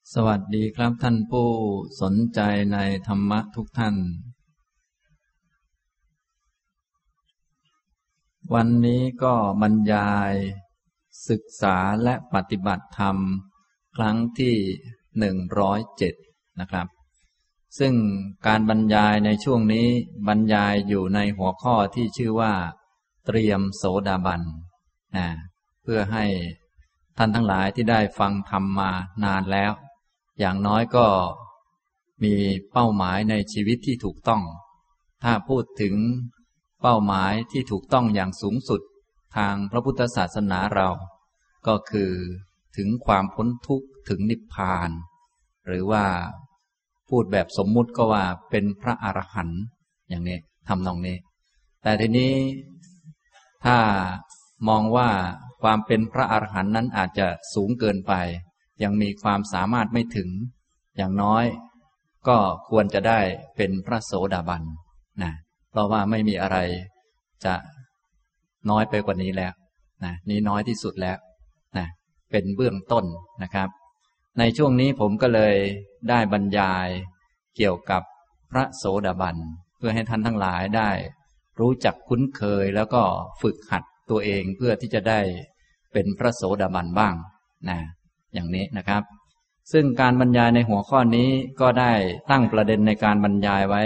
สวัสดีครับท่านผู้สนใจในธรรมะทุกท่านวันนี้ก็บรรยายศึกษาและปฏิบัติธรรมครั้งที่107นะครับซึ่งการบรรยายในช่วงนี้บรรยายอยู่ในหัวข้อที่ชื่อว่าเตรียมโสดาบันเพื่อให้ท่านทั้งหลายที่ได้ฟังธรรมมานานแล้วอย่างน้อยก็มีเป้าหมายในชีวิตที่ถูกต้องถ้าพูดถึงเป้าหมายที่ถูกต้องอย่างสูงสุดทางพระพุทธศาสนาเราก็คือถึงความพ้นทุกข์ถึงนิพพานหรือว่าพูดแบบสมมุติก็ว่าเป็นพระอรหันต์อย่างนี้ทำนองนี้แต่ทีนี้ถ้ามองว่าความเป็นพระอรหันต์นั้นอาจจะสูงเกินไปยังมีความสามารถไม่ถึงอย่างน้อยก็ควรจะได้เป็นพระโสดาบันนะเพราะว่าไม่มีอะไรจะน้อยไปกว่านี้แล้วนะนี้น้อยที่สุดแล้วนะเป็นเบื้องต้นนะครับในช่วงนี้ผมก็เลยได้บรรยายเกี่ยวกับพระโสดาบันเพื่อให้ท่านทั้งหลายได้รู้จักคุ้นเคยแล้วก็ฝึกหัดตัวเองเพื่อที่จะได้เป็นพระโสดาบันบ้างนะอย่างนี้นะครับซึ่งการบรรยายในหัวข้อนี้ก็ได้ตั้งประเด็นในการบรรยายไว้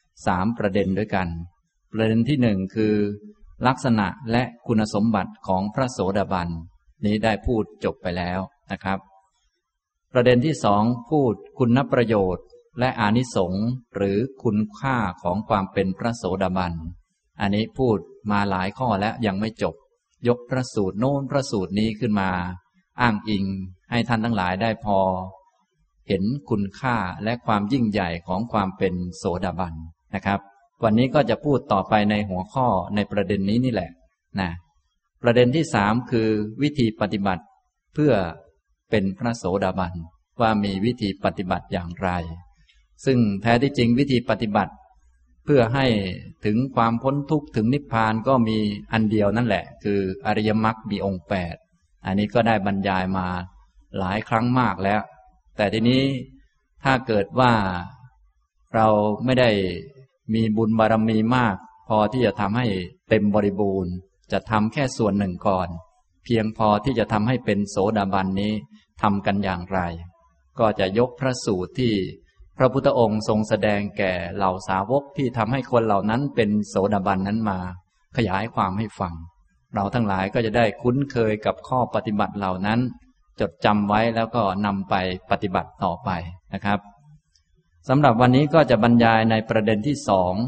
3ประเด็นด้วยกันประเด็นที่1คือลักษณะและคุณสมบัติของพระโสดาบันนี้ได้พูดจบไปแล้วนะครับประเด็นที่2พูดคุณประโยชน์และอานิสงส์หรือคุณค่าของความเป็นพระโสดาบันอันนี้พูดมาหลายข้อแล้วยังไม่จบยกพระสูตรโน้นพระสูตรนี้ขึ้นมาอ้างอิงให้ท่านทั้งหลายได้พอเห็นคุณค่าและความยิ่งใหญ่ของความเป็นโสดาบันนะครับวันนี้ก็จะพูดต่อไปในหัวข้อในประเด็นนี้นี่แหละนะประเด็นที่3คือวิธีปฏิบัติเพื่อเป็นพระโสดาบันว่ามีวิธีปฏิบัติอย่างไรซึ่งแท้ที่จริงวิธีปฏิบัติเพื่อให้ถึงความพ้นทุกข์ถึงนิพพานก็มีอันเดียวนั่นแหละคืออริยมรรคมีองค์8อันนี้ก็ได้บรรยายมาหลายครั้งมากแล้วแต่ทีนี้ถ้าเกิดว่าเราไม่ได้มีบุญบารมีมากพอที่จะทำให้เต็มบริบูรณ์จะทำแค่ส่วนหนึ่งก่อนเพียงพอที่จะทำให้เป็นโสดาบันนี้ทำกันอย่างไรก็จะยกพระสูตรที่พระพุทธองค์ทรงแสดงแก่เหล่าสาวกที่ทำให้คนเหล่านั้นเป็นโสดาบันนั้นมาขยายความให้ฟังเราทั้งหลายก็จะได้คุ้นเคยกับข้อปฏิบัติเหล่านั้นจดจำไว้แล้วก็นำไปปฏิบัติต่อไปนะครับสำหรับวันนี้ก็จะบรรยายในประเด็นที่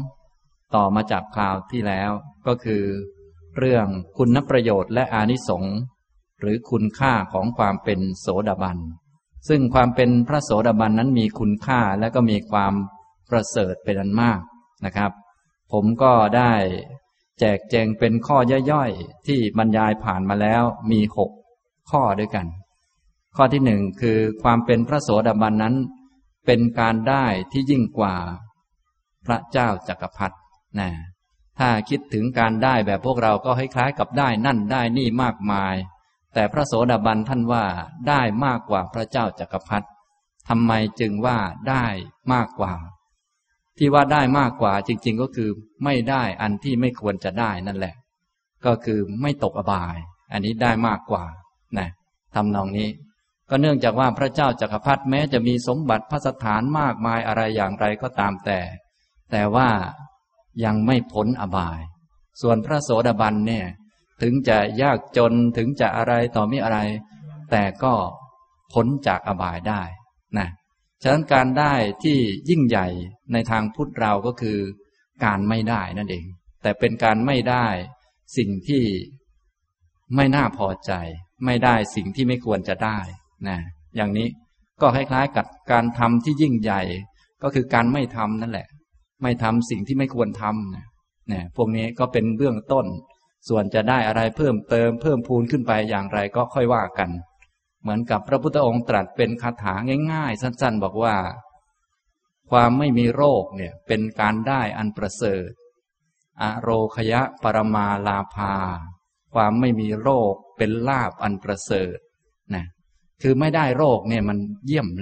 2ต่อมาจากคราวที่แล้วก็คือเรื่องคุณประโยชน์และอานิสงส์หรือคุณค่าของความเป็นโสดาบันซึ่งความเป็นพระโสดาบันนั้นมีคุณค่าและก็มีความประเสริฐเป็นอันมากนะครับผมก็ได้แจกแจงเป็นข้อย่อยๆที่บรรยายผ่านมาแล้วมี6ข้อด้วยกันข้อที่1คือความเป็นพระโสดาบันนั้นเป็นการได้ที่ยิ่งกว่าพระเจ้าจักรพรรดินะถ้าคิดถึงการได้แบบพวกเราก็คล้ายๆกับได้นั่นได้นี่มากมายแต่พระโสดาบันท่านว่าได้มากกว่าพระเจ้าจักรพรรดิทำไมจึงว่าได้มากกว่าที่ว่าได้มากกว่าจริงๆก็คือไม่ได้อันที่ไม่ควรจะได้นั่นแหละก็คือไม่ตกอบายอันนี้ได้มากกว่านะทำนองนี้ก็เนื่องจากว่าพระเจ้าจักรพรรดิแม้จะมีสมบัติพระสถานมากมายอะไรอย่างไรก็ตามแต่ว่ายังไม่พ้นอบายส่วนพระโสดาบันเนี่ยถึงจะยากจนถึงจะอะไรต่อมิอะไรแต่ก็พ้นจากอบายได้นะฉะนั้นการได้ที่ยิ่งใหญ่ในทางพุทธเราก็คือการไม่ได้นั่นเองแต่เป็นการไม่ได้สิ่งที่ไม่น่าพอใจไม่ได้สิ่งที่ไม่ควรจะได้นะอย่างนี้ก็คล้ายๆกับการทำที่ยิ่งใหญ่ก็คือการไม่ทำนั่นแหละไม่ทำสิ่งที่ไม่ควรทำนะพวกนี้ก็เป็นเบื้องต้นส่วนจะได้อะไรเพิ่มเติมเพิ่มพูนขึ้นไปอย่างไรก็ค่อยว่ากันเหมือนกับพระพุทธองค์ตรัสเป็นคาถาง่ายๆสั้นๆบอกว่าความไม่มีโรคเนี่ยเป็นการได้อันประเสริฐอโรคยะปรมาลาภาความไม่มีโรคเป็นลาภอันประเสริฐนะคือไม่ได้โรคเนี่ยมันเยี่ยมแล้ว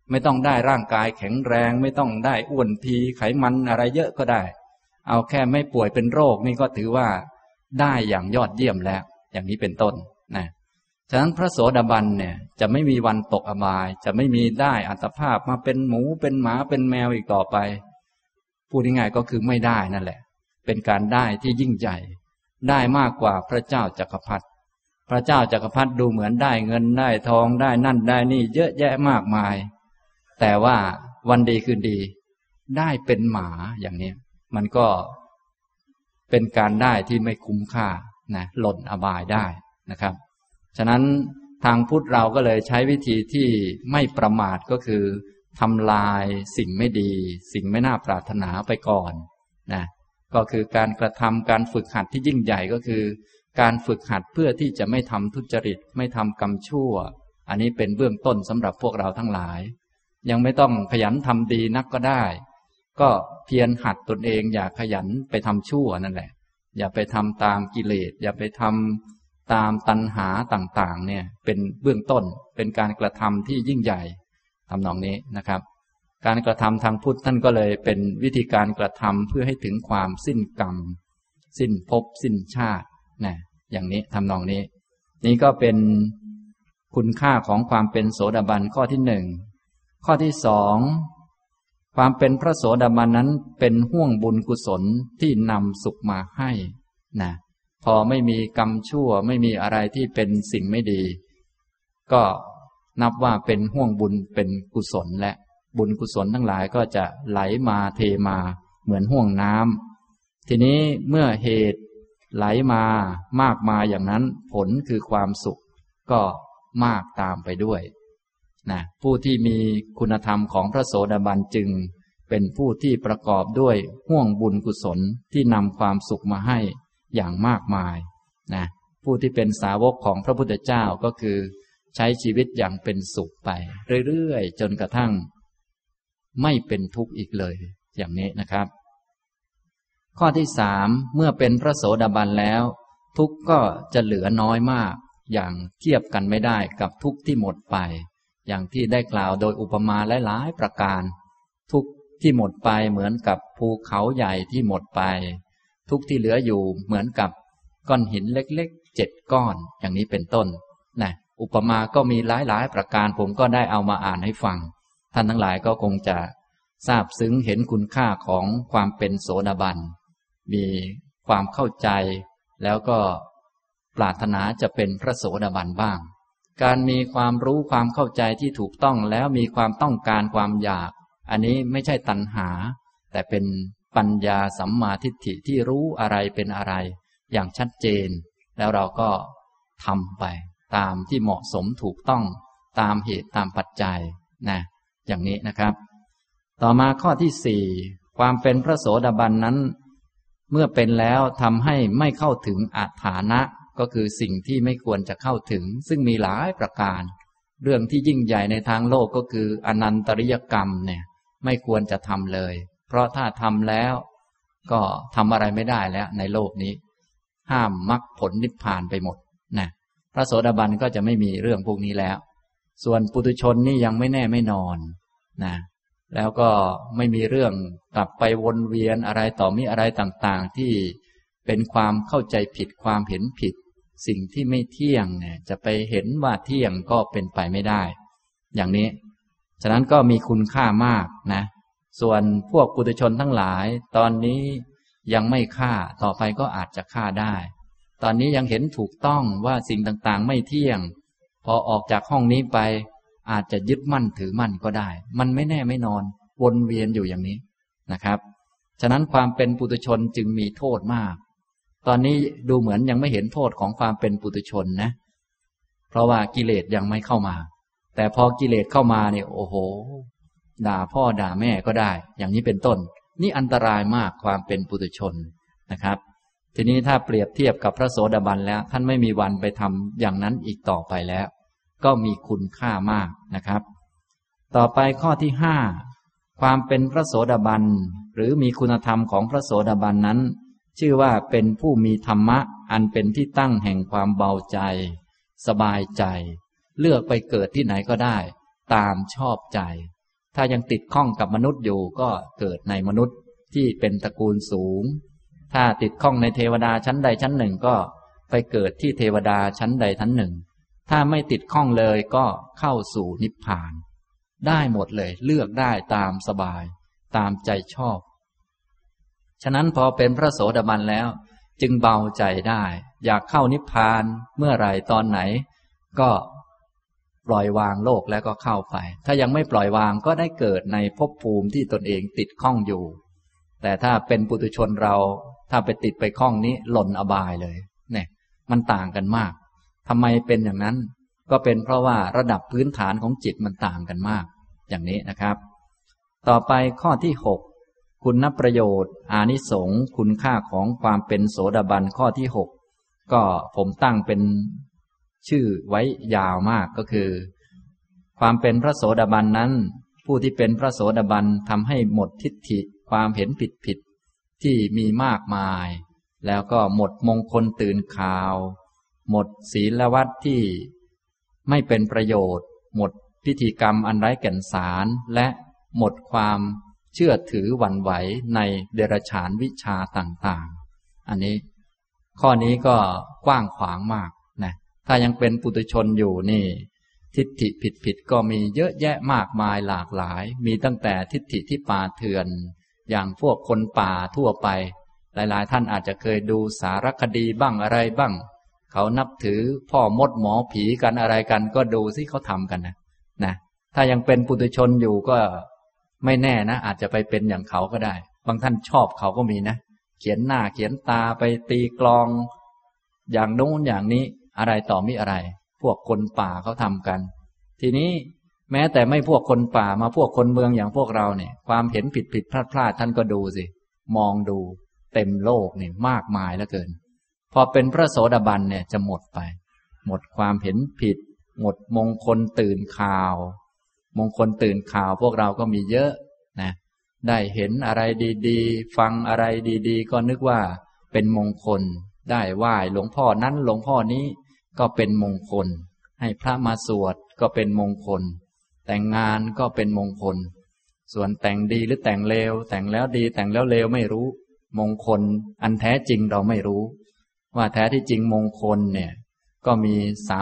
ไม่ต้องได้ร่างกายแข็งแรงไม่ต้องได้อ้วนพีไขมันอะไรเยอะก็ได้เอาแค่ไม่ป่วยเป็นโรคนี่ก็ถือว่าได้อย่างยอดเยี่ยมแล้วอย่างนี้เป็นต้นนะฉะนั้นพระโสดาบันเนี่ยจะไม่มีวันตกอบายจะไม่มีได้อัตภาพมาเป็นหมูเป็นหมาเป็นแมวอีกต่อไปพูดง่ายๆก็คือไม่ได้นั่นแหละเป็นการได้ที่ยิ่งใหญ่ได้มากกว่าพระเจ้าจักรพรรดิพระเจ้าจักรพรรดิดูเหมือนได้เงินได้ทองได้นั่นได้นี่เยอะแยะมากมายแต่ว่าวันดีคืนดีได้เป็นหมาอย่างนี้มันก็เป็นการได้ที่ไม่คุ้มค่านะหล่นอบายได้นะครับฉะนั้นทางพุทธเราก็เลยใช้วิธีที่ไม่ประมาทก็คือทำลายสิ่งไม่ดีสิ่งไม่น่าปรารถนาไปก่อนนะก็คือการกระทำการฝึกหัดที่ยิ่งใหญ่ก็คือการฝึกหัดเพื่อที่จะไม่ทำทุจริตไม่ทำกรรมชั่วอันนี้เป็นเบื้องต้นสำหรับพวกเราทั้งหลายยังไม่ต้องขยันทำดีนักก็ได้ก็เพียรหัดตนเองอย่าขยันไปทำชั่วนั่นแหละอย่าไปทำตามกิเลสอย่าไปทำตามตัณหาต่างๆเนี่ยเป็นเบื้องต้นเป็นการกระทำที่ยิ่งใหญ่ทำนองนี้นะครับการกระทำทางพุทธท่านก็เลยเป็นวิธีการกระทำเพื่อให้ถึงความสิ้นกรรมสิ้นภพสิ้นชาตินะอย่างนี้ทำนองนี้นี่ก็เป็นคุณค่าของความเป็นโสดาบันข้อที่หนึ่งข้อที่สองความเป็นพระโสดาบันนั้นเป็นห่วงบุญกุศลที่นำสุขมาให้นะพอไม่มีกรรมชั่วไม่มีอะไรที่เป็นสิ่งไม่ดีก็นับว่าเป็นห่วงบุญเป็นกุศลและบุญกุศลทั้งหลายก็จะไหลมาเทมาเหมือนห่วงน้ำทีนี้เมื่อเหตุไหลมามากมาอย่างนั้นผลคือความสุขก็มากตามไปด้วยนะผู้ที่มีคุณธรรมของพระโสดาบันจึงเป็นผู้ที่ประกอบด้วยห่วงบุญกุศลที่นำความสุขมาให้อย่างมากมายนะผู้ที่เป็นสาวกของพระพุทธเจ้าก็คือใช้ชีวิตอย่างเป็นสุขไปเรื่อยๆจนกระทั่งไม่เป็นทุกข์อีกเลยอย่างนี้นะครับข้อที่สามเมื่อเป็นพระโสดาบันแล้วทุกข์ก็จะเหลือน้อยมากอย่างเทียบกันไม่ได้กับทุกข์ที่หมดไปอย่างที่ได้กล่าวโดยอุปมาหลายๆประการทุกข์ที่หมดไปเหมือนกับภูเขาใหญ่ที่หมดไปทุกข์ที่เหลืออยู่เหมือนกับก้อนหินเล็กๆ7 ก้อนอย่างนี้เป็นต้นนะอุปมาก็มีหลายๆประการผมก็ได้เอามาอ่านให้ฟังท่านทั้งหลายก็คงจะทราบซึ้งเห็นคุณค่าของความเป็นโสดาบันมีความเข้าใจแล้วก็ปรารถนาจะเป็นพระโสดาบันบ้างการมีความรู้ความเข้าใจที่ถูกต้องแล้วมีความต้องการความอยากอันนี้ไม่ใช่ตัณหาแต่เป็นปัญญาสัมมาทิฏฐิที่รู้อะไรเป็นอะไรอย่างชัดเจนแล้วเราก็ทำไปตามที่เหมาะสมถูกต้องตามเหตุตามปัจจัยนะอย่างนี้นะครับต่อมาข้อที่สี่ความเป็นพระโสดาบันนั้นเมื่อเป็นแล้วทำให้ไม่เข้าถึงอัฏฐานะก็คือสิ่งที่ไม่ควรจะเข้าถึงซึ่งมีหลายประการเรื่องที่ยิ่งใหญ่ในทางโลกก็คืออนันตริยกรรมเนี่ยไม่ควรจะทำเลยเพราะถ้าทำแล้วก็ทำอะไรไม่ได้แล้วในโลกนี้ห้ามมรรคผลนิพพานไปหมดนะพระโสดาบันก็จะไม่มีเรื่องพวกนี้แล้วส่วนปุถุชนนี่ยังไม่แน่ไม่นอนนะแล้วก็ไม่มีเรื่องกลับไปวนเวียนอะไรต่อมีอะไรต่างๆที่เป็นความเข้าใจผิดความเห็นผิดสิ่งที่ไม่เที่ยงเนี่ยจะไปเห็นว่าเที่ยงก็เป็นไปไม่ได้อย่างนี้ฉะนั้นก็มีคุณค่ามากนะส่วนพวกปุถุชนทั้งหลายตอนนี้ยังไม่ฆ่าต่อไปก็อาจจะฆ่าได้ตอนนี้ยังเห็นถูกต้องว่าสิ่งต่างๆไม่เที่ยงพอออกจากห้องนี้ไปอาจจะยึดมั่นถือมั่นก็ได้มันไม่แน่ไม่นอนวนเวียนอยู่อย่างนี้นะครับฉะนั้นความเป็นปุถุชนจึงมีโทษมากตอนนี้ดูเหมือนยังไม่เห็นโทษของความเป็นปุถุชนนะเพราะว่ากิเลสยังไม่เข้ามาแต่พอกิเลสเข้ามาเนี่ยโอ้โหด่าพ่อด่าแม่ก็ได้อย่างนี้เป็นต้นนี่อันตรายมากความเป็นปุถุชนนะครับทีนี้ถ้าเปรียบเทียบกับพระโสดาบันแล้วท่านไม่มีวันไปทำอย่างนั้นอีกต่อไปแล้วก็มีคุณค่ามากนะครับต่อไปข้อที่ห้าความเป็นพระโสดาบันหรือมีคุณธรรมของพระโสดาบันนั้นชื่อว่าเป็นผู้มีธรรมะอันเป็นที่ตั้งแห่งความเบาใจสบายใจเลือกไปเกิดที่ไหนก็ได้ตามชอบใจถ้ายังติดข้องกับมนุษย์อยู่ก็เกิดในมนุษย์ที่เป็นตระกูลสูงถ้าติดข้องในเทวดาชั้นใดชั้นหนึ่งก็ไปเกิดที่เทวดาชั้นใดชั้นหนึ่งถ้าไม่ติดข้องเลยก็เข้าสู่นิพพานได้หมดเลยเลือกได้ตามสบายตามใจชอบฉะนั้นพอเป็นพระโสดาบันแล้วจึงเบาใจได้อยากเข้านิพพานเมื่อไหร่ตอนไหนก็ปล่อยวางโลกแล้วก็เข้าไปถ้ายังไม่ปล่อยวางก็ได้เกิดในภพภูมิที่ตนเองติดข้องอยู่แต่ถ้าเป็นปุถุชนเราถ้าไปติดไปข้องนี้หล่นอบายเลยเนี่ยมันต่างกันมากทำไมเป็นอย่างนั้นก็เป็นเพราะว่าระดับพื้นฐานของจิตมันต่างกันมากอย่างนี้นะครับต่อไปข้อที่6คุณประโยชน์อานิสงส์คุณค่าของความเป็นโสดาบันข้อที่6ก็ผมตั้งเป็นชื่อไว้ยาวมากก็คือความเป็นพระโสดาบันนั้นผู้ที่เป็นพระโสดาบันทำให้หมดทิฏฐิความเห็นผิดที่มีมากมายแล้วก็หมดมงคลตื่นข่าวหมดศีลวัตรที่ไม่เป็นประโยชน์หมดพิธีกรรมอันไร้แก่นสารและหมดความเชื่อถือหวั่นไหวในเดรัจฉานวิชาต่างๆอันนี้ข้อนี้ก็กว้างขวางมากนะถ้ายังเป็นปุถุชนอยู่นี่ทิฏฐิผิดก็มีเยอะแยะมากมายหลากหลายมีตั้งแต่ทิฏฐิที่ป่าเถื่อนอย่างพวกคนป่าทั่วไปหลายๆท่านอาจจะเคยดูสารคดีบ้างอะไรบ้างเขานับถือพ่อมดหมอผีกันอะไรกันก็ดูสิเขาทำกันนะถ้ายังเป็นปุถุชนอยู่ก็ไม่แน่นะอาจจะไปเป็นอย่างเขาก็ได้บางท่านชอบเขาก็มีนะเขียนหน้าเขียนตาไปตีกลองอย่างโน้นอย่างนี้อะไรต่อมิอะไรพวกคนป่าเขาทำกันทีนี้แม้แต่ไม่พวกคนป่ามาพวกคนเมืองอย่างพวกเราเนี่ยความเห็นผิดพลาดท่านก็ดูสิมองดูเต็มโลกนี่มากมายเหลือเกินพอเป็นพระโสดาบันเนี่ยจะหมดไปหมดความเห็นผิดหมดมงคลตื่นข่าวมงคลตื่นข่าวพวกเราก็มีเยอะนะได้เห็นอะไรดีๆฟังอะไรดีๆก็นึกว่าเป็นมงคลได้ไหว้หลวงพ่อนั้นหลวงพ่อนี้ก็เป็นมงคลให้พระมาสวดก็เป็นมงคลแต่งงานก็เป็นมงคลส่วนแต่งดีหรือแต่งเลวแต่งแล้วดีแต่งแล้วเลวไม่รู้มงคลอันแท้จริงเราไม่รู้ว่าแท้ที่จริงมงคลเนี่ยก็มี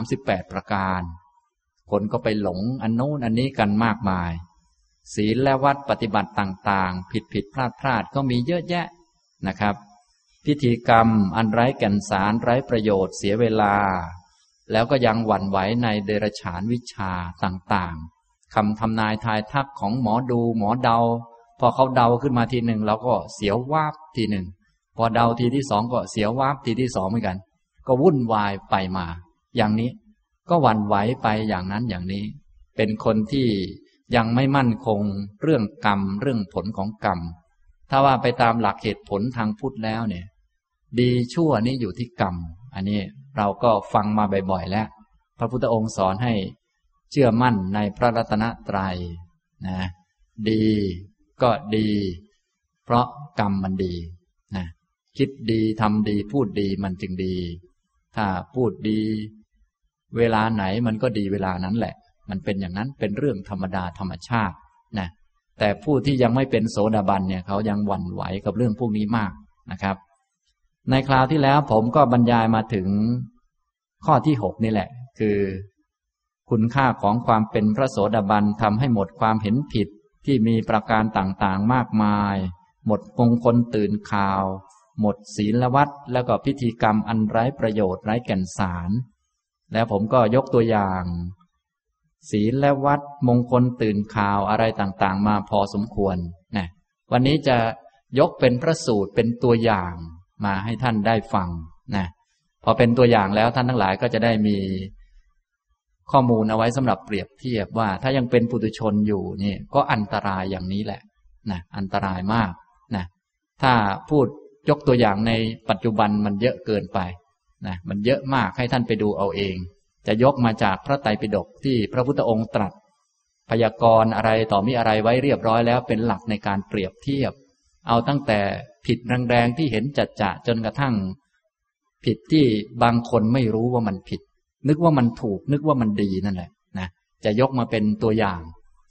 38ประการคนก็ไปหลงอันโน้นอันนี้กันมากมายศีลและวัดปฏิบัติต่างๆผิดพลาดก็มีเยอะแยะนะครับพิธีกรรมอันไร้แก่นสารไร้ประโยชน์เสียเวลาแล้วก็ยังหวั่นไหวในเดรัจฉานวิชาต่างๆคำทำนายทายทักของหมอดูหมอเดาพอเขาเดาขึ้นมาทีหนึ่งเราก็เสียววาบทีหนึ่งพอเดาทีที่สองก็เสียววาบทีที่สองเหมือนกันก็วุ่นวายไปมาอย่างนี้ก็หวั่นไหวไปอย่างนั้นอย่างนี้เป็นคนที่ยังไม่มั่นคงเรื่องกรรมเรื่องผลของกรรมถ้าว่าไปตามหลักเหตุผลทางพุทธแล้วเนี่ยดีชั่วนี่อยู่ที่กรรมอันนี้เราก็ฟังมาบ่อยๆแล้วพระพุทธองค์สอนให้เชื่อมั่นในพระรัตนตรัยนะดีก็ดีเพราะกรรมมันดีนะคิดดีทำดีพูดดีมันจึงดีถ้าพูดดีเวลาไหนมันก็ดีเวลานั้นแหละมันเป็นอย่างนั้นเป็นเรื่องธรรมดาธรรมชาตินะแต่ผู้ที่ยังไม่เป็นโสดาบันเนี่ยเขายังหวั่นไหวกับเรื่องพวกนี้มากนะครับในคราวที่แล้วผมก็บรรยายมาถึงข้อที่6นี่แหละคือคุณค่าของความเป็นพระโสดาบันทำให้หมดความเห็นผิดที่มีประการต่างๆมากมายหมดมงคลตื่นข่าวหมดศีลวัตรแล้วก็พิธีกรรมอันไร้ประโยชน์ไร้แก่นสารแล้วผมก็ยกตัวอย่างศีลและวัดมงคลตื่นข่าวอะไรต่างๆมาพอสมควรนะวันนี้จะยกเป็นพระสูตรเป็นตัวอย่างมาให้ท่านได้ฟังนะพอเป็นตัวอย่างแล้วท่านทั้งหลายก็จะได้มีข้อมูลเอาไว้สำหรับเปรียบเทียบว่าถ้ายังเป็นปุถุชนอยู่นี่ก็อันตรายอย่างนี้แหละนะอันตรายมากนะถ้าพูดยกตัวอย่างในปัจจุบันมันเยอะเกินไปนะมันเยอะมากให้ท่านไปดูเอาเองจะยกมาจากพระไตรปิฎกที่พระพุทธองค์ตรัสพยากรณ์อะไรต่อมีอะไรไว้เรียบร้อยแล้วเป็นหลักในการเปรียบเทียบเอาตั้งแต่ผิดแรงๆที่เห็นจัดๆจนกระทั่งผิดที่บางคนไม่รู้ว่ามันผิดนึกว่ามันถูกนึกว่ามันดีนั่นแหละนะจะยกมาเป็นตัวอย่าง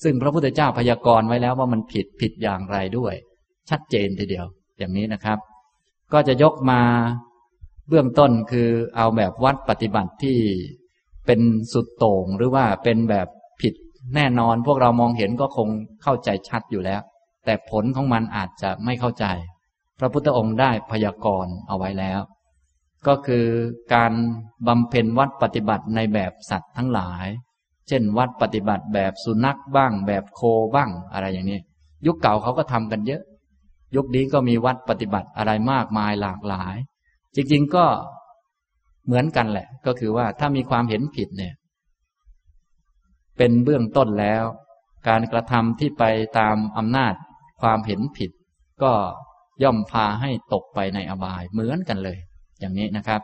ซึ่งพระพุทธเจ้าพยากรณ์ไว้แล้วว่ามันผิดอย่างไรด้วยชัดเจนทีเดียวอย่างนี้นะครับก็จะยกมาเบื้องต้นคือเอาแบบวัดปฏิบัติที่เป็นสุดโต่งหรือว่าเป็นแบบผิดแน่นอนพวกเรามองเห็นก็คงเข้าใจชัดอยู่แล้วแต่ผลของมันอาจจะไม่เข้าใจพระพุทธองค์ได้พยากรณ์เอาไว้แล้วก็คือการบำเพ็ญวัดปฏิบัติในแบบสัตว์ทั้งหลายเช่นวัดปฏิบัติแบบสุนัขบ้างแบบโคบ้างอะไรอย่างนี้ยุคเก่าเขาก็ทำกันเยอะยุคนี้ก็มีวัดปฏิบัติอะไรมากมายหลากหลายจริงๆก็เหมือนกันแหละก็คือว่าถ้ามีความเห็นผิดเนี่ยเป็นเบื้องต้นแล้วการกระทำที่ไปตามอำนาจความเห็นผิดก็ย่อมพาให้ตกไปในอบายเหมือนกันเลยอย่างนี้นะครับ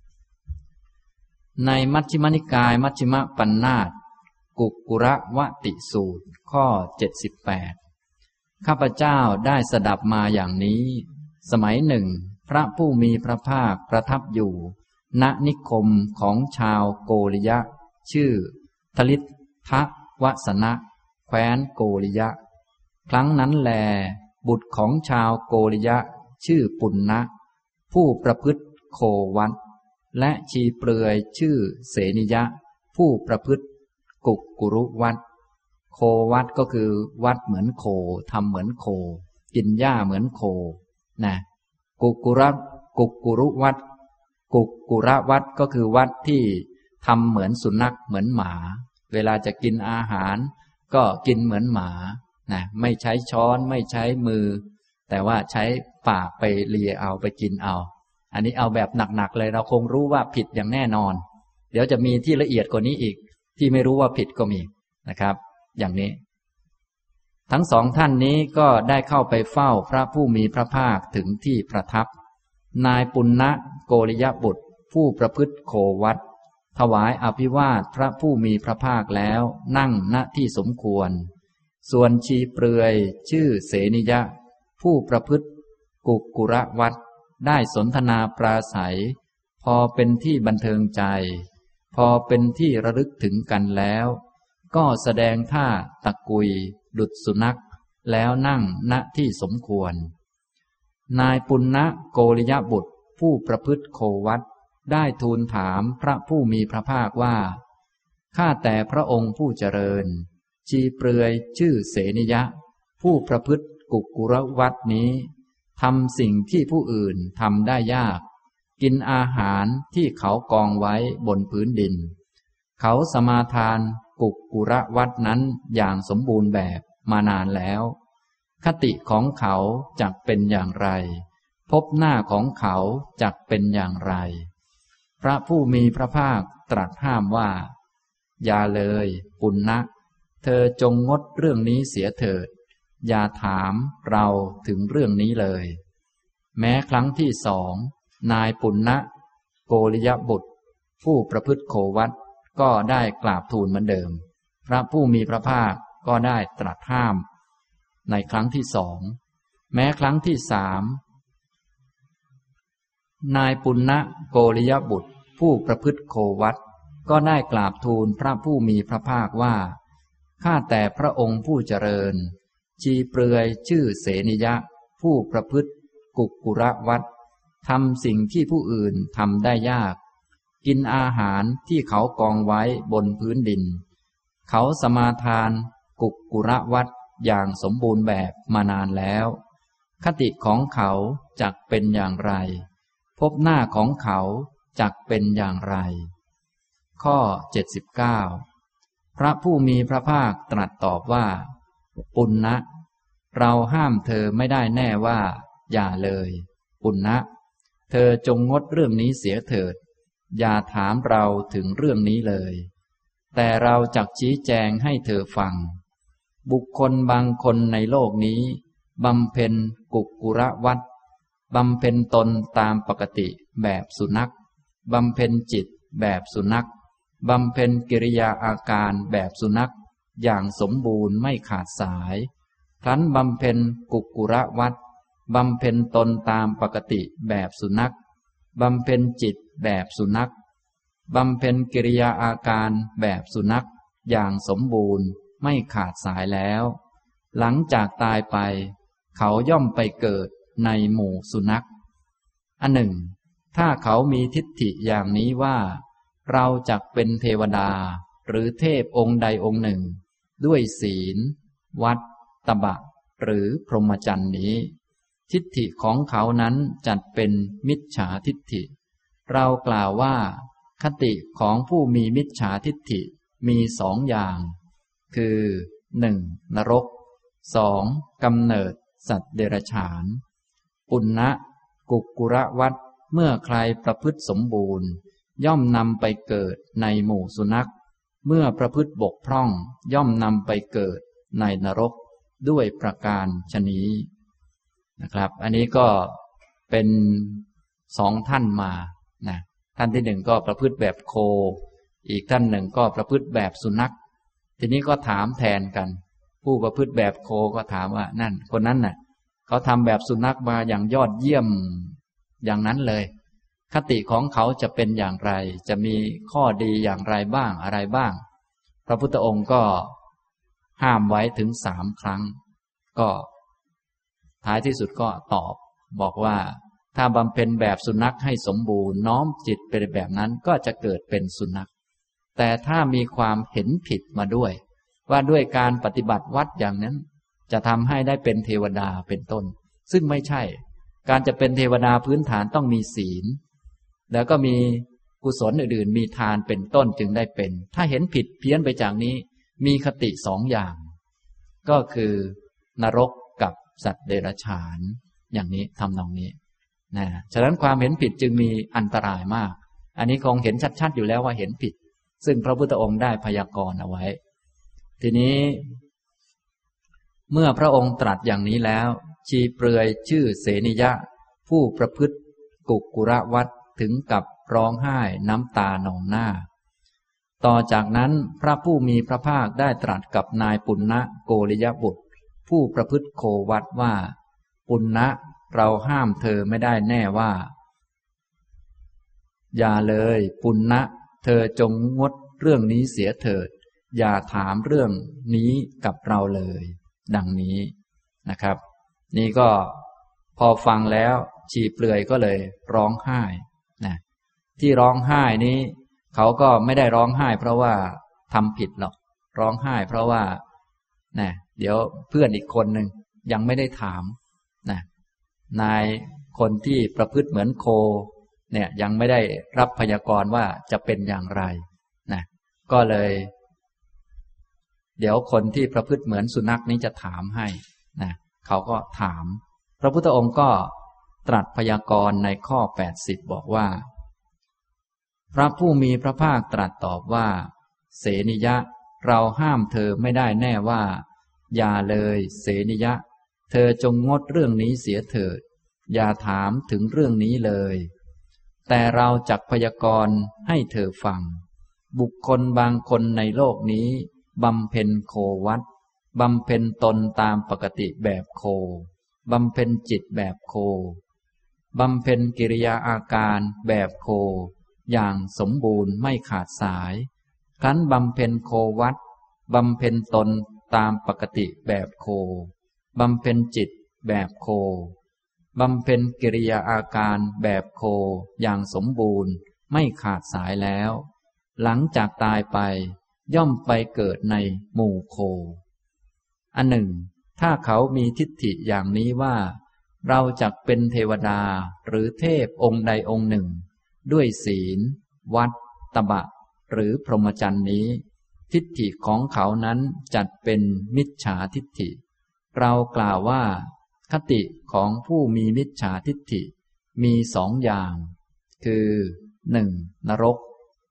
ในมัชฌิมนิกายมัชฌิมปัญนาตกุกุระวติสูตรข้อ78ข้าพเจ้าได้สดับมาอย่างนี้สมัยหนึ่งพระผู้มีพระภาคประทับอยู่ณนิคมของชาวโกริยะชื่อทลิทวสนะแคว้นโกริยะครั้งนั้นแลบุตรของชาวโกริยะชื่อปุณณะผู้ประพฤติโควัตและชีเปลือยชื่อเสนิยะผู้ประพฤติกุกุรุวัตโควัตก็คือวัดเหมือนโคทำเหมือนโคกินหญ้าเหมือนโคนะกุกุรุวัตกุกุระวัตก็คือวัดที่ทำเหมือนสุนัขเหมือนหมาเวลาจะกินอาหารก็กินเหมือนหมานะไม่ใช้ช้อนไม่ใช้มือแต่ว่าใช้ปากไปเลียเอาไปกินเอาอันนี้เอาแบบหนักๆเลยเราคงรู้ว่าผิดอย่างแน่นอนเดี๋ยวจะมีที่ละเอียดกว่านี้อีกที่ไม่รู้ว่าผิดก็มีนะครับอย่างนี้ทั้งสองท่านนี้ก็ได้เข้าไปเฝ้าพระผู้มีพระภาคถึงที่ประทับนายปุณณะโกริยบุตรผู้ประพฤติโควัตถวายอภิวาทพระผู้มีพระภาคแล้วนั่งณที่สมควรส่วนชีเปลือยชื่อเสนิยะผู้ประพฤติกุกุระวัตได้สนทนาปราศัยพอเป็นที่บันเทิงใจพอเป็นที่ระลึกถึงกันแล้วก็แสดงท่าตะกุยดุจสุนัขแล้วนั่งณที่สมควรนายปุณณะโกริยบุตรผู้ประพฤติโควัตได้ทูลถามพระผู้มีพระภาคว่าข้าแต่พระองค์ผู้เจริญชีเปลือยชื่อเสนิยะผู้ประพฤติกุกุรวัตนี้ทำสิ่งที่ผู้อื่นทำได้ยากกินอาหารที่เขากองไว้บนพื้นดินเขาสมาทานกุกุรวัตนั้นอย่างสมบูรณ์แบบมานานแล้วคติของเขาจักเป็นอย่างไรภพหน้าของเขาจักเป็นอย่างไรพระผู้มีพระภาคตรัสห้ามว่าอย่าเลยปุณณะเธอจงงดเรื่องนี้เสียเถิดอย่าถามเราถึงเรื่องนี้เลยแม้ครั้งที่สองนายปุณณะโกริยบุตรผู้ประพฤติโควัตก็ได้กราบทูลเหมือนเดิมพระผู้มีพระภาคก็ได้ตรัสห้ามในครั้งที่สองแม้ครั้งที่สามนายปุณณะโกริยบุตรผู้ประพฤติโควัตก็ได้กราบทูลพระผู้มีพระภาคว่าข้าแต่พระองค์ผู้เจริญชีเปลือยชื่อเสนิยะผู้ประพฤติกุกุระวัตทำสิ่งที่ผู้อื่นทำได้ยากกินอาหารที่เขากองไว้บนพื้นดินเขาสมาทานกุกุระวัตอย่างสมบูรณ์แบบมานานแล้วคติของเขาจักเป็นอย่างไรภพหน้าของเขาจักเป็นอย่างไรข้อ79พระผู้มีพระภาคตรัสตอบว่าปุณณะเราห้ามเธอไม่ได้แน่ว่าอย่าเลยปุณณะเธอจงงดเรื่องนี้เสียเถิดอย่าถามเราถึงเรื่องนี้เลยแต่เราจักชี้แจงให้เธอฟังบุคคลบางคนในโลกนี้บำเพ็ญกุกุระวัตบำเพ็ญตนตามปกติแบบสุนัขบำเพ็ญจิตแบบสุนัขบำเพ็ญกิริยาอาการแบบสุนัขอย่างสมบูรณ์ไม่ขาดสายครั้นบำเพ็ญกุกุระวัตบำเพ็ญตนตามปกติแบบสุนัขบำเพ็ญจิตแบบสุนัขบำเพ็ญกิริยาอาการแบบสุนัขอย่างสมบูรณ์ไม่ขาดสายแล้ว หลังจากตายไปเขาย่อมไปเกิดในหมู่สุนัขอันหนึ่งถ้าเขามีทิฏฐิอย่างนี้ว่าเราจักเป็นเทวดาหรือเทพองค์ใดองค์หนึ่งด้วยศีลวัดตบะหรือพรหมจรรย์นี้ทิฏฐิของเขานั้นจัดเป็นมิจฉาทิฏฐิเรากล่าวว่าคติของผู้มีมิจฉาทิฏฐิมีสองอย่างคือ1. นรก 2. กำเนิดสัตว์เดรัจฉานปุณณะกุกุระวัฏเมื่อใครประพฤติสมบูรณ์ย่อมนำไปเกิดในหมู่สุนัขเมื่อประพฤติบกพร่องย่อมนำไปเกิดในนรกด้วยประการฉะนี้นะครับอันนี้ก็เป็นสองท่านมานะท่านที่หนึ่งก็ประพฤติแบบโคอีกท่านหนึ่งก็ประพฤติแบบสุนัขทีนี้ก็ถามแทนกันผู้ประพฤติแบบโคก็ถามว่านั่นคนนั้นน่ะเขาทำแบบสุนัขมาอย่างยอดเยี่ยมอย่างนั้นเลยคติของเขาจะเป็นอย่างไรจะมีข้อดีอย่างไรบ้างอะไรบ้างพระพุทธองค์ก็ห้ามไว้ถึง3 ครั้งก็ท้ายที่สุดก็ตอบบอกว่าถ้าบำเพ็ญแบบสุนัขให้สมบูรณ์น้อมจิตไปแบบนั้นก็จะเกิดเป็นสุนัขแต่ถ้ามีความเห็นผิดมาด้วยว่าด้วยการปฏิบัติวัดอย่างนั้นจะทำให้ได้เป็นเทวดาเป็นต้นซึ่งไม่ใช่การจะเป็นเทวดาพื้นฐานต้องมีศีลแล้วก็มีกุศลอื่นๆมีทานเป็นต้นจึงได้เป็นถ้าเห็นผิดเพี้ยนไปจากนี้มีคติ2 อย่างก็คือนรกกับสัตว์เดรัจฉานอย่างนี้ทำนองนี้นะฉะนั้นความเห็นผิดจึงมีอันตรายมากอันนี้คงเห็นชัดๆอยู่แล้วว่าเห็นผิดซึ่งพระพุทธองค์ได้พยากรณ์เอาไว้ทีนี้เมื่อพระองค์ตรัสอย่างนี้แล้วชีเปลือยชื่อเสนิยะผู้ประพฤติกุกุระวัฏถึงกับร้องไห้น้ำตานองหน้าต่อจากนั้นพระผู้มีพระภาคได้ตรัสกับนายปุณณะโกริยบุตรผู้ประพฤติโควัฏว่าปุณณะเราห้ามเธอไม่ได้แน่ว่าอย่าเลยปุณณะเธอจงงดเรื่องนี้เสียเถิดอย่าถามเรื่องนี้กับเราเลยดังนี้นะครับนี่ก็พอฟังแล้วชีเปลือยก็เลยร้องไห้นะที่ร้องไห้นี้เขาก็ไม่ได้ร้องไห้เพราะว่าทำผิดหรอกร้องไห้เพราะว่านะเดี๋ยวเพื่อนอีกคนหนึ่งยังไม่ได้ถามนะนายคนที่ประพฤติเหมือนโคเนี่ยยังไม่ได้รับพยากรณ์ว่าจะเป็นอย่างไรนะก็เลยเดี๋ยวคนที่ประพฤติเหมือนสุนัขนี้จะถามให้นะเขาก็ถามพระพุทธองค์ก็ตรัสพยากรณ์ในข้อ80บอกว่าพระผู้มีพระภาคตรัสตอบว่าเสนิยะเราห้ามเธอไม่ได้แน่ว่าอย่าเลยเสนิยะเธอจงงดเรื่องนี้เสียเถิดอย่าถามถึงเรื่องนี้เลยแต่เราจักพยากรณ์ให้เธอฟังบุคคลบางคนในโลกนี้บำเพ็ญโควัฏบำเพ็ญตนตามปกติแบบโคบำเพ็ญจิตแบบโคบำเพ็ญกิริยาอาการแบบโคอย่างสมบูรณ์ไม่ขาดสายครั้นบำเพ็ญโควัฏบำเพ็ญตนตามปกติแบบโคบำเพ็ญจิตแบบโคบำเพ็ญกิริยาอาการแบบโคอย่างสมบูรณ์ไม่ขาดสายแล้วหลังจากตายไปย่อมไปเกิดในหมู่โคอันหนึ่งถ้าเขามีทิฏฐิอย่างนี้ว่าเราจักเป็นเทวดาหรือเทพองค์ใดองค์หนึ่งด้วยศีลวัดตบะหรือพรหมจรรย์นี้ทิฏฐิของเขานั้นจัดเป็นมิจฉาทิฏฐิเรากล่าวว่าคติของผู้มีมิจฉาทิฏฐิมี2 อย่างคือ 1. นรก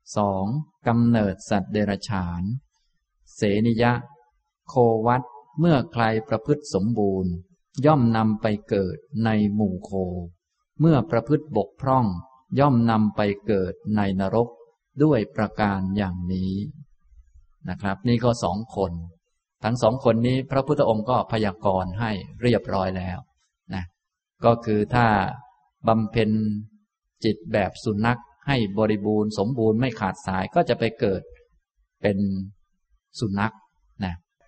2. กำเนิดสัตว์เดรัจฉานเสนิยะโควัฏเมื่อใครประพฤติสมบูรณ์ย่อมนำไปเกิดในหมู่โคเมื่อประพฤติบกพร่องย่อมนำไปเกิดในนรกด้วยประการอย่างนี้นะครับนี่ก็2 คนทั้ง2 คนนี้พระพุทธองค์ก็พยากรณ์ให้เรียบร้อยแล้วนะก็คือถ้าบำเพ็ญจิตแบบสุนัขให้บริบูรณ์สมบูรณ์ไม่ขาดสายก็จะไปเกิดเป็นสุนัขนะ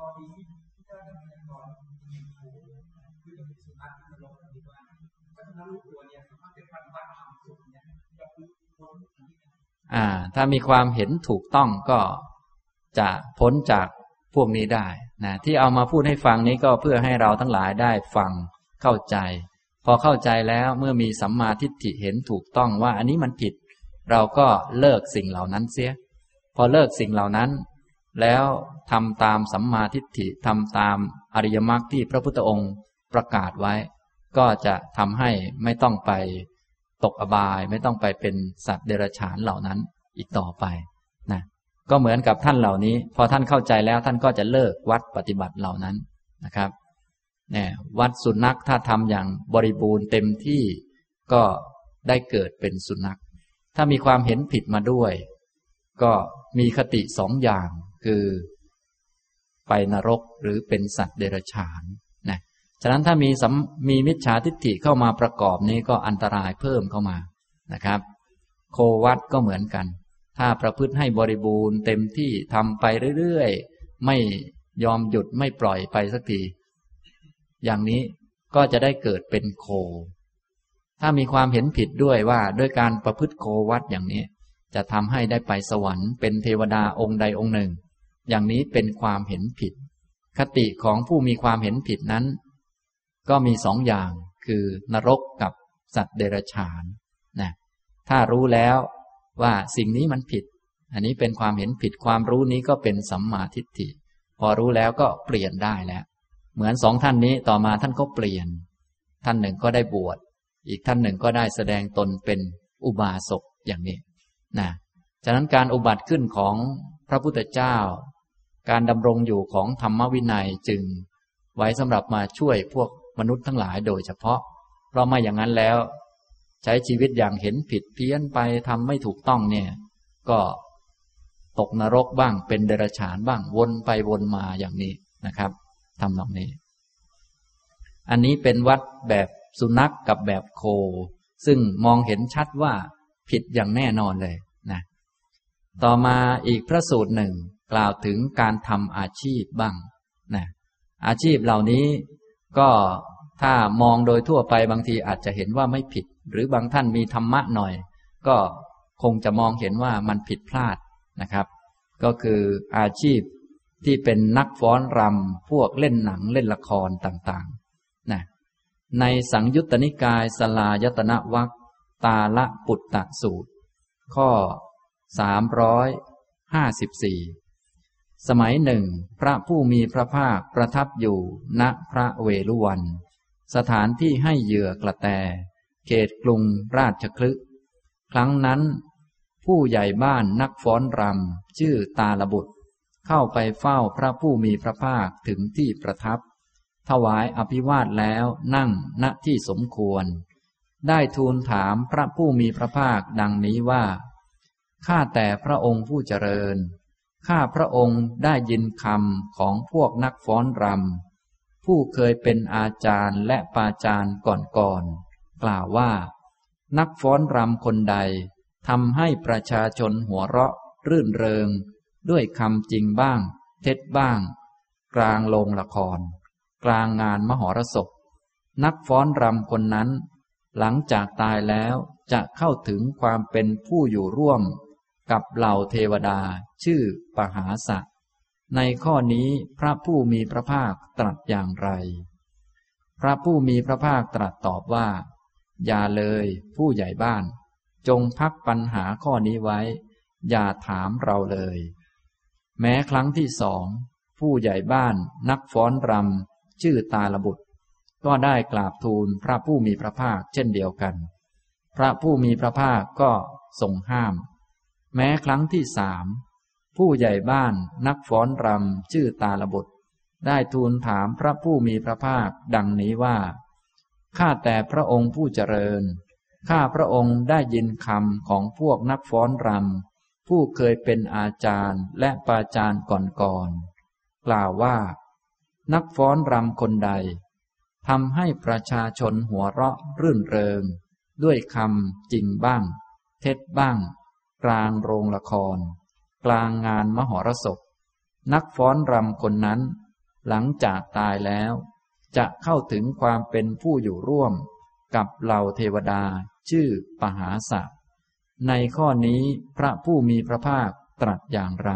ณีที่เจ้าดำเนินก่อนมีโถคือจะมีสุนัขที่ลงดีกว่าเพราะฉะนั้นลูกตัวเนี่ยสามารถจะปฏิบัติธรรมสุดเนี่ยจะพ้นถ้ามีความเห็นถูกต้องก็จะพ้นจากพวกนี้ได้นะที่เอามาพูดให้ฟังนี้ก็เพื่อให้เราทั้งหลายได้ฟังเข้าใจพอเข้าใจแล้วเมื่อมีสัมมาทิฏฐิเห็นถูกต้องว่าอันนี้มันผิดเราก็เลิกสิ่งเหล่านั้นเสียพอเลิกสิ่งเหล่านั้นแล้วทำตามสัมมาทิฏฐิทำตามอริยมรรคที่พระพุทธองค์ประกาศไว้ก็จะทำให้ไม่ต้องไปตกอบายไม่ต้องไปเป็นสัตว์เดรัจฉานเหล่านั้นอีกต่อไปนะก็เหมือนกับท่านเหล่านี้พอท่านเข้าใจแล้วท่านก็จะเลิกวัดปฏิบัติเหล่านั้นนะครับเนี่ยวัดสุนัขถ้าทำอย่างบริบูรณ์เต็มที่ก็ได้เกิดเป็นสุนัขถ้ามีความเห็นผิดมาด้วยก็มีคติสองอย่างคือไปนรกหรือเป็นสัตว์เดรัจฉานนะฉะนั้นถ้ามีมิจฉาทิฏฐิเข้ามาประกอบนี้ก็อันตรายเพิ่มเข้ามานะครับโควัดก็เหมือนกันถ้าประพฤติให้บริบูรณ์เต็มที่ทำไปเรื่อยๆไม่ยอมหยุดไม่ปล่อยไปสักทีอย่างนี้ก็จะได้เกิดเป็นโคถ้ามีความเห็นผิดด้วยว่าด้วยการประพฤติโควัดอย่างนี้จะทำให้ได้ไปสวรรค์เป็นเทวดาองค์ใดองค์หนึ่งอย่างนี้เป็นความเห็นผิดคติของผู้มีความเห็นผิดนั้นก็มีสองอย่างคือนรกกับสัตว์เดรัจฉานนะถ้ารู้แล้วว่าสิ่งนี้มันผิดอันนี้เป็นความเห็นผิดความรู้นี้ก็เป็นสัมมาทิฏฐิพอรู้แล้วก็เปลี่ยนได้แล้วเหมือนสองท่านนี้ต่อมาท่านก็เปลี่ยนท่านหนึ่งก็ได้บวชอีกท่านหนึ่งก็ได้แสดงตนเป็นอุบาสกอย่างนี้นะฉะนั้นการอุบัติขึ้นของพระพุทธเจ้าการดำรงอยู่ของธรรมวินัยจึงไว้สำหรับมาช่วยพวกมนุษย์ทั้งหลายโดยเฉพาะเพราะไม่อย่างนั้นแล้วใช้ชีวิตอย่างเห็นผิดเพี้ยนไปทำไม่ถูกต้องเนี่ยก็ตกนรกบ้างเป็นเดรัจฉานบ้างวนไปวนมาอย่างนี้นะครับทำนองนี้อันนี้เป็นวัดแบบสุนัขกับแบบโคซึ่งมองเห็นชัดว่าผิดอย่างแน่นอนเลยนะต่อมาอีกพระสูตรหนึ่งกล่าวถึงการทำอาชีพบ้างนะอาชีพเหล่านี้ก็ถ้ามองโดยทั่วไปบางทีอาจจะเห็นว่าไม่ผิดหรือบางท่านมีธรรมะหน่อยก็คงจะมองเห็นว่ามันผิดพลาดนะครับก็คืออาชีพที่เป็นนักฟ้อนรำพวกเล่นหนังเล่นละครต่างๆนะในสังยุตตนิกายสลายตนะวรรคตาละปุตตะสูตรข้อ354สมัยหนึ่งพระผู้มีพระภาคประทับอยู่ณพระเวฬุวันสถานที่ให้เหยื่อกระแตเขตกรุงราชคฤห์ครั้งนั้นผู้ใหญ่บ้านนักฟ้อนรำชื่อตาลบุตรเข้าไปเฝ้าพระผู้มีพระภาคถึงที่ประทับถวายอภิวาทแล้วนั่งณที่สมควรได้ทูลถามพระผู้มีพระภาคดังนี้ว่าข้าแต่พระองค์ผู้เจริญข้าพระองค์ได้ยินคำของพวกนักฟ้อนรำผู้เคยเป็นอาจารย์และปาจารย์ก่อนกล่าวว่านักฟ้อนรำคนใดทำให้ประชาชนหัวเราะรื่นเริงด้วยคำจริงบ้างเท็จบ้างกลางโรงละครกลางงานมหรสพนักฟ้อนรำคนนั้นหลังจากตายแล้วจะเข้าถึงความเป็นผู้อยู่ร่วมกับเหล่าเทวดาชื่อปหาสะในข้อนี้พระผู้มีพระภาคตรัสอย่างไรพระผู้มีพระภาคตรัสตอบว่าอย่าเลยผู้ใหญ่บ้านจงพักปัญหาข้อนี้ไว้อย่าถามเราเลยแม้ครั้งที่สองผู้ใหญ่บ้านนักฟ้อนรำชื่อตาลบุตรก็ได้กราบทูลพระผู้มีพระภาคเช่นเดียวกันพระผู้มีพระภาคก็ทรงห้ามแม้ครั้งที่สามผู้ใหญ่บ้านนักฟ้อนรำชื่อตาลบุตรได้ทูลถามพระผู้มีพระภาคดังนี้ว่าข้าแต่พระองค์ผู้เจริญข้าพระองค์ได้ยินคำของพวกนักฟ้อนรำผู้เคยเป็นอาจารย์และปาจารย์ก่อนกล่าวว่านักฟ้อนรำคนใดทำให้ประชาชนหัวเราะรื่นเริงด้วยคำจริงบ้างเท็จบ้างกลางโรงละครกลางงานมหรสพนักฟ้อนรำคนนั้นหลังจากตายแล้วจะเข้าถึงความเป็นผู้อยู่ร่วมกับเหล่าเทวดาชื่อปหาสะในข้อนี้พระผู้มีพระภาคตรัสอย่างไร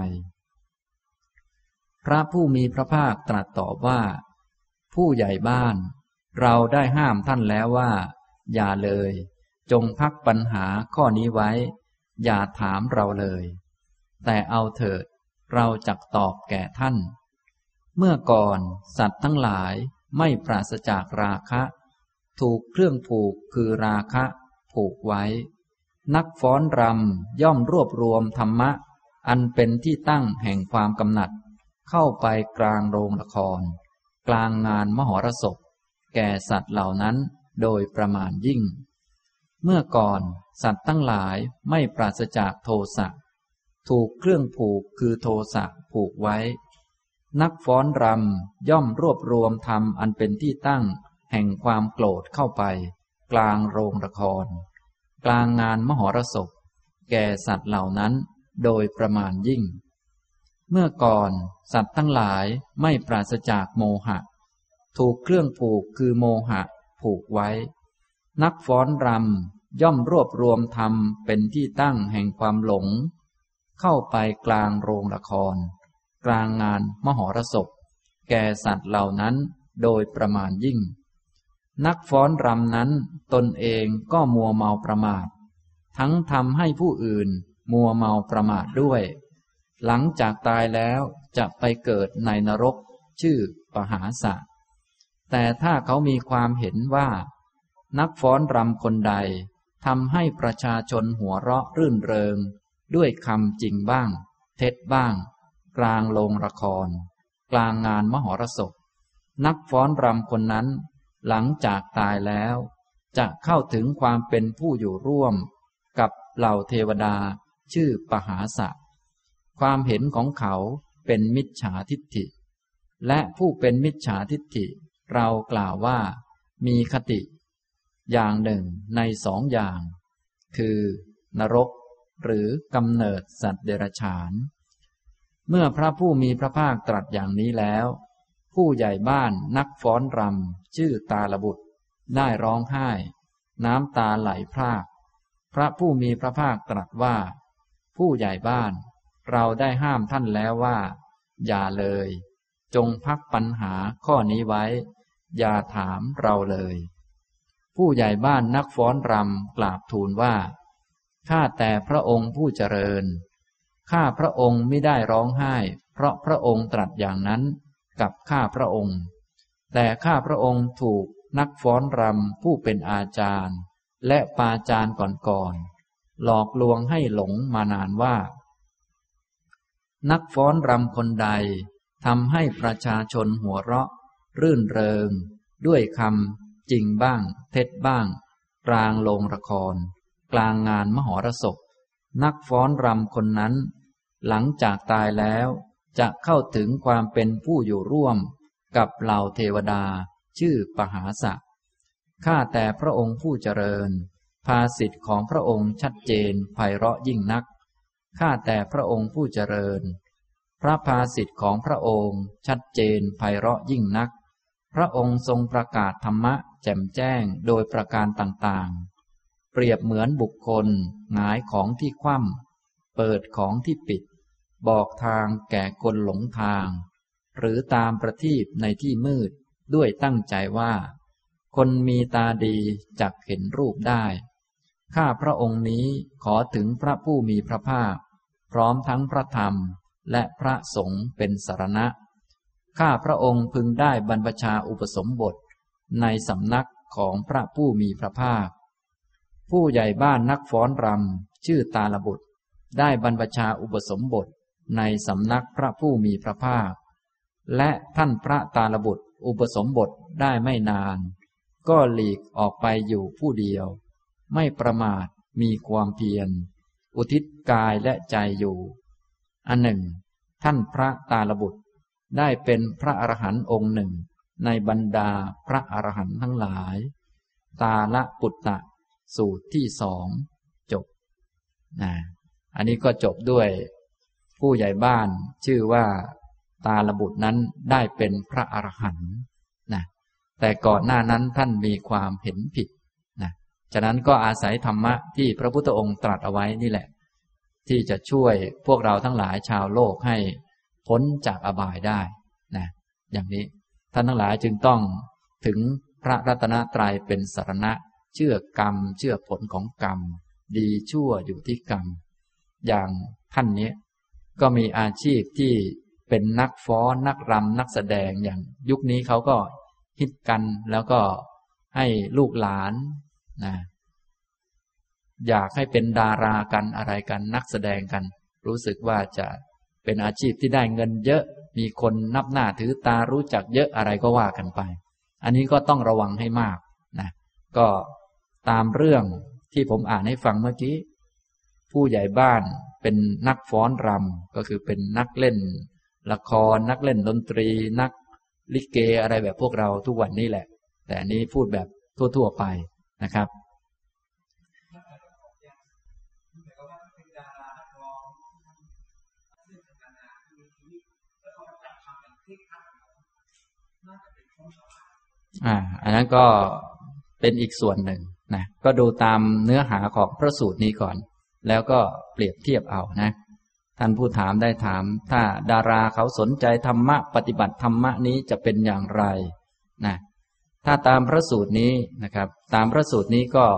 พระผู้มีพระภาคตรัสตอบว่าผู้ใหญ่บ้านเราได้ห้ามท่านแล้วว่าอย่าเลยจงพักปัญหาข้อนี้ไว้อย่าถามเราเลยแต่เอาเถิดเราจักตอบแก่ท่านเมื่อก่อนสัตว์ทั้งหลายไม่ปราศจากราคะถูกเครื่องผูกคือราคะผูกไว้นักฟ้อนรำย่อมรวบรวมธรรมะอันเป็นที่ตั้งแห่งความกำหนัดเข้าไปกลางโรงละครกลางงานมหรสพแก่สัตว์เหล่านั้นโดยประมาณยิ่งเมื่อก่อนสัตว์ทั้งหลายไม่ปราศจากโทสะถูกเครื่องผูกคือโทสะผูกไว้นักฟ้อนรำย่อมรวบรวมธรรมอันเป็นที่ตั้งแห่งความโกรธเข้าไปกลางโรงละครกลางงานมหรสพแก่สัตว์เหล่านั้นโดยประมาณยิ่งเมื่อก่อนสัตว์ทั้งหลายไม่ปราศจากโมหะถูกเครื่องผูกคือโมหะผูกไว้นักฟ้อนรำย่อมรวบรวมธรรมเป็นที่ตั้งแห่งความหลงเข้าไปกลางโรงละครกลางงานมหรสพแก่สัตว์เหล่านั้นโดยประมาณยิ่งนักฟ้อนรำนั้นตนเองก็มัวเมาประมาททั้งทำให้ผู้อื่นมัวเมาประมาทด้วยหลังจากตายแล้วจะไปเกิดในนรกชื่อปหาสะแต่ถ้าเขามีความเห็นว่านักฟ้อนรำคนใดทำให้ประชาชนหัวเราะรื่นเริงด้วยคำจริงบ้างเท็จบ้างกลางโรงละครกลางงานมหรสพนักฟ้อนรำคนนั้นหลังจากตายแล้วจะเข้าถึงความเป็นผู้อยู่ร่วมกับเหล่าเทวดาชื่อปหาสะความเห็นของเขาเป็นมิจฉาทิฏฐิและผู้เป็นมิจฉาทิฏฐิเรากล่าวว่ามีคติอย่างหนึ่งในสองอย่างคือนรกหรือกำเนิดสัตว์เดรัจฉานเมื่อพระผู้มีพระภาคตรัสอย่างนี้แล้วผู้ใหญ่บ้านนักฟ้อนรำชื่อตาลบุตรได้ร้องไห้น้ำตาไหลพรากพระผู้มีพระภาคตรัสว่าผู้ใหญ่บ้านเราได้ห้ามท่านแล้วว่าอย่าเลยจงพักปัญหาข้อนี้ไว้อย่าถามเราเลยผู้ใหญ่บ้านนักฟ้อนรำกราบทูลว่าข้าแต่พระองค์ผู้เจริญข้าพระองค์ไม่ได้ร้องไห้เพราะพระองค์ตรัสอย่างนั้นกับข้าพระองค์แต่ข้าพระองค์ถูกนักฟ้อนรำผู้เป็นอาจารย์และปาจารย์ก่อนๆหลอกลวงให้หลงมานานว่านักฟ้อนรำคนใดทำให้ประชาชนหัวเราะรื่นเริงด้วยคำจริงบ้างเท็จบ้างกลางโรงละครกลางงานมหรสพนักฟ้อนรำคนนั้นหลังจากตายแล้วจะเข้าถึงความเป็นผู้อยู่ร่วมกับเหล่าเทวดาชื่อปหาสะข้าแต่พระองค์ผู้เจริญภาษิตของพระองค์ชัดเจนไพเราะยิ่งนักข้าแต่พระองค์ผู้เจริญพระภาษิตของพระองค์ชัดเจนไพเราะยิ่งนักพระองค์ทรงประกาศธรรมะแจ่มแจ้งโดยประการต่างๆเปรียบเหมือนบุคคลหงายของที่คว่ำเปิดของที่ปิดบอกทางแก่คนหลงทางหรือตามประทีปในที่มืดด้วยตั้งใจว่าคนมีตาดีจักเห็นรูปได้ข้าพระองค์นี้ขอถึงพระผู้มีพระภาคพร้อมทั้งพระธรรมและพระสงฆ์เป็นสรณะข้าพระองค์พึงได้บรรพชาอุปสมบทในสำนักของพระผู้มีพระภาคผู้ใหญ่บ้านนักฟ้อนรำชื่อตาลบุตรได้บรรพชาอุปสมบทในสำนักพระผู้มีพระภาคและท่านพระตาลบุตรอุปสมบทได้ไม่นานก็หลีกออกไปอยู่ผู้เดียวไม่ประมาทมีความเพียรอุทิศกายและใจอยู่อันหนึ่งท่านพระตาลบุตรได้เป็นพระอรหันต์องค์หนึ่งในบรรดาพระอรหันต์ทั้งหลายตาละปุตตะสูตรที่2จบอันนี้ก็จบด้วยผู้ใหญ่บ้านชื่อว่าตาลบุตรนั้นได้เป็นพระอรหันต์นะแต่ก่อนหน้านั้นท่านมีความเห็นผิดนะฉะนั้นก็อาศัยธรรมะที่พระพุทธองค์ตรัสเอาไว้นี่แหละที่จะช่วยพวกเราทั้งหลายชาวโลกให้พ้นจากอบายได้นะอย่างนี้ท่านทั้งหลายจึงต้องถึงพระรัตนตรัยเป็นสรณะเชื่อกรรมเชื่อผลของกรรมดีชั่วอยู่ที่กรรมอย่างท่านนี้ก็มีอาชีพที่เป็นนักฟ้อนนักรำนักแสดงอย่างยุคนี้เขาก็ฮิตกันแล้วก็ให้ลูกหลานนะอยากให้เป็นดารากันอะไรกันนักแสดงกันรู้สึกว่าจะเป็นอาชีพที่ได้เงินเยอะมีคนนับหน้าถือตารู้จักเยอะอะไรก็ว่ากันไปอันนี้ก็ต้องระวังให้มากนะก็ตามเรื่องที่ผมอ่านให้ฟังเมื่อกี้ผู้ใหญ่บ้านเป็นนักฟ้อนรำก็คือเป็นนักเล่นละครนักเล่นดนตรีนักลิเกอะไรแบบพวกเราทุกวันนี้แหละแต่อันนี้พูดแบบทั่วๆไปนะครับอันนั้นก็เป็นอีกส่วนหนึ่งนะก็ดูตามเนื้อหาของพระสูตรนี้ก่อนแล้วก็เปรียบเทียบเอานะท่านผู้ถามได้ถามถ้าดาราเขาสนใจธรรมะปฏิบัติธรรมะนี้จะเป็นอย่างไรนะถ้าตามพระสูตรนี้นะครับตามพระสูตรนี้ก็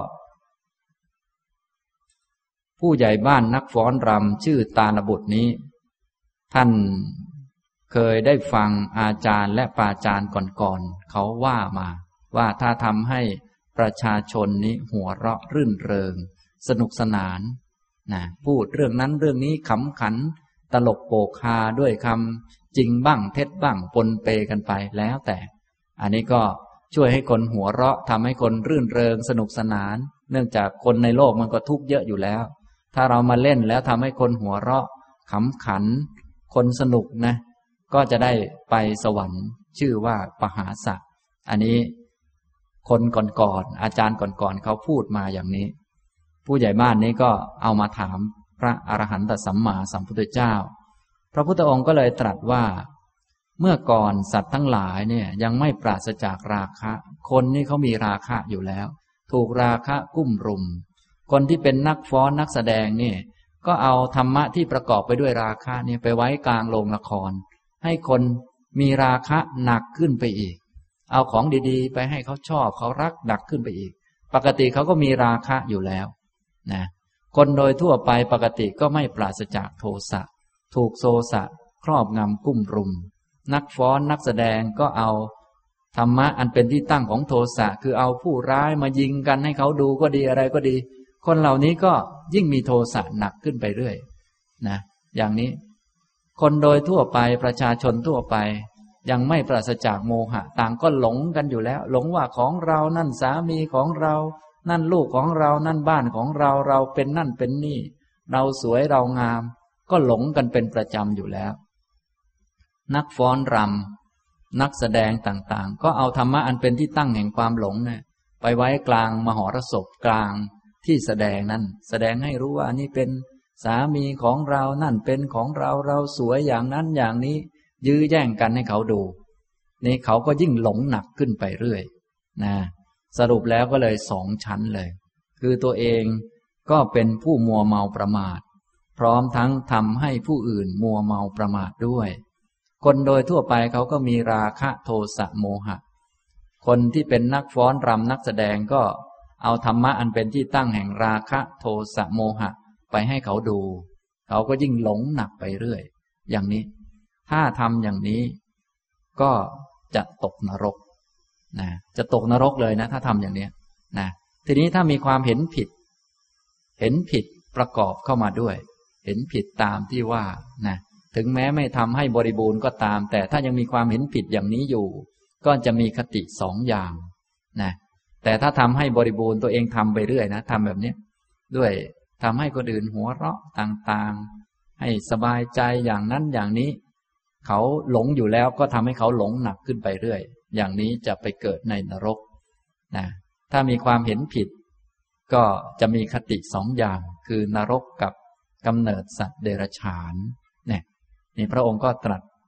ผู้ใหญ่บ้านนักฟ้อนรำชื่อตาลบุตรนี้ท่านเคยได้ฟังอาจารย์และปาจารย์ก่อนๆเขาว่ามาว่าถ้าทำให้ประชาชนนี้หัวเราะรื่นเริงสนุกสนานนะพูดเรื่องนั้นเรื่องนี้ขำขันตลกโปกฮาด้วยคำจริงบ้างเท็จบ้างปนเปกันไปแล้วแต่อันนี้ก็ช่วยให้คนหัวเราะทำให้คนรื่นเริงสนุกสนานเนื่องจากคนในโลกมันก็ทุกข์เยอะอยู่แล้วถ้าเรามาเล่นแล้วทำให้คนหัวเราะขำขันคนสนุกนะก็จะได้ไปสวรรค์ชื่อว่าปหาสะอันนี้คนก่อนๆอาจารย์ก่อนๆเขาพูดมาอย่างนี้ผู้ใหญ่บ้านนี้ก็เอามาถามพระอรหันตสัมมาสัมพุทธเจ้าพระพุทธองค์ก็เลยตรัสว่าเมื่อก่อนสัตว์ทั้งหลายเนี่ยยังไม่ปราศจากราคะคนนี่เขามีราคะอยู่แล้วถูกราคะกุ้มรุมคนที่เป็นนักฟ้อนนักแสดงนี่ก็เอาธรรมะที่ประกอบไปด้วยราคะนี่ไปไว้กลางโรงละครให้คนมีราคะหนักขึ้นไปอีกเอาของดีๆไปให้เขาชอบเขารักหนักขึ้นไปอีกปกติเขาก็มีราคะอยู่แล้วนะคนโดยทั่วไปปกติก็ไม่ปราศจากโทสะถูกโทสะครอบงำกุ้มรุมนักฟ้อนนักแสดงก็เอาธรรมะอันเป็นที่ตั้งของโทสะคือเอาผู้ร้ายมายิงกันให้เขาดูก็ดีอะไรก็ดีคนเหล่านี้ก็ยิ่งมีโทสะหนักขึ้นไปเรื่อยนะอย่างนี้คนโดยทั่วไปประชาชนทั่วไปยังไม่ปราศจากโมหะต่างก็หลงกันอยู่แล้วหลงว่าของเรานั่นสามีของเรานั่นลูกของเรานั่นบ้านของเราเราเป็นนั่นเป็นนี่เราสวยเรางามก็หลงกันเป็นประจำอยู่แล้วนักฟ้อนรำนักแสดงต่างๆก็เอาธรรมะอันเป็นที่ตั้งแห่งความหลงเนี่ยไปไว้กลางมหรสพกลางที่แสดงนั้นแสดงให้รู้ว่านี่เป็นสามีของเรานั่นเป็นของเราเราสวยอย่างนั้นอย่างนี้ยื้อแย่งกันให้เขาดูนี่เขาก็ยิ่งหลงหนักขึ้นไปเรื่อยนะสรุปแล้วก็เลยสองชั้นเลยคือตัวเองก็เป็นผู้มัวเมาประมาทพร้อมทั้งทำให้ผู้อื่นมัวเมาประมาทด้วยคนโดยทั่วไปเขาก็มีราคะโทสะโมหะคนที่เป็นนักฟ้อนรำนักแสดงก็เอาธรรมะอันเป็นที่ตั้งแห่งราคะโทสะโมหะไปให้เขาดูเขาก็ยิ่งหลงหนักไปเรื่อยอย่างนี้ถ้าทำอย่างนี้ก็จะตกนรกนะจะตกนรกเลยนะถ้าทำอย่างนี้นะทีนี้ถ้ามีความเห็นผิดประกอบเข้ามาด้วยเห็นผิดตามที่ว่านะถึงแม้ไม่ทำให้บริบูรณ์ก็ตามแต่ถ้ายังมีความเห็นผิดอย่างนี้อยู่ก็จะมีคติสองอย่างนะแต่ถ้าทำให้บริบูรณ์ตัวเองทำไปเรื่อยนะทำแบบนี้ด้วยทำให้คนอื่นหัวเราะต่างๆให้สบายใจอย่างนั้นอย่างนี้เขาหลงอยู่แล้วก็ทำให้เขาหลงหนักขึ้นไปเรื่อยอย่างนี้จะไปเกิดในนรกนะถ้ามีความเห็นผิดก็จะมีคติสองอย่างคือนรกกับกำเนิดสัตว์เดรัจฉานเนี่ยนี่พระองค์ก็ตรัส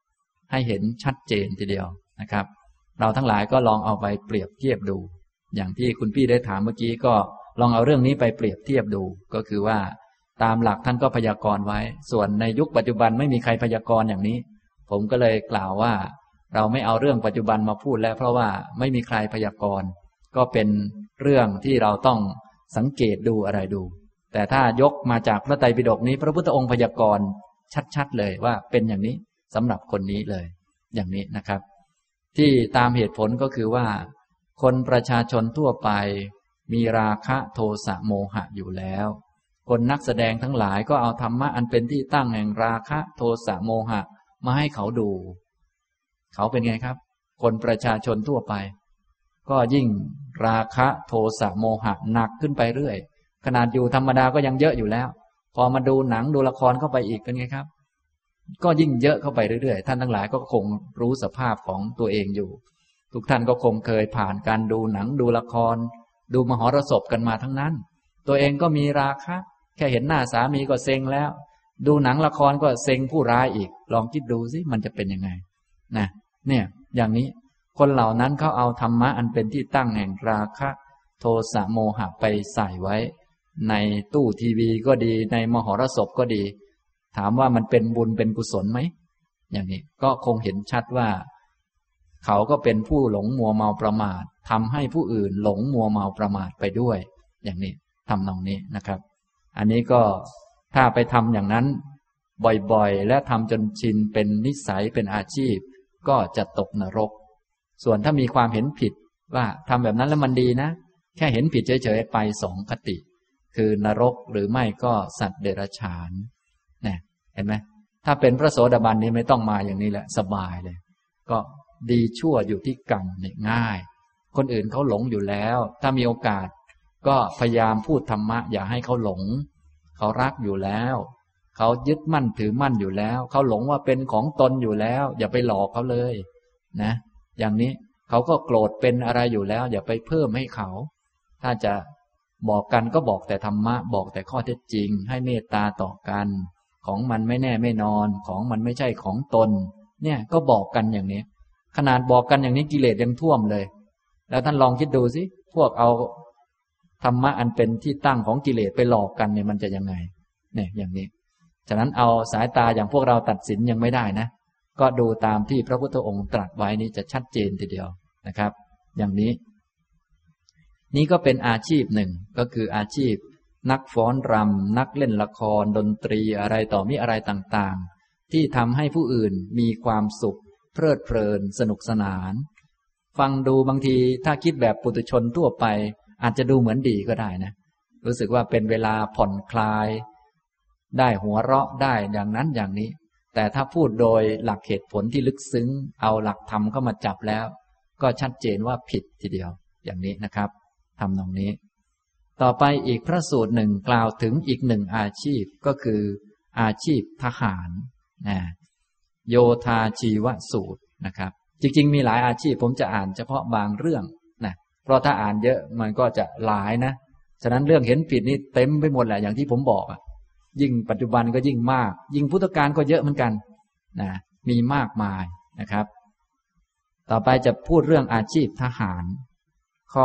ให้เห็นชัดเจนทีเดียวนะครับเราทั้งหลายก็ลองเอาไปเปรียบเทียบดูอย่างที่คุณพี่ได้ถามเมื่อกี้ก็ลองเอาเรื่องนี้ไปเปรียบเทียบดูก็คือว่าตามหลักท่านก็พยากรณ์ไว้ส่วนในยุคปัจจุบันไม่มีใครพยากรณ์อย่างนี้ผมก็เลยกล่าวว่าเราไม่เอาเรื่องปัจจุบันมาพูดแล้วเพราะว่าไม่มีใครพยากรณ์ก็เป็นเรื่องที่เราต้องสังเกตดูอะไรดูแต่ถ้ายกมาจากพระไตรปิฎกนี้พระพุทธองค์พยากรณ์ชัดๆเลยว่าเป็นอย่างนี้สำหรับคนนี้เลยอย่างนี้นะครับที่ตามเหตุผลก็คือว่าคนประชาชนทั่วไปมีราคะโทสะโมหะอยู่แล้วคนนักแสดงทั้งหลายก็เอาธรรมะอันเป็นที่ตั้งแห่งราคะโทสะโมหะมาให้เขาดูเขาเป็นไงครับคนประชาชนทั่วไปก็ยิ่งราคะโทสะโมหะหนักขึ้นไปเรื่อยขนาดอยู่ธรรมดาก็ยังเยอะอยู่แล้วพอมาดูหนังดูละครเข้าไปอีกเป็นไงครับก็ยิ่งเยอะเข้าไปเรื่อยๆท่านทั้งหลายก็คงรู้สภาพของตัวเองอยู่ทุกท่านก็คงเคยผ่านการดูหนังดูละครดูมหรสพกันมาทั้งนั้นตัวเองก็มีราคะแค่เห็นหน้าสามีก็เซ็งแล้วดูหนังละครก็เซ็งผู้ร้ายอีกลองคิดดูสิมันจะเป็นยังไงนะเนี่ยอย่างนี้คนเหล่านั้นเขาเอาธรรมะอันเป็นที่ตั้งแห่งราคะโทสะโมหะไปใส่ไว้ในตู้ทีวีก็ดีในมหรสพก็ดีถามว่ามันเป็นบุญเป็นกุศลไหมอย่างนี้ก็คงเห็นชัดว่าเขาก็เป็นผู้หลงมัวเมาประมาททำให้ผู้อื่นหลงมัวเมาประมาทไปด้วยอย่างนี้ทำนองนี้นะครับอันนี้ก็ถ้าไปทำอย่างนั้นบ่อยๆและทำจนชินเป็นนิสัยเป็นอาชีพก็จะตกนรกส่วนถ้ามีความเห็นผิดว่าทำแบบนั้นแล้วมันดีนะแค่เห็นผิดเฉยๆไปสองคติคือนรกหรือไม่ก็สัตว์เดรัจฉานเนี่ยเห็นไหมถ้าเป็นพระโสดาบันนี้ไม่ต้องมาอย่างนี้แหละสบายเลยก็ดีชั่วอยู่ที่กรรมเนี่ยง่ายคนอื่นเขาหลงอยู่แล้วถ้ามีโอกาสก็พยายามพูดธรรมะอย่าให้เขาหลงเขารักอยู่แล้วเขายึดมั่นถือมั่นอยู่แล้วเขาหลงว่าเป็นของตนอยู่แล้วอย่าไปหลอกเขาเลยนะอย่างนี้เขาก็โกรธเป็นอะไรอยู่แล้วอย่าไปเพิ่มให้เขาถ้าจะบอกกันก็บอกแต่ธรรมะบอกแต่ข้อเท็จจริงให้เมตตาต่อกันของมันไม่แน่ไม่นอนของมันไม่ใช่ของตนเนี่ยก็บอกกันอย่างนี้ขนาดบอกกันอย่างนี้กิเลสยังท่วมเลยแล้วท่านลองคิดดูสิพวกเอาธรรมะอันเป็นที่ตั้งของกิเลสไปหลอกกันเนี่ยมันจะยังไงเนี่ยอย่างนี้ฉะนั้นเอาสายตาอย่างพวกเราตัดสินยังไม่ได้นะก็ดูตามที่พระพุทธองค์ตรัสไว้นี้จะชัดเจนทีเดียวนะครับอย่างนี้นี่ก็เป็นอาชีพหนึ่งก็คืออาชีพนักฟ้อนรำนักเล่นละครดนตรีอะไรต่อมีอะไรต่างๆที่ทำให้ผู้อื่นมีความสุขเพลิดเพลินสนุกสนานฟังดูบางทีถ้าคิดแบบปุถุชนทั่วไปอาจจะดูเหมือนดีก็ได้นะรู้สึกว่าเป็นเวลาผ่อนคลายได้หัวเราะได้อย่างนั้นอย่างนี้แต่ถ้าพูดโดยหลักเหตุผลที่ลึกซึ้งเอาหลักธรรมเข้ามาจับแล้วก็ชัดเจนว่าผิดทีเดียวอย่างนี้นะครับทำตรงนี้ต่อไปอีกพระสูตรหนึ่งกล่าวถึงอีกหนึ่งอาชีพก็คืออาชีพทหารนะโยธาชีวสูตรนะครับจริงๆมีหลายอาชีพผมจะอ่านเฉพาะบางเรื่องนะเพราะถ้าอ่านเยอะมันก็จะหลายนะฉะนั้นเรื่องเห็นผิดนี่เต็มไปหมดแหละอย่างที่ผมบอกอ่ะยิ่งปัจจุบันก็ยิ่งมากยิ่งพุทธกาลก็เยอะเหมือนกันนะมีมากมายนะครับต่อไปจะพูดเรื่องอาชีพทหารข้อ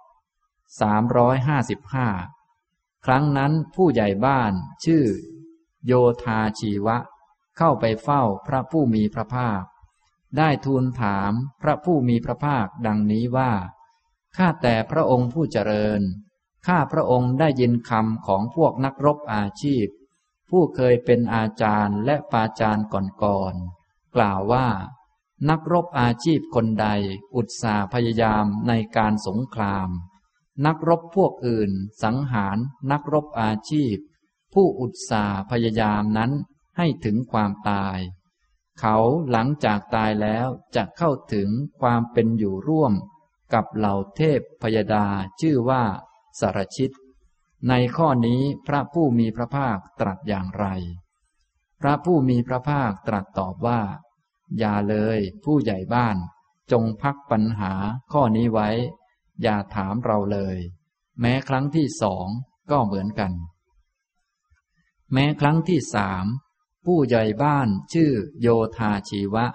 355ครั้งนั้นผู้ใหญ่บ้านชื่อโยธาชีวะเข้าไปเฝ้าพระผู้มีพระภาคได้ทูลถามพระผู้มีพระภาคดังนี้ว่าข้าแต่พระองค์ผู้เจริญข้าพระองค์ได้ยินคำของพวกนักรบอาชีพผู้เคยเป็นอาจารย์และปาจารย์ก่อนๆกล่าวว่านักรบอาชีพคนใดอุตสาห์พยายามในการสงครามนักรบพวกอื่นสังหารนักรบอาชีพผู้อุตสาห์พยายามนั้นให้ถึงความตายเขาหลังจากตายแล้วจะเข้าถึงความเป็นอยู่ร่วมกับเหล่าเทพพยดาชื่อว่าสรชิตในข้อนี้พระผู้มีพระภาคตรัสอย่างไรพระผู้มีพระภาคตรัสตอบว่าอย่าเลยผู้ใหญ่บ้านจงพักปัญหาข้อนี้ไว้อย่าถามเราเลยแม้ครั้งที่สองก็เหมือนกันแม้ครั้งที่สามผู้ใหญ่บ้านชื่อโยธาชีวะ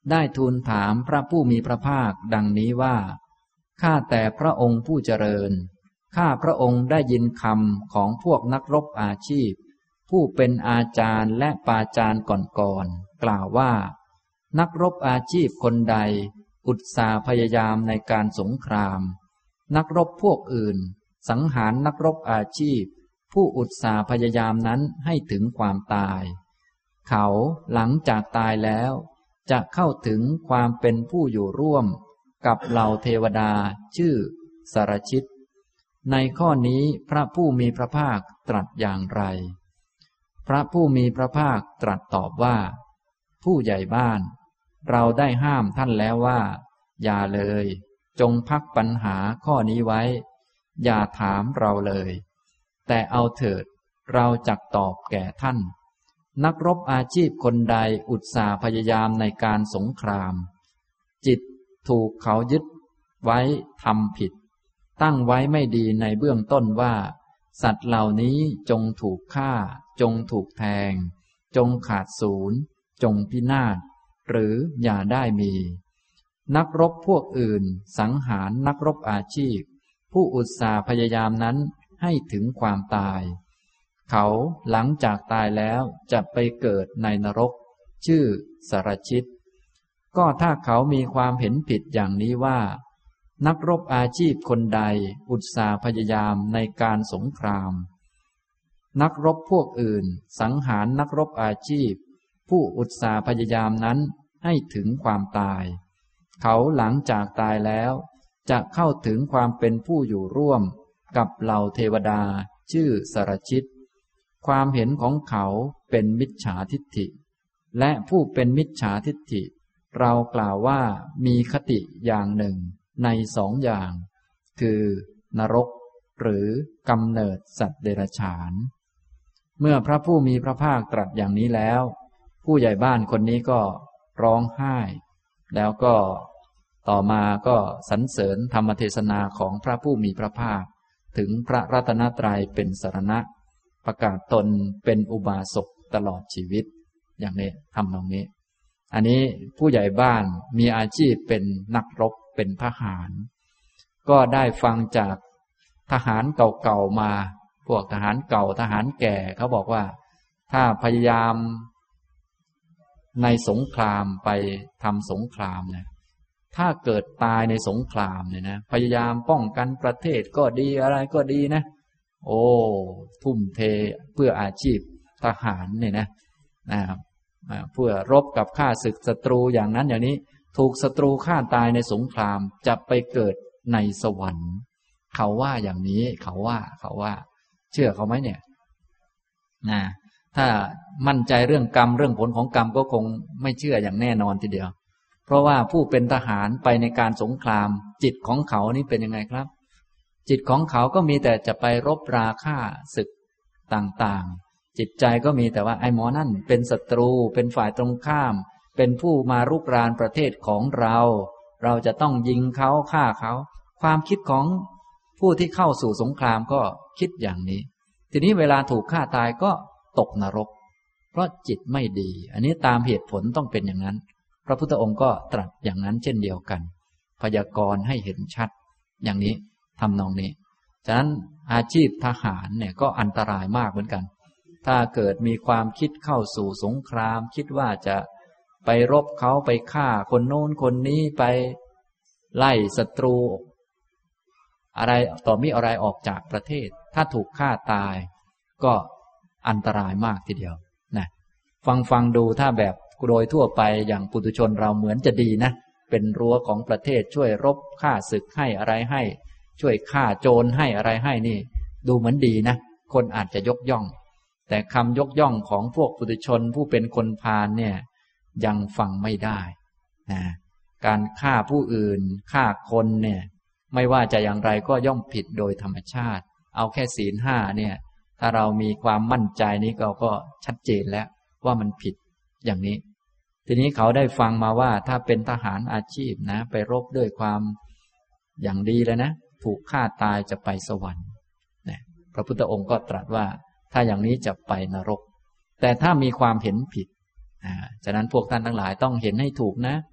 ได้ทูลถามพระผู้มีพระภาคดังนี้ว่าข้าแต่พระองค์ผู้เจริญข้าพระองค์ได้ยินคำของพวกนักรบอาชีพผู้เป็นอาจารย์และปาจารย์ก่อนๆกล่าวว่านักรบอาชีพคนใดอุตสาห์พยายามในการสงครามนักรบพวกอื่นสังหารนักรบอาชีพผู้อุตสาห์พยายามนั้นให้ถึงความตายเขาหลังจากตายแล้วจะเข้าถึงความเป็นผู้อยู่ร่วมกับเหล่าเทวดาชื่อสรชิตในข้อนี้พระผู้มีพระภาคตรัสอย่างไรพระผู้มีพระภาคตรัสตอบว่าผู้ใหญ่บ้านเราได้ห้ามท่านแล้วว่าอย่าเลยจงพักปัญหาข้อนี้ไว้อย่าถามเราเลยแต่เอาเถิดเราจักตอบแก่ท่านนักรบอาชีพคนใดอุตสาห์พยายามในการสงครามจิตถูกเขายึดไว้ทำผิดตั้งไว้ไม่ดีในเบื้องต้นว่าสัตว์เหล่านี้จงถูกฆ่าจงถูกแทงจงขาดสูญจงพินาศหรืออย่าได้มีนักรบพวกอื่นสังหารนักรบอาชีพผู้อุตสาห์พยายามนั้นให้ถึงความตายเขาหลังจากตายแล้วจะไปเกิดในนรกชื่อสรชิตก็ถ้าเขามีความเห็นผิดอย่างนี้ว่านักรบอาชีพคนใดอุตสาห์พยายามในการสงครามนักรบพวกอื่นสังหารนักรบอาชีพผู้อุตสาห์พยายามนั้นให้ถึงความตายเขาหลังจากตายแล้วจะเข้าถึงความเป็นผู้อยู่ร่วมกับเหล่าเทวดาชื่อสรชิตความเห็นของเขาเป็นมิจฉาทิฏฐิและผู้เป็นมิจฉาทิฏฐิเรากล่าวว่ามีคติอย่างหนึ่งในสองอย่างคือนรกหรือกำเนิดสัตว์เดรัจฉานเมื่อพระผู้มีพระภาคตรัสอย่างนี้แล้วผู้ใหญ่บ้านคนนี้ก็ร้องไห้แล้วก็ต่อมาก็สรรเสริญธรรมเทศนาของพระผู้มีพระภาคถึงพระรัตนตรัยเป็นสรณะประกาศตนเป็นอุบาสกตลอดชีวิตอย่างนี้ทำตรงนี้อันนี้ผู้ใหญ่บ้านมีอาชีพเป็นนักรบเป็นทหารก็ได้ฟังจากทหารเก่าๆมาพวกทหารเก่าทหารแก่เขาบอกว่าถ้าพยายามในสงครามไปทำสงครามเนี่ยถ้าเกิดตายในสงครามเนี่ยนะพยายามป้องกันประเทศก็ดีอะไรก็ดีนะโอ้ทุ่มเทเพื่ออาชีพทหารเนี่ยนะเพื่อรบกับข้าศึกศัตรูอย่างนั้นอย่างนี้ถูกศัตรูฆ่าตายในสงครามจะไปเกิดในสวรรค์เขาว่าอย่างนี้เขาว่าเชื่อเขาไหมเนี่ยถ้ามั่นใจเรื่องกรรมเรื่องผลของกรรมก็คงไม่เชื่ออย่างแน่นอนทีเดียวเพราะว่าผู้เป็นทหารไปในการสงครามจิตของเขานี่เป็นยังไงครับจิตของเขาก็มีแต่จะไปรบราฆ่าศึกต่างๆจิตใจก็มีแต่ว่าไอ้หมอนั่นเป็นศัตรูเป็นฝ่ายตรงข้ามเป็นผู้มารุกรานประเทศของเราจะต้องยิงเขาฆ่าเขาความคิดของผู้ที่เข้าสู่สงครามก็คิดอย่างนี้ทีนี้เวลาถูกฆ่าตายก็ตกนรกเพราะจิตไม่ดีอันนี้ตามเหตุผลต้องเป็นอย่างนั้นพระพุทธองค์ก็ตรัสอย่างนั้นเช่นเดียวกันพยากรณ์ให้เห็นชัดอย่างนี้ทำนองนี้ฉะนั้นอาชีพทหารเนี่ยก็อันตรายมากเหมือนกันถ้าเกิดมีความคิดเข้าสู่สงครามคิดว่าจะไปรบเขาไปฆ่าคนโน้นคนนี้ไปไล่ศัตรูอะไรต่อมิอะไรออกจากประเทศถ้าถูกฆ่าตายก็อันตรายมากทีเดียวนะฟังดูถ้าแบบโดยทั่วไปอย่างปุถุชนเราเหมือนจะดีนะเป็นรั้วของประเทศช่วยรบฆ่าศึกให้อะไรให้ช่วยฆ่าโจรให้อะไรให้นี่ดูเหมือนดีนะคนอาจจะยกย่องแต่คำยกย่องของพวกปุถุชนผู้เป็นคนพาลเนี่ยยังฟังไม่ได้นะการฆ่าผู้อื่นฆ่าคนเนี่ยไม่ว่าจะอย่างไรก็ย่อมผิดโดยธรรมชาติเอาแค่ศีลห้าเนี่ยถ้าเรามีความมั่นใจนี้ก็ชัดเจนแล้วว่ามันผิดอย่างนี้ทีนี้เขาได้ฟังมาว่าถ้าเป็นทหารอาชีพนะไปรบด้วยความอย่างดีแล้วนะถูกฆ่าตายจะไปสวรรค์นะพระพุทธองค์ก็ตรัสว่าถ้าอย่างนี้จะไปนรกแต่ถ้ามีความเห็นผิดฉะนั้นพวกท่านทั้งหลายต้องเห็นให้ถูกนะ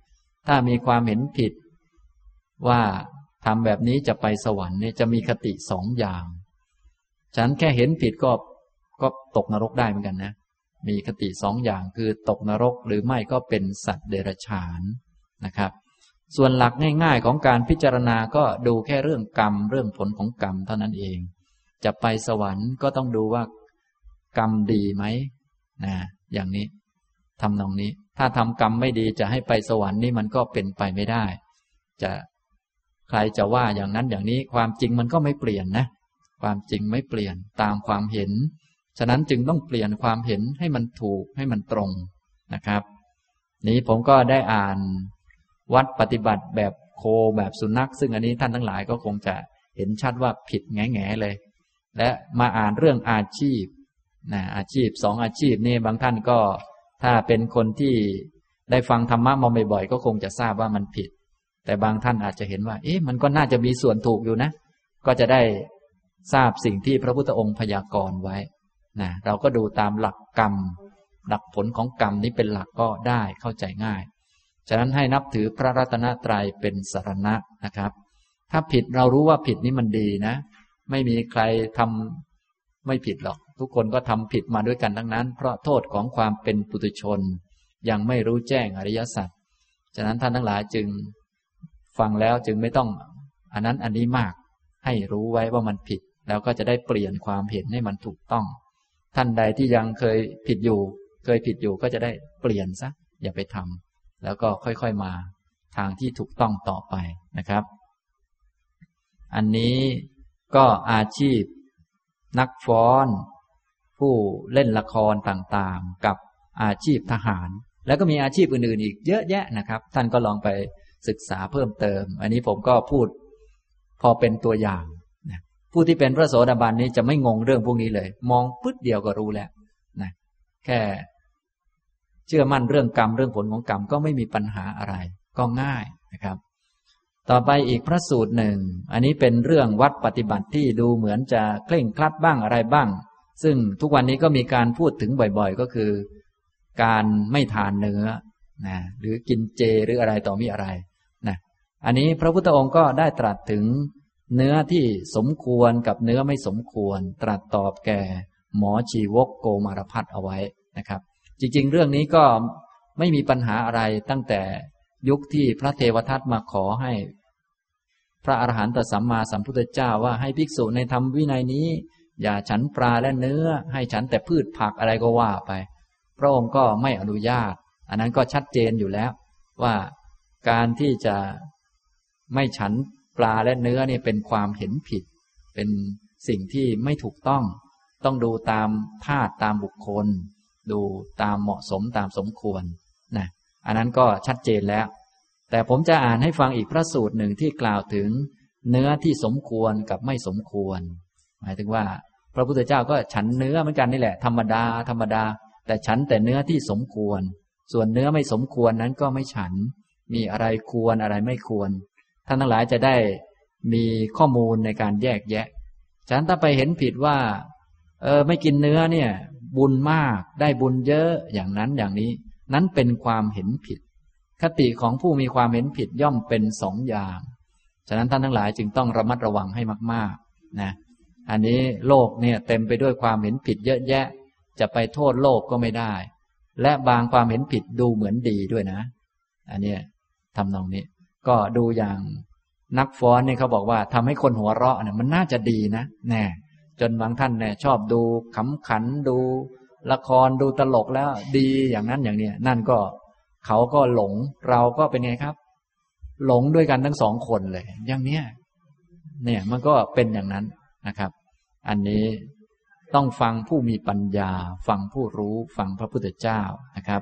ถ้ามีความเห็นผิดว่าทำแบบนี้จะไปสวรรค์เนี่ยจะมีคติสองอย่างฉันแค่เห็นผิดก็ตกนรกได้เหมือนกันนะมีคติสองอย่างคือตกนรกหรือไม่ก็เป็นสัตว์เดรัจฉานนะครับส่วนหลักง่ายๆของการพิจารณาก็ดูแค่เรื่องกรรมเรื่องผลของกรรมเท่านั้นเองจะไปสวรรค์ก็ต้องดูว่ากรรมดีไหมนะอย่างนี้ทำนองนี้ถ้าทำกรรมไม่ดีจะให้ไปสวรรค์นี่มันก็เป็นไปไม่ได้จะใครจะว่าอย่างนั้นอย่างนี้ความจริงมันก็ไม่เปลี่ยนนะความจริงไม่เปลี่ยนตามความเห็นฉะนั้นจึงต้องเปลี่ยนความเห็นให้มันถูกให้มันตรงนะครับนี้ผมก็ได้อ่านวัดปฏิบัติแบบโคแบบสุนัขซึ่งอันนี้ท่านทั้งหลายก็คงจะเห็นชัดว่าผิดแง่ๆเลยและมาอ่านเรื่องอาชีพนะอาชีพสองอาชีพนี่บางท่านก็ถ้าเป็นคนที่ได้ฟังธรรมะมาบ่อยๆก็คงจะทราบว่ามันผิดแต่บางท่านอาจจะเห็นว่ามันก็น่าจะมีส่วนถูกอยู่นะก็จะได้ทราบสิ่งที่พระพุทธองค์พยากรณ์ไว้นะเราก็ดูตามหลักกรรมหลักผลของกรรมนี้เป็นหลักก็ได้เข้าใจง่ายฉะนั้นให้นับถือพระรัตนตรัยเป็นสรณะนะครับถ้าผิดเรารู้ว่าผิดนี่มันดีนะไม่มีใครทำไม่ผิดหรอกทุกคนก็ทำผิดมาด้วยกันทั้งนั้นเพราะโทษของความเป็นปุถุชนยังไม่รู้แจ้งอริยสัจฉะนั้นท่านทั้งหลายจึงฟังแล้วจึงไม่ต้องอันนั้นอันนี้มากให้รู้ไว้ว่ามันผิดแล้วก็จะได้เปลี่ยนความเห็นให้มันถูกต้องท่านใดที่ยังเคยผิดอยู่ก็จะได้เปลี่ยนซะอย่าไปทำแล้วก็ค่อยๆมาทางที่ถูกต้องต่อไปนะครับอันนี้ก็อาชีพนักฟ้อนผู้เล่นละครต่างๆกับอาชีพทหารแล้วก็มีอาชีพอื่นๆอีกเยอะแยะนะครับท่านก็ลองไปศึกษาเพิ่มเติมอันนี้ผมก็พูดพอเป็นตัวอย่างนะผู้ที่เป็นพระโสดาบันนี้จะไม่งงเรื่องพวกนี้เลยมองปึ๊ดเดียวก็รู้แล้วนะแค่เชื่อมั่นเรื่องกรรมเรื่องผลของกรรมก็ไม่มีปัญหาอะไรก็ง่ายนะครับต่อไปอีกพระสูตรหนึ่งอันนี้เป็นเรื่องวัดปฏิบัติที่ดูเหมือนจะเคร่งครัดบ้างอะไรบ้างซึ่งทุกวันนี้ก็มีการพูดถึงบ่อยๆก็คือการไม่ทานเนื้อนะหรือกินเจหรืออะไรต่อมีอะไรนะอันนี้พระพุทธองค์ก็ได้ตรัสถึงเนื้อที่สมควรกับเนื้อไม่สมควรตรัสตอบแก่หมอชีวกโกมารพัสเอาไว้นะครับจริงๆเรื่องนี้ก็ไม่มีปัญหาอะไรตั้งแต่ยุคที่พระเทวทัตมาขอให้พระอรหันตสัมมาสัมพุทธเจ้าว่าให้ภิกษุในธรรมวินัยนี้อย่าฉันปลาและเนื้อให้ฉันแต่พืชผักอะไรก็ว่าไปพระองค์ก็ไม่อนุญาตอันนั้นก็ชัดเจนอยู่แล้วว่าการที่จะไม่ฉันปลาและเนื้อนี่เป็นความเห็นผิดเป็นสิ่งที่ไม่ถูกต้องดูตามธาตุตามบุคคลดูตามเหมาะสมตามสมควรนะอันนั้นก็ชัดเจนแล้วแต่ผมจะอ่านให้ฟังอีกพระสูตรหนึ่งที่กล่าวถึงเนื้อที่สมควรกับไม่สมควรหมายถึงว่าพระพุทธเจ้าก็ฉันเนื้อเหมือนกันนี่แหละธรรมดาแต่ฉันแต่เนื้อที่สมควรส่วนเนื้อไม่สมควรนั้นก็ไม่ฉันมีอะไรควรอะไรไม่ควรท่านทั้งหลายจะได้มีข้อมูลในการแยกแยะฉะนั้นถ้าไปเห็นผิดว่าไม่กินเนื้อเนี่ยบุญมากได้บุญเยอะอย่างนั้นอย่างนี้นั้นเป็นความเห็นผิดคติของผู้มีความเห็นผิดย่อมเป็นสองอย่างฉะนั้นท่านทั้งหลายจึงต้องระมัดระวังให้มากๆนะอันนี้โลกเนี่ยเต็มไปด้วยความเห็นผิดเยอะแยะจะไปโทษโลกก็ไม่ได้และบางความเห็นผิดดูเหมือนดีด้วยนะอันนี้ทำนองนี้ก็ดูอย่างนักฟ้อนนี่เขาบอกว่าทำให้คนหัวเราะเนี่ยมันน่าจะดีนะแน่จนบางท่านเนี่ยชอบดูขำขันดูละครดูตลกแล้วดีอย่างนั้นอย่างนี้นั่นก็เขาก็หลงเราก็เป็นไงครับหลงด้วยกันทั้งสองคนเลยอย่างเนี้ยเนี่ยมันก็เป็นอย่างนั้นนะครับอันนี้ต้องฟังผู้มีปัญญาฟังผู้รู้ฟังพระพุทธเจ้านะครับ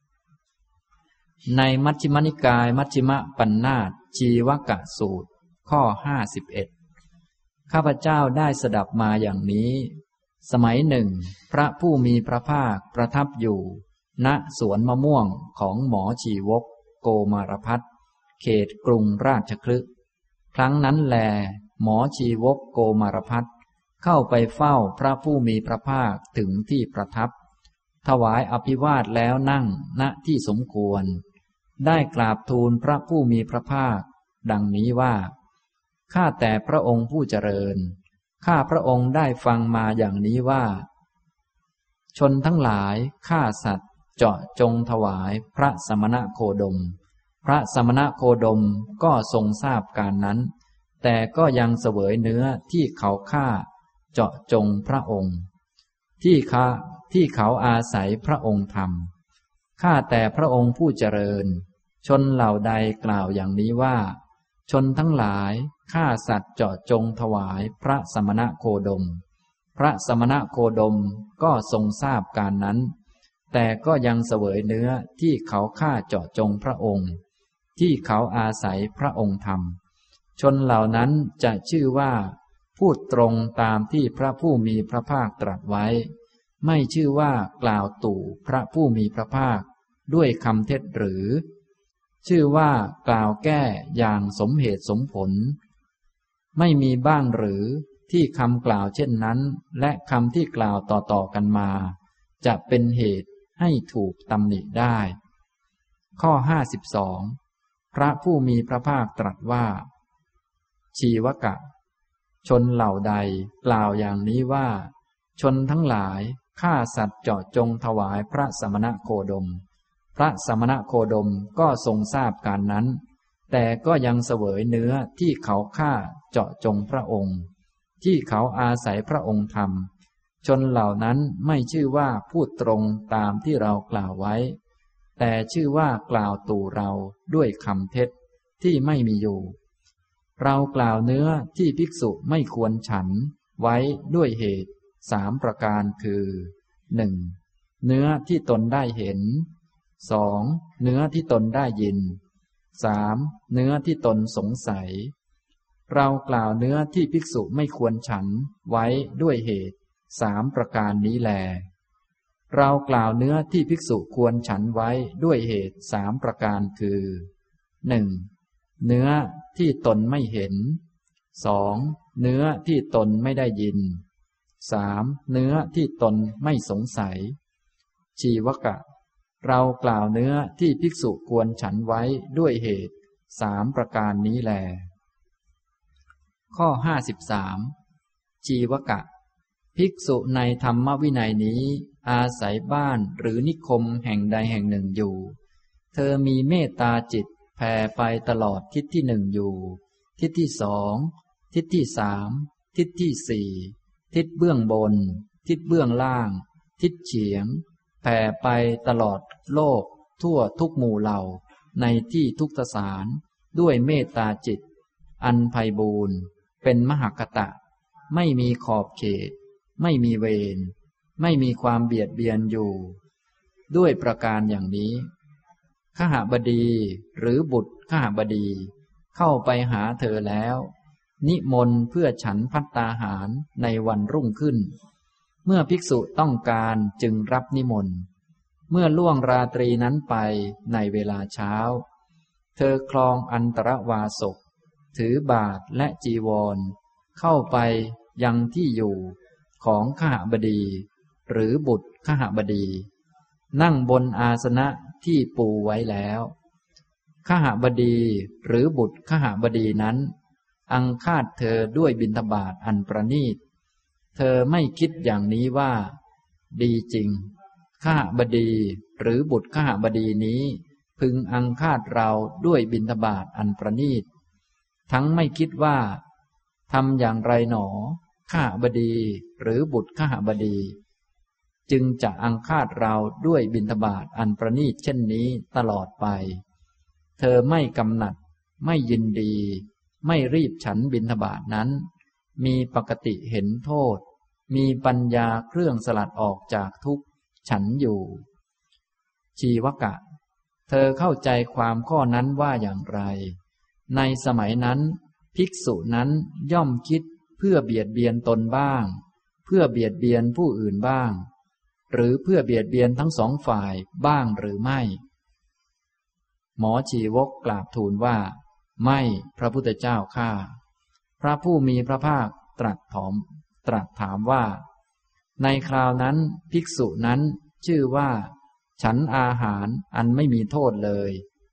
ในมัชฌิมนิกายมัชฌิมปัญนาถชีวกสูตรข้อ51ข้าพเจ้าได้สดับมาอย่างนี้สมัยหนึ่งพระผู้มีพระภาคประทับอยู่ณสวนมะม่วงของหมอชีวกโกมารพัสเขตกรุงราชคฤห์ครั้งนั้นแลหมอชีวกโกมารพัสเข้าไปเฝ้าพระผู้มีพระภาคถึงที่ประทับถวายอภิวาทแล้วนั่งณที่สมควรได้กราบทูลพระผู้มีพระภาคดังนี้ว่าข้าแต่พระองค์ผู้เจริญข้าพระองค์ได้ฟังมาอย่างนี้ว่าชนทั้งหลายฆ่าสัตว์เจาะจงถวายพระสมณโคดมพระสมณโคดมก็ทรงทราบการนั้นแต่ก็ยังเสวยเนื้อที่เขาฆ่าเจาะจงพระองค์ที่เขาอาศัยพระองค์ทำข้าแต่พระองค์ผู้เจริญชนเหล่าใดกล่าวอย่างนี้ว่าชนทั้งหลายฆ่าสัตว์เจาะจงถวายพระสมณโคดมพระสมณโคดมก็ทรงทราบการนั้นแต่ก็ยังเสวยเนื้อที่เขาฆ่าเจาะจงพระองค์ที่เขาอาศัยพระองค์ทำชนเหล่านั้นจะชื่อว่าพูดตรงตามที่พระผู้มีพระภาคตรัสไว้ไม่ชื่อว่ากล่าวตู่พระผู้มีพระภาคด้วยคำเท็จหรือชื่อว่ากล่าวแก้อย่างสมเหตุสมผลไม่มีบ้างหรือที่คำกล่าวเช่นนั้นและคำที่กล่าวต่อกันมาจะเป็นเหตุให้ถูกตำหนิได้ข้อ52พระผู้มีพระภาคตรัสว่าชีวกะชนเหล่าใดกล่าวอย่างนี้ว่าชนทั้งหลายฆ่าสัตว์เจาะจงถวายพระสมณโคดมพระสมณโคดมก็ทรงทราบการนั้นแต่ก็ยังเสวยเนื้อที่เขาฆ่าเจาะจงพระองค์ที่เขาอาศัยพระองค์ทำชนเหล่านั้นไม่ชื่อว่าพูดตรงตามที่เรากล่าวไว้แต่ชื่อว่ากล่าวตู่เราด้วยคำเท็จที่ไม่มีอยู่เรากล่าวเนื้อที่ภิกษุไม่ควรฉันไว้ด้วยเหตุ3ประการคือ 1. เนื้อที่ตนได้เห็น 2. เนื้อที่ตนได้ยิน 3. เนื้อที่ตนสงสัยเรากล่าวเนื้อที่ภิกษุไม่ควรฉันไว้ด้วยเหตุ3ประการนี้แลเรากล่าวเนื้อที่ภิกษุควรฉันไว้ด้วยเหตุ3ประการคือ 1. เนื้อที่ตนไม่เห็น 2. เนื้อที่ตนไม่ได้ยิน 3. เนื้อที่ตนไม่สงสัยชีวกะเรากล่าวเนื้อที่ภิกษุควรฉันไว้ด้วยเหตุ3ประการนี้แลข้อ53ชีวกะภิกษุในธรรมวินัยนี้อาศัยบ้านหรือนิคมแห่งใดแห่งหนึ่งอยู่เธอมีเมตตาจิตแผ่ไปตลอดทิศที่1อยู่ทิศที่2ทิศที่3ทิศที่4ทิศเบื้องบนทิศเบื้องล่างทิศเฉียงแผ่ไปตลอดโลกทั่วทุกหมู่เหล่าในที่ทุกสถานด้วยเมตตาจิตอันไพบูรณ์เป็นมหคตะไม่มีขอบเขตไม่มีเวรไม่มีความเบียดเบียนอยู่ด้วยประการอย่างนี้ขหบดีหรือบุตรขหบดีเข้าไปหาเธอแล้วนิมนต์เพื่อฉันภัตตาหารในวันรุ่งขึ้นเมื่อภิกษุต้องการจึงรับนิมนต์เมื่อล่วงราตรีนั้นไปในเวลาเช้าเธอคลองอันตรวาสกถือบาตรและจีวรเข้าไปยังที่อยู่ของขหบดีหรือบุตรขหบดีนั่งบนอาสนะที่ปูไว้แล้วขหบดีหรือบุตรขหบดีนั้นอังคาดเธอด้วยบิณฑบาตอันประณีตเธอไม่คิดอย่างนี้ว่าดีจริงขหบดีหรือบุตรขหบดีนี้พึงอังคาดเราด้วยบิณฑบาตอันประณีตทั้งไม่คิดว่าทำอย่างไรหนอขหบดีหรือบุตรขหบดีจึงจะอังคาดเราด้วยบิณฑบาตอันประณีตเช่นนี้ตลอดไปเธอไม่กำหนัดไม่ยินดีไม่รีบฉันบิณฑบาตนั้นมีปกติเห็นโทษมีปัญญาเครื่องสลัดออกจากทุกข์ฉันอยู่ชีวกะเธอเข้าใจความข้อนั้นว่าอย่างไรในสมัยนั้นภิกษุนั้นย่อมคิดเพื่อเบียดเบียนตนบ้างเพื่อเบียดเบียนผู้อื่นบ้างหรือเพื่อเบียดเบียนทั้งสองฝ่ายบ้างหรือไม่หมอชีวกกราบทูลว่าไม่พระพุทธเจ้าข้าพระผู้มีพระภาคตรัสถามว่าในคราวนั้นภิกษุนั้นชื่อว่าฉันอาหารอันไม่มีโทษเลย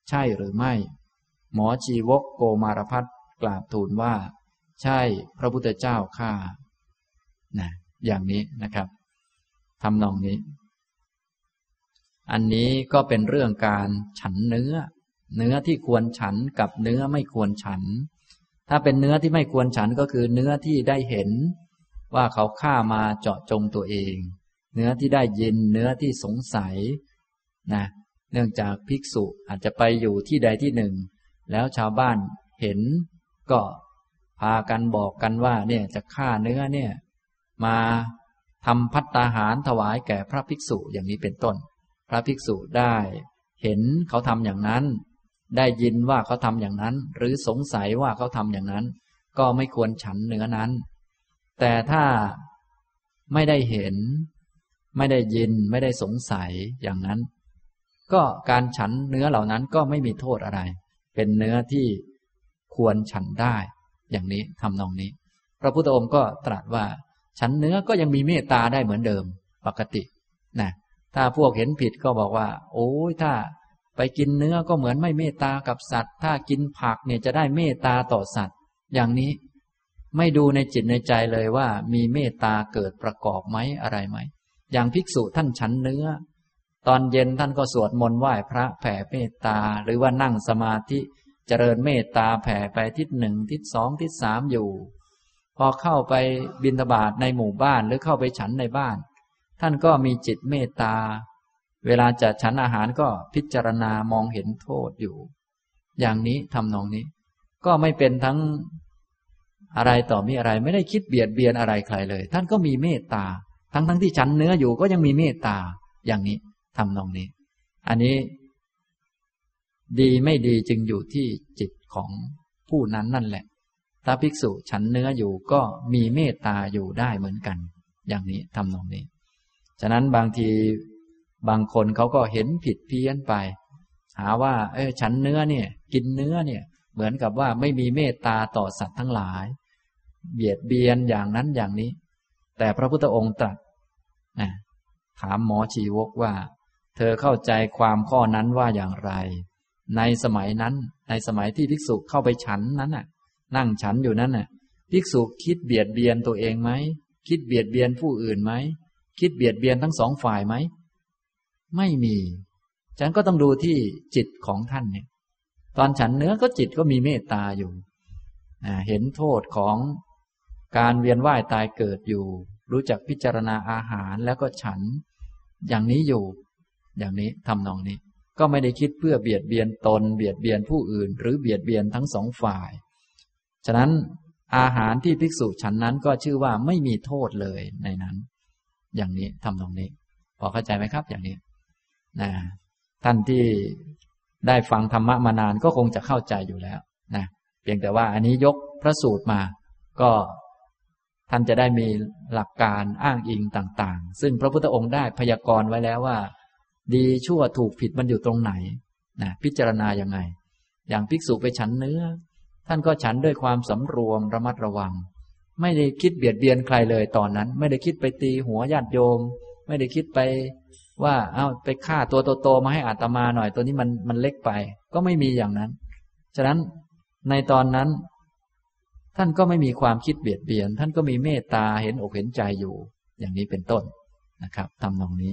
ใช่หรือไม่หมอชีวกโกมารพัสกราบทูลว่าใช่พระพุทธเจ้าข้านะอย่างนี้นะครับทำนองนี้อันนี้ก็เป็นเรื่องการฉันเนื้อที่ควรฉันกับเนื้อไม่ควรฉันถ้าเป็นเนื้อที่ไม่ควรฉันก็คือเนื้อที่ได้เห็นว่าเขาฆ่ามาเจาะจงตัวเองเนื้อที่ได้ยินเนื้อที่สงสัยนะเนื่องจากภิกษุอาจจะไปอยู่ที่ใดที่หนึ่งแล้วชาวบ้านเห็นก็พากันบอกกันว่าเนี่ยจะฆ่าเนื้อเนี่ยมาทำภัตตาหารถวายแก่พระภิกษุอย่างนี้เป็นต้นพระภิกษุได้เห็นเขาทำอย่างนั้นได้ยินว่าเขาทำอย่างนั้นหรือสงสัยว่าเขาทำอย่างนั้นก็ไม่ควรฉันเนื้อนั้นแต่ถ้าไม่ได้เห็นไม่ได้ยินไม่ได้สงสัยอย่างนั้นก็การฉันเนื้อเหล่านั้นก็ไม่มีโทษอะไรเป็นเนื้อที่ควรฉันได้อย่างนี้ทำนองนี้พระพุทธองค์ก็ตรัสว่าฉันเนื้อก็ยังมีเมตตาได้เหมือนเดิมปกตินะถ้าพวกเห็นผิดก็บอกว่าโอ้ยถ้าไปกินเนื้อก็เหมือนไม่เมตตากับสัตว์ถ้ากินผักเนี่ยจะได้เมตตาต่อสัตว์อย่างนี้ไม่ดูในจิตในใจเลยว่ามีเมตตาเกิดประกอบไหมอะไรไหมอย่างภิกษุท่านฉันเนื้อตอนเย็นท่านก็สวดมนต์ไหว้พระแผ่เมตตาหรือว่านั่งสมาธิเจริญเมตตาแผ่ไปทิศหนึ่งทิศสองทิศสามอยู่พอเข้าไปบิณฑบาตในหมู่บ้านหรือเข้าไปฉันในบ้านท่านก็มีจิตเมตตาเวลาจะฉันอาหารก็พิจารณามองเห็นโทษอยู่อย่างนี้ทำนองนี้ก็ไม่เป็นทั้งอะไรต่อมีอะไรไม่ได้คิดเบียดเบียนอะไรใครเลยท่านก็มีเมตตาทั้งที่ฉันเนื้ออยู่ก็ยังมีเมตตาอย่างนี้ทำนองนี้อันนี้ดีไม่ดีจึงอยู่ที่จิตของผู้นั้นนั่นแหละถ้าภิกษุฉันเนื้ออยู่ก็มีเมตตาอยู่ได้เหมือนกันอย่างนี้ทำนองนี้ฉะนั้นบางทีบางคนเขาก็เห็นผิดเพี้ยนไปหาว่าฉันเนื้อเนี่ยกินเนื้อเนี่ยเหมือนกับว่าไม่มีเมตตาต่อสัตว์ทั้งหลายเบียดเบียนอย่างนั้นอย่างนี้แต่พระพุทธองค์ตรัสนะถามหมอชีวกว่าเธอเข้าใจความข้อนั้นว่าอย่างไรในสมัยนั้นในสมัยที่ภิกษุเข้าไปฉันนั้นน่ะนั่งฉันอยู่นั้นน่ะภิกษุคิดเบียดเบียนตัวเองไหมคิดเบียดเบียนผู้อื่นไหมคิดเบียดเบียนทั้งสองฝ่ายไหมไม่มีฉันก็ต้องดูที่จิตของท่านเนี่ยตอนฉันเนื้อก็จิตก็มีเมตตาอยู่เห็นโทษของการเวียนว่ายตายเกิดอยู่รู้จักพิจารณาอาหารแล้วก็ฉันอย่างนี้อยู่อย่างนี้ทำนองนี้ก็ไม่ได้คิดเพื่อเบียดเบียนตนเบียดเบียนผู้อื่นหรือเบียดเบียนทั้งสองฝ่ายฉะนั้นอาหารที่ภิกษุฉันนั้นก็ชื่อว่าไม่มีโทษเลยในนั้นอย่างนี้ทำตรงนี้พอเข้าใจไหมครับอย่างนี้นะท่านที่ได้ฟังธรรมะมานานก็คงจะเข้าใจอยู่แล้วนะเพียงแต่ว่าอันนี้ยกพระสูตรมาก็ท่านจะได้มีหลักการอ้างอิงต่างๆซึ่งพระพุทธองค์ได้พยากรณ์ไว้แล้วว่าดีชั่วถูกผิดมันอยู่ตรงไหนนะพิจารณายังไงอย่างภิกษุไปฉันเนื้อท่านก็ฉันด้วยความสำรวมระมัดระวังไม่ได้คิดเบียดเบียนใครเลยตอนนั้นไม่ได้คิดไปตีหัวญาติโยมไม่ได้คิดไปว่าเอาไปฆ่าตัวโตๆมาให้อาตมาหน่อยตัวนี้มันเล็กไปก็ไม่มีอย่างนั้นฉะนั้นในตอนนั้นท่านก็ไม่มีความคิดเบียดเบียนท่านก็มีเมตตาเห็นอกเห็นใจอยู่อย่างนี้เป็นต้นนะครับทำตรงนี้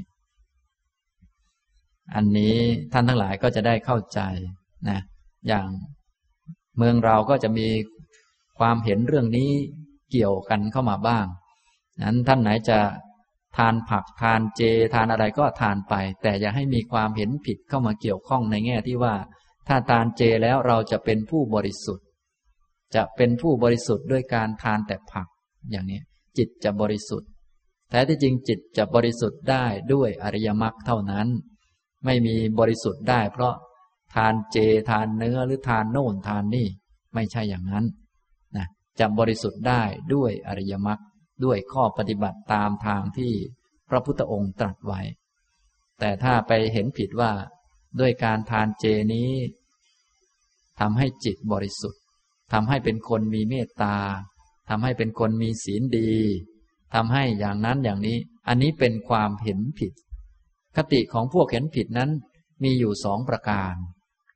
อันนี้ท่านทั้งหลายก็จะได้เข้าใจนะอย่างเมืองเราก็จะมีความเห็นเรื่องนี้เกี่ยวกันเข้ามาบ้างนั้นท่านไหนจะทานผักทานเจทานอะไรก็ทานไปแต่อย่าให้มีความเห็นผิดเข้ามาเกี่ยวข้องในแง่ที่ว่าถ้าทานเจแล้วเราจะเป็นผู้บริสุทธิ์จะเป็นผู้บริสุทธิ์ด้วยการทานแต่ผักอย่างนี้จิตจะบริสุทธิ์แท้ที่จริงจิตจะบริสุทธิ์ได้ด้วยอริยมรรคเท่านั้นไม่มีบริสุทธิ์ได้เพราะทานเจทานเนื้อหรือทานโน่นทานนี่ไม่ใช่อย่างนั้นนะจะบริสุทธิ์ได้ด้วยอริยมรรคด้วยข้อปฏิบัติตามทางที่พระพุทธองค์ตรัสไว้แต่ถ้าไปเห็นผิดว่าด้วยการทานเจนี้ทำให้จิตบริสุทธิ์ทำให้เป็นคนมีเมตตาทำให้เป็นคนมีศีลดีทำให้อย่างนั้นอย่างนี้อันนี้เป็นความเห็นผิดคติของพวกเห็นผิดนั้นมีอยู่2 ประการ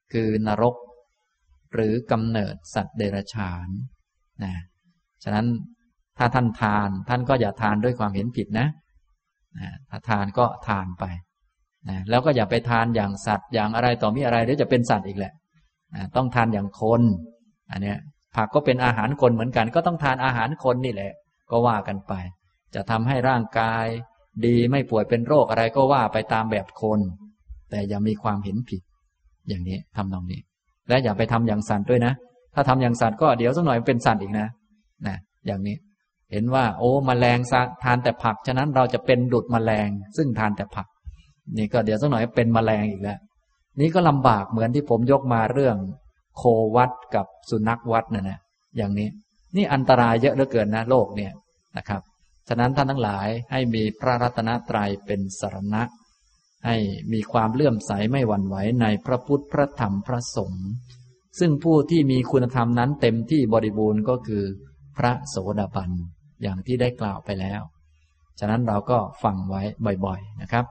คือนรกหรือกำเนิดสัตว์เดรัจฉานนะฉะนั้นถ้าท่านทานท่านก็อย่าทานด้วยความเห็นผิดนะถ้าทานก็ทานไปนะแล้วก็อย่าไปทานอย่างสัตว์อย่างอะไรต่อมีอะไรเดี๋ยวจะเป็นสัตว์อีกแหละต้องทานอย่างคนอันเนี้ยผักก็เป็นอาหารคนเหมือนกันก็ต้องทานอาหารคนนี่แหละก็ว่ากันไปจะทำให้ร่างกายดีไม่ป่วยเป็นโรคอะไรก็ว่าไปตามแบบคนแต่อย่ามีความเห็นผิดอย่างนี้ทำตรงนี้และอย่าไปทำอย่างสัตว์ด้วยนะถ้าทำอย่างสัตว์ก็เดี๋ยวสักหน่อยเป็นสัตว์อีกนะอย่างนี้เห็นว่าโอ้แมลงทานแต่ผักฉะนั้นเราจะเป็นดุจแมลงซึ่งทานแต่ผักนี่ก็เดี๋ยวสักหน่อยเป็นแมลงอีกแล้วนี่ก็ลำบากเหมือนที่ผมยกมาเรื่องโควัดกับสุนัขวัดนะอย่างนี้นี่อันตรายเยอะเหลือเกินนะโลกเนี่ยนะครับฉะนั้นท่านทั้งหลายให้มีพระรัตนตรัยเป็นสรณะให้มีความเลื่อมใสไม่หวั่นไหวในพระพุทธพระธรรมพระสงฆ์ซึ่งผู้ที่มีคุณธรรมนั้นเต็มที่บริบูรณ์ก็คือพระโสดาบันอย่างที่ได้กล่าวไปแล้วฉะนั้นเราก็ฟังไว้บ่อยๆนะครับ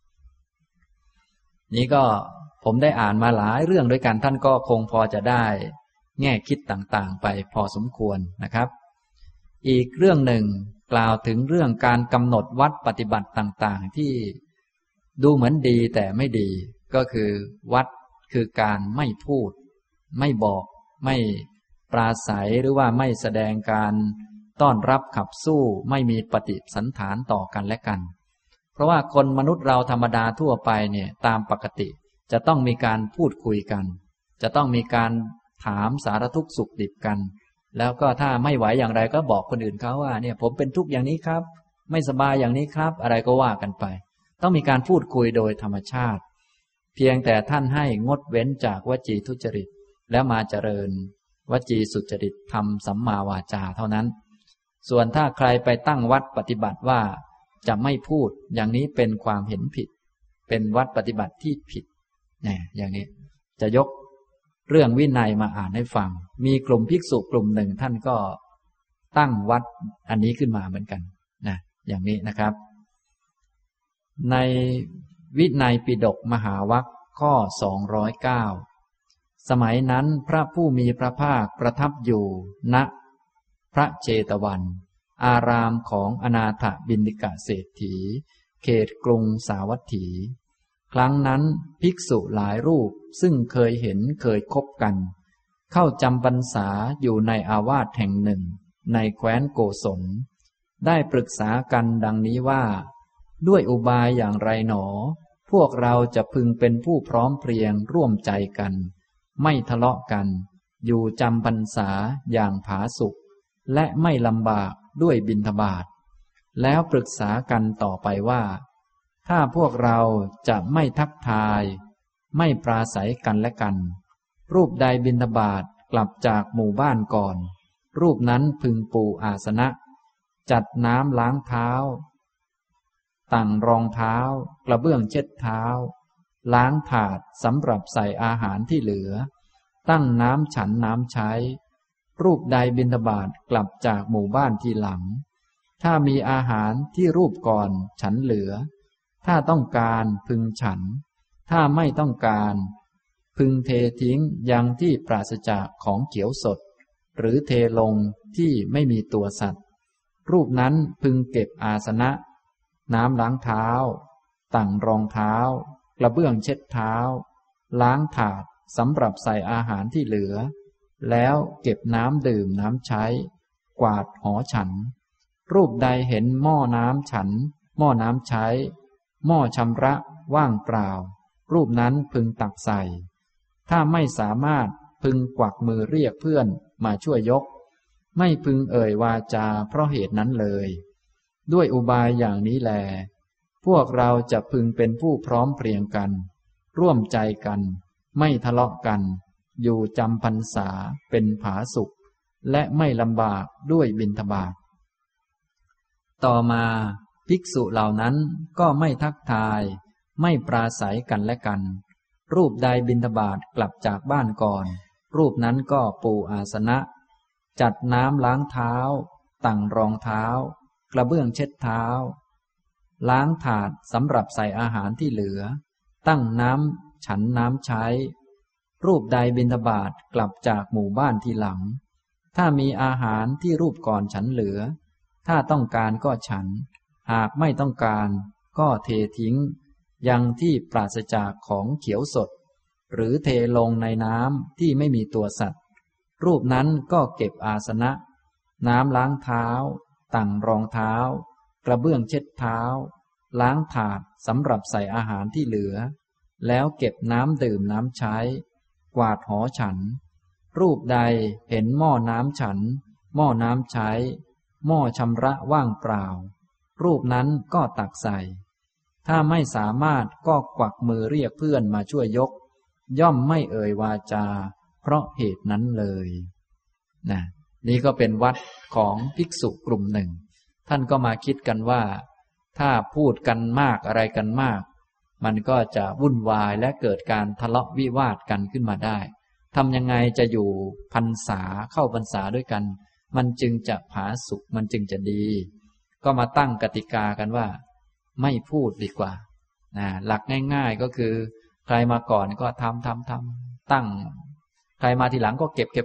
นี้ก็ผมได้อ่านมาหลายเรื่องด้วยกันท่านก็คงพอจะได้แง่คิดต่างๆไปพอสมควรนะครับอีกเรื่องหนึ่งกล่าวถึงเรื่องการกำหนดวัดปฏิบัติต่างๆที่ดูเหมือนดีแต่ไม่ดีก็คือวัดคือการไม่พูดไม่บอกไม่ปราศัยหรือว่าไม่แสดงการต้อนรับขับสู้ไม่มีปฏิสันถานต่อกันและกันเพราะว่าคนมนุษย์เราธรรมดาทั่วไปเนี่ยตามปกติจะต้องมีการพูดคุยกันจะต้องมีการถามสารทุกข์สุขดิบกันแล้วก็ถ้าไม่ไหวอย่างไรก็บอกคนอื่นเขาว่าเนี่ยผมเป็นทุกข์อย่างนี้ครับไม่สบายอย่างนี้ครับอะไรก็ว่ากันไปต้องมีการพูดคุยโดยธรรมชาติเพียงแต่ท่านให้งดเว้นจากวจีทุจริตแล้วมาเจริญวจีสุจริตทำสัมมาวาจาเท่านั้นส่วนถ้าใครไปตั้งวัดปฏิบัติว่าจะไม่พูดอย่างนี้เป็นความเห็นผิดเป็นวัดปฏิบัติที่ผิดเนี่ยอย่างนี้จะยกเรื่องวินัยมาอ่านให้ฟังมีกลุ่มภิกษุกลุ่มหนึ่งท่านก็ตั้งวัดอันนี้ขึ้นมาเหมือนกันนะอย่างนี้นะครับในวินัยปิฎกมหาวรรคข้อ209สมัยนั้นพระผู้มีพระภาคประทับอยู่ณพระเจตวันอารามของอนาถบิณฑิกเศรษฐีเขตกรุงสาวัตถีครั้งนั้นภิกษุหลายรูปซึ่งเคยเห็นเคยคบกันเข้าจำพรรษาอยู่ในอาวาสแห่งหนึ่งในแคว้นโกศลได้ปรึกษากันดังนี้ว่าด้วยอุบายอย่างไรหนอพวกเราจะพึงเป็นผู้พร้อมเพรียงร่วมใจกันไม่ทะเลาะกันอยู่จำพรรษาอย่างผาสุกและไม่ลำบากด้วยบิณฑบาตแล้วปรึกษากันต่อไปว่าถ้าพวกเราจะไม่ทักทายไม่ปราศัยกันและกันรูปใดบิณฑบาตกลับจากหมู่บ้านก่อนรูปนั้นพึงปูอาสนะจัดน้ำล้างเท้าตั้งรองเท้ากระเบื้องเช็ดเท้าล้างถาดสำหรับใส่อาหารที่เหลือตั้งน้ำฉันน้ำใช้รูปใดบิณฑบาตกลับจากหมู่บ้านทีหลังถ้ามีอาหารที่รูปก่อนฉันเหลือถ้าต้องการพึงฉันถ้าไม่ต้องการพึงเททิ้งยังที่ปราศจากของเขียวสดหรือเทลงที่ไม่มีตัวสัตว์รูปนั้นพึงเก็บอาสนะน้ำล้างเท้าตั้งรองเท้ากระเบื้องเช็ดเท้าล้างถาดสำหรับใส่อาหารที่เหลือแล้วเก็บน้ำดื่มน้ำใช้กวาดหอฉันรูปใดเห็นหม้อน้ำฉันหม้อน้ำใช้หม้อชำระว่างเปล่ารูปนั้นพึงตักใส่ถ้าไม่สามารถพึงกวักมือเรียกเพื่อนมาช่วยยกไม่พึงเอ่ยวาจาเพราะเหตุนั้นเลยด้วยอุบายอย่างนี้แลพวกเราจะพึงเป็นผู้พร้อมเพรียงกันร่วมใจกันไม่ทะเลาะกันอยู่จำพรรษาเป็นผาสุกและไม่ลำบากด้วยบิณฑบาตต่อมาภิกษุเหล่านั้นก็ไม่ทักทายไม่ปราศัยกันและกันรูปใดบิณฑบาตกลับจากบ้านก่อนรูปนั้นก็ปูอาสนะจัดน้ำล้างเท้าตั้งรองเท้ากระเบื้องเช็ดเท้าล้างถาดสำหรับใส่อาหารที่เหลือตั้งน้ำฉันน้ำใช้รูปใดบิณฑบาตกลับจากหมู่บ้านทีหลังถ้ามีอาหารที่รูปก่อนฉันเหลือถ้าต้องการก็ฉันหากไม่ต้องการก็เททิ้งยังที่ปราศจากของเขียวสดหรือเทลงในน้ำที่ไม่มีตัวสัตว์รูปนั้นก็เก็บอาสนะน้ำล้างเท้าตั่งรองเท้ากระเบื้องเช็ดเท้าล้างถาดสำหรับใส่อาหารที่เหลือแล้วเก็บน้ำดื่มน้ำใช้กวาดหอฉันรูปใดเห็นหม้อน้ำฉันหม้อน้ำใช้หม้อชำระว่างเปล่ารูปนั้นก็ตักใส่ถ้าไม่สามารถก็กวักมือเรียกเพื่อนมาช่วยยกย่อมไม่เอ่ยวาจาเพราะเหตุนั้นเลยนะนี่ก็เป็นวัดของภิกษุกลุ่มหนึ่งท่านก็มาคิดกันว่าถ้าพูดกันมากอะไรกันมากมันก็จะวุ่นวายและเกิดการทะเลาะวิวาทกันขึ้นมาได้ทำยังไงจะอยู่พรรษาเข้าพรรษาด้วยกันมันจึงจะผาสุกมันจึงจะดีก็มาตั้งกติกากันว่าไม่พูดดีกว่าหลักง่ายๆก็คือใครมาก่อนก็ทำตั้งใครมาทีหลังก็เก็บ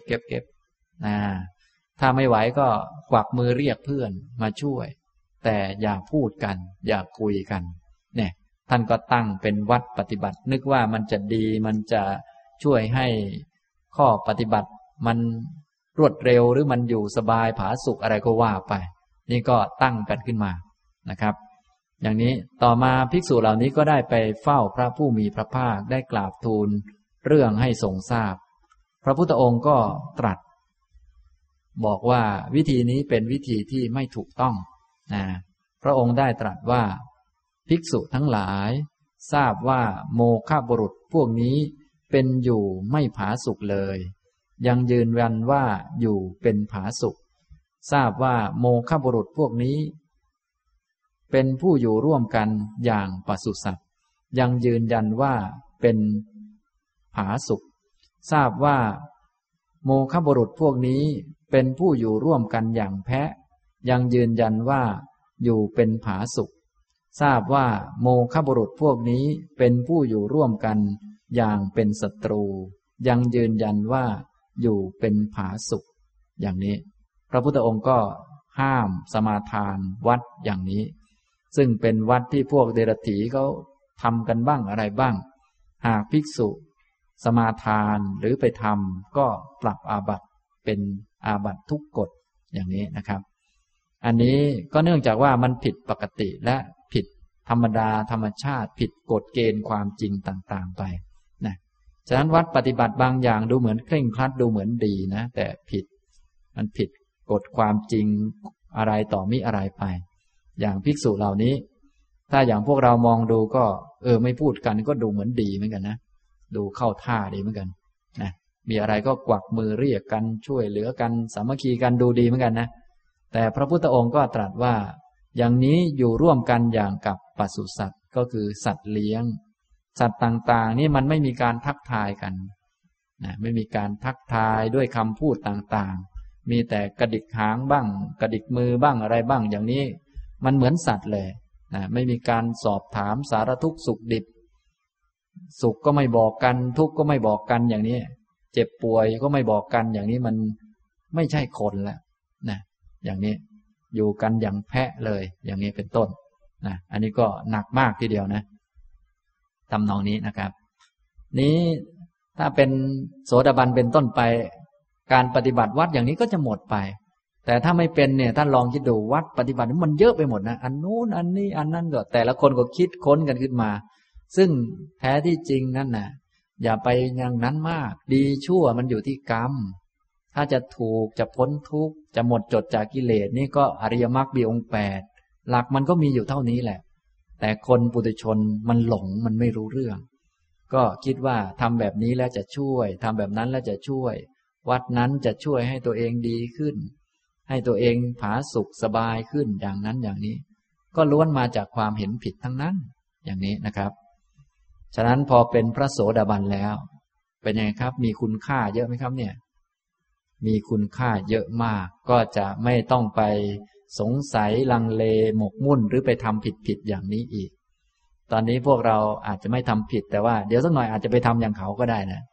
ถ้าไม่ไหวก็กวักมือเรียกเพื่อนมาช่วยแต่อย่าพูดกันอย่าคุยกันเนี่ยท่านก็ตั้งเป็นวัดปฏิบัตินึกว่ามันจะดีมันจะช่วยให้ข้อปฏิบัติมันรวดเร็วหรือมันอยู่สบายผาสุกอะไรก็ว่าไปนี่ก็ตั้งกันขึ้นมานะครับอย่างนี้ต่อมาภิกษุเหล่านี้ก็ได้ไปเฝ้าพระผู้มีพระภาคได้กราบทูลเรื่องให้ทรงทราบพระพุทธองค์ก็ตรัสบอกว่าวิธีนี้เป็นวิธีที่ไม่ถูกต้องพระองค์ได้ตรัสว่าภิกษุทั้งหลายทราบว่าโมฆะบุรุษพวกนี้เป็นอยู่ไม่ผาสุกเลยยังยืนยันว่าอยู่เป็นผาสุกทราบว่าโมฆะบุรุษพวกนี้เป็นผู้อยู่ร่วมกันอย่างปศุสัตว์ยังยืนยันว่าเป็นผาสุกทราบว่าโมฆะบุรุษพวกนี้เป็นผู้อยู่ร่วมกันอย่างแพะยังยืนยันว่าอยู่เป็นผาสุกทราบว่าโมฆะบุรุษพวกนี้เป็นผู้อยู่ร่วมกันอย่างเป็นศัตรูยังยืนยันว่าอยู่เป็นผาสุกอย่างนี้พระพุทธองค์ก็ห้ามสมาทานวัดอย่างนี้ซึ่งเป็นวัดที่พวกเดรัจฉีเขาทำกันบ้างอะไรบ้างหากภิกษุสมาทานหรือไปทำก็ปรับอาบัติเป็นอาบัติทุกกฎอย่างนี้นะครับอันนี้ก็เนื่องจากว่ามันผิดปกติและผิดธรรมดาธรรมชาติผิดกฎเกณฑ์ความจริงต่างๆไปนะฉะนั้นวัดปฏิบัติบางอย่างดูเหมือนเคร่งครัดดูเหมือนดีนะแต่มันผิดกฎความจริงอะไรต่อมิอะไรไปอย่างภิกษุเหล่านี้ถ้าอย่างพวกเรามองดูก็ไม่พูดกันก็ดูเหมือนดีเหมือนกันนะดูเข้าท่าดีเหมือนกันนะมีอะไรก็กวักมือเรียกกันช่วยเหลือกันสามัคคีกันดูดีเหมือนกันนะแต่พระพุทธองค์ก็ตรัสว่าอย่างนี้อยู่ร่วมกันอย่างกับปศุสัตว์ก็คือสัตว์เลี้ยงสัตว์ต่างๆนี่มันไม่มีการทักทายกันนะไม่มีการทักทายด้วยคำพูดต่างๆมีแต่กระดิกหางบ้างกระดิกมือบ้างอะไรบ้างอย่างนี้มันเหมือนสัตว์เลยนะไม่มีการสอบถามสารทุกข์สุขดิบสุขก็ไม่บอกกันทุกข์ก็ไม่บอกกันอย่างนี้เจ็บป่วยก็ไม่บอกกันอย่างนี้มันไม่ใช่คนแล้วนะอย่างนี้อยู่กันอย่างแพะเลยอย่างนี้เป็นต้นนะอันนี้ก็หนักมากทีเดียวนะทำนองนี้นะครับนี้ถ้าเป็นโสดาบันเป็นต้นไปการปฏิบัติวัดอย่างนี้ก็จะหมดไปแต่ถ้าไม่เป็นเนี่ยท่านลองคิดดูวัดปฏิบัติมันเยอะไปหมดนะอันนู้นอันนี้อันนั้นก็แต่ละคนก็คิดค้นกันขึ้นมาซึ่งแท้ที่จริงนั่นน่ะอย่าไปอย่างนั้นมากดีชั่วมันอยู่ที่กรรมถ้าจะถูกจะพ้นทุกข์จะหมดจดจากกิเลสนี่ก็อริยมรรคมีองค์8หลักมันก็มีอยู่เท่านี้แหละแต่คนปุถุชนมันหลงมันไม่รู้เรื่องก็คิดว่าทำแบบนี้แล้วจะช่วยทำแบบนั้นแล้วจะช่วยวัดนั้นจะช่วยให้ตัวเองดีขึ้นให้ตัวเองผาสุกสบายขึ้นอย่างนั้นอย่างนี้ก็ล้วนมาจากความเห็นผิดทั้งนั้นอย่างนี้นะครับฉะนั้นพอเป็นพระโสดาบันแล้วเป็นยังไงครับมีคุณค่าเยอะไหมครับเนี่ยมีคุณค่าเยอะมากก็จะไม่ต้องไปสงสัยลังเลหมกมุ่นหรือไปทำผิดอย่างนี้อีกตอนนี้พวกเราอาจจะไม่ทำผิดแต่ว่าเดี๋ยวสักหน่อยอาจจะไปทำอย่างเขาก็ได้นะ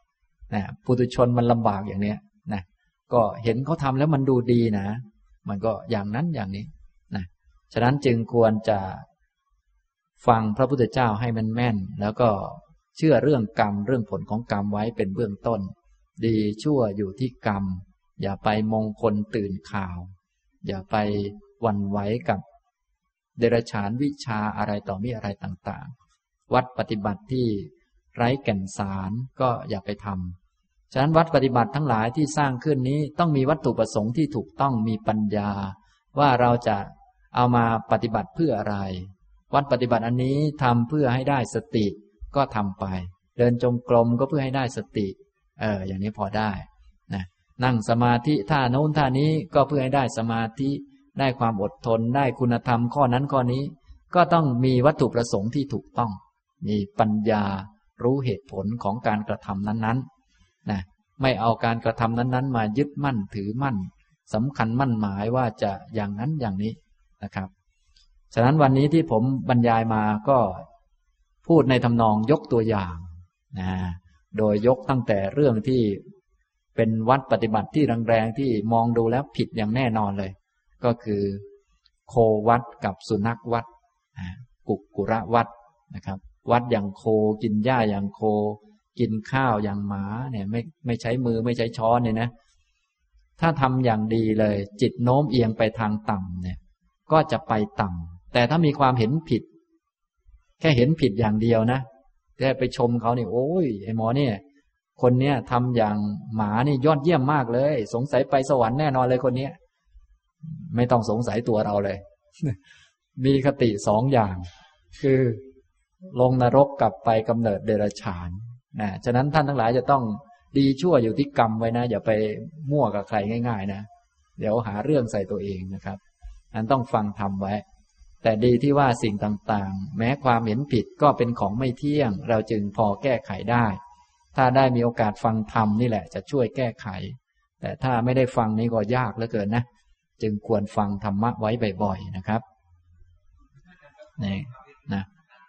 นะปุถุชนมันลำบากอย่างเนี้ยนะก็เห็นเขาทำแล้วมันดูดีนะมันก็อย่างนั้นอย่างนี้นะฉะนั้นจึงควรจะฟังพระพุทธเจ้าให้มันแม่นแล้วก็เชื่อเรื่องกรรมเรื่องผลของกรรมไว้เป็นเบื้องต้นดีชั่วอยู่ที่กรรมอย่าไปมงคลตื่นข่าวอย่าไปหวั่นไหวกับเดรัจฉานวิชาอะไรต่อมีอะไรต่างๆวัดปฏิบัติที่ไร้แก่นสารก็อย่าไปทำฉะนั้นวัดปฏิบัติทั้งหลายที่สร้างขึ้นนี้ต้องมีวัตถุประสงค์ที่ถูกต้องมีปัญญาว่าเราจะเอามาปฏิบัติเพื่ออะไรวัดปฏิบัติอันนี้ทำเพื่อให้ได้สติก็ทำไปเดินจงกรมก็เพื่อให้ได้สติอย่างนี้พอได้นะนั่งสมาธิท่าโน้นท่านี้ก็เพื่อให้ได้สมาธิได้ความอดทนได้คุณธรรมข้อนั้นข้อนี้ก็ต้องมีวัตถุประสงค์ที่ถูกต้องมีปัญญารู้เหตุผลของการกระทำนั้นๆนะไม่เอาการกระทำนั้นๆมายึดมั่นถือมั่นสำคัญมั่นหมายว่าจะอย่างนั้นอย่างนี้นะครับฉะนั้นวันนี้ที่ผมบรรยายมาก็พูดในทำนองยกตัวอย่างนะโดยยกตั้งแต่เรื่องที่เป็นวัดปฏิบัติที่แรงๆที่มองดูแล้วผิดอย่างแน่นอนเลยก็คือโควัดกับสุนัขวัดกุระวัดนะครับวัดอย่างโคกินหญ้าอย่างโคกินข้าวอย่างหมาเนี่ยไม่ใช้มือไม่ใช้ช้อนเนี่ยนะถ้าทำอย่างดีเลยจิตโน้มเอียงไปทางต่ำเนี่ยก็จะไปต่ำแต่ถ้ามีความเห็นผิดแค่เห็นผิดอย่างเดียวนะแค่ไปชมเขานี่โอ้ยไอ้หมอเนี่ยคนเนี้ยทำอย่างหมานี่ยอดเยี่ยมมากเลยสงสัยไปสวรรค์แน่นอนเลยคนเนี้ยไม่ต้องสงสัยตัวเราเลย มีคติสองอย่างคือลงนรกกับไปกำเนิดเดรัจฉานนะฉะนั้นท่านทั้งหลายจะต้องดีชั่วอยู่ที่กรรมไว้นะอย่าไปมั่วกับใครง่ายๆนะเดี๋ยวหาเรื่องใส่ตัวเองนะครับนั้นต้องฟังธรรมไว้แต่ดีที่ว่าสิ่งต่างๆแม้ความเห็นผิดก็เป็นของไม่เที่ยงเราจึงพอแก้ไขได้ถ้าได้มีโอกาสฟังธรรมนี่แหละจะช่วยแก้ไขแต่ถ้าไม่ได้ฟังนี่ก็ยากเหลือเกินนะจึงควรฟังธรรมะไว้บ่อยๆนะครับนี่นะ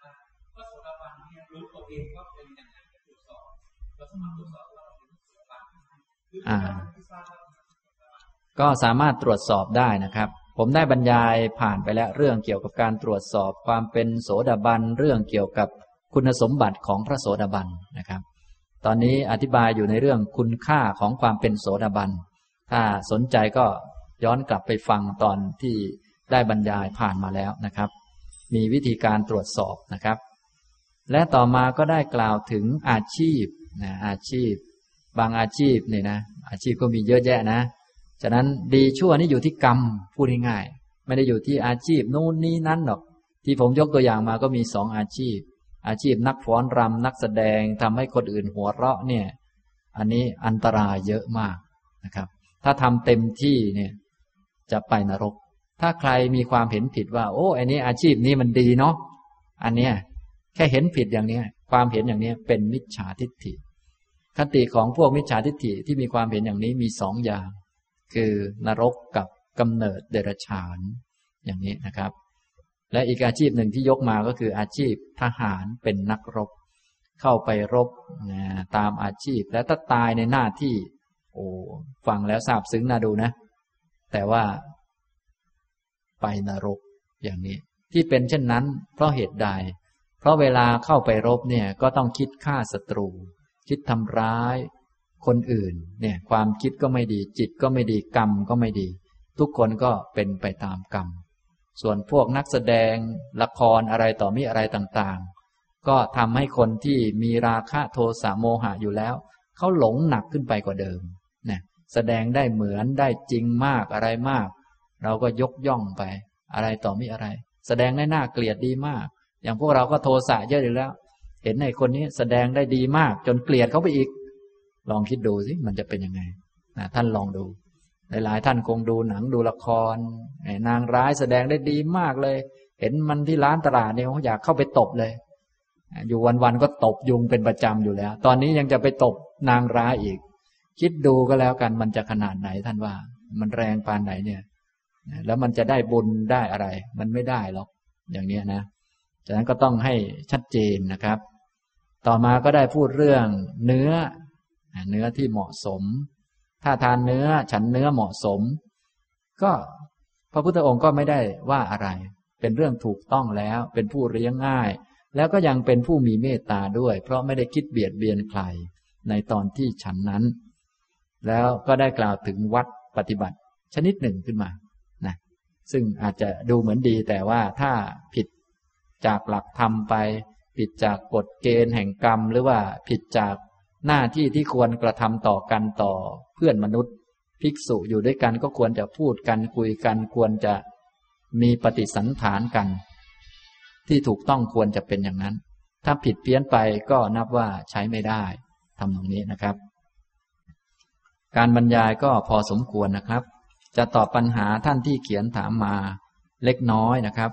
ก็สามารถตรวจสอบได้นะครับผมได้บรรยายผ่านไปแล้วเรื่องเกี่ยวกับการตรวจสอบความเป็นโสดาบันเรื่องเกี่ยวกับคุณสมบัติของพระโสดาบันนะครับตอนนี้อธิบายอยู่ในเรื่องคุณค่าของความเป็นโสดาบันถ้าสนใจก็ย้อนกลับไปฟังตอนที่ได้บรรยายผ่านมาแล้วนะครับมีวิธีการตรวจสอบนะครับและต่อมาก็ได้กล่าวถึงอาชีพนะอาชีพบางอาชีพเนี่ยนะอาชีพก็มีเยอะแยะนะฉะนั้นดีชั่วนี่อยู่ที่กรรมพูดง่ายๆไม่ได้อยู่ที่อาชีพนู่นนี่นั้นหรอกที่ผมยกตัวอย่างมาก็มี2อาชีพอาชีพนักฟ้อนรำนักแสดงทำให้คนอื่นหัวเราะเนี่ยอันนี้อันตรายเยอะมากนะครับถ้าทำเต็มที่เนี่ยจะไปนรกถ้าใครมีความเห็นผิดว่าโอ้ไอ้นี้อาชีพนี้มันดีเนาะอันเนี้ยแค่เห็นผิดอย่างนี้ความเห็นอย่างนี้เป็นมิจฉาทิฏฐิคติของพวกมิจฉาทิฏฐิที่มีความเห็นอย่างนี้มี2อย่างคือนรกกับกำเนิดเดรัจฉานอย่างนี้นะครับและอีกอาชีพหนึ่งที่ยกมาก็คืออาชีพทหารเป็นนักรบเข้าไปรบตามอาชีพและถ้าตายในหน้าที่โอ้ฟังแล้วซาบซึ้งน่าดูนะแต่ว่าไปนรกอย่างนี้ที่เป็นเช่นนั้นเพราะเหตุใดเพราะเวลาเข้าไปรบเนี่ยก็ต้องคิดฆ่าศัตรูคิดทำร้ายคนอื่นเนี่ยความคิดก็ไม่ดีจิตก็ไม่ดีกรรมก็ไม่ดีทุกคนก็เป็นไปตามกรรมส่วนพวกนักแสดงละครอะไรต่อมีอะไรต่างๆก็ทำให้คนที่มีราคะโทสะโมหะอยู่แล้วเขาหลงหนักขึ้นไปกว่าเดิมนะแสดงได้เหมือนได้จริงมากอะไรมากเราก็ยกย่องไปอะไรต่อมีอะไรแสดงได้น่าเกลียดดีมากอย่างพวกเราก็โทสะเยอะอยู่แล้วเห็นไอ้คนนี้แสดงได้ดีมากจนเกลียดเขาไปอีกลองคิดดูสิมันจะเป็นยังไงนะท่านลองดูหลายๆท่านคงดูหนังดูละครนางร้ายแสดงได้ดีมากเลยเห็นมันที่ร้านตลาดเนี่ยเขาอยากเข้าไปตบเลยอยู่วันๆก็ตบยุงเป็นประจำอยู่แล้วตอนนี้ยังจะไปตบนางร้ายอีกคิดดูก็แล้วกันมันจะขนาดไหนท่านว่ามันแรงปานไหนเนี่ยแล้วมันจะได้บุญได้อะไรมันไม่ได้หรอกอย่างนี้นะฉะนั้นก็ต้องให้ชัดเจนนะครับต่อมาก็ได้พูดเรื่องเนื้อเนื้อที่เหมาะสมถ้าทานเนื้อฉันเนื้อเหมาะสมก็พระพุทธองค์ก็ไม่ได้ว่าอะไรเป็นเรื่องถูกต้องแล้วเป็นผู้เลี้ยงง่ายแล้วก็ยังเป็นผู้มีเมตตาด้วยเพราะไม่ได้คิดเบียดเบียนใครในตอนที่ฉันนั้นแล้วก็ได้กล่าวถึงวัดปฏิบัติชนิดหนึ่งขึ้นมานะซึ่งอาจจะดูเหมือนดีแต่ว่าถ้าผิดจากหลักธรรมไปผิดจากกฎเกณฑ์แห่งกรรมหรือว่าผิดจากหน้าที่ที่ควรกระทำต่อกันต่อเพื่อนมนุษย์ภิกษุอยู่ด้วยกันก็ควรจะพูดกันคุยกันควรจะมีปฏิสันถานกันที่ถูกต้องควรจะเป็นอย่างนั้นถ้าผิดเพี้ยนไปก็นับว่าใช้ไม่ได้ทำตรงนี้นะครับการบรรยายก็พอสมควรนะครับจะตอบปัญหาท่านที่เขียนถามมาเล็กน้อยนะครับ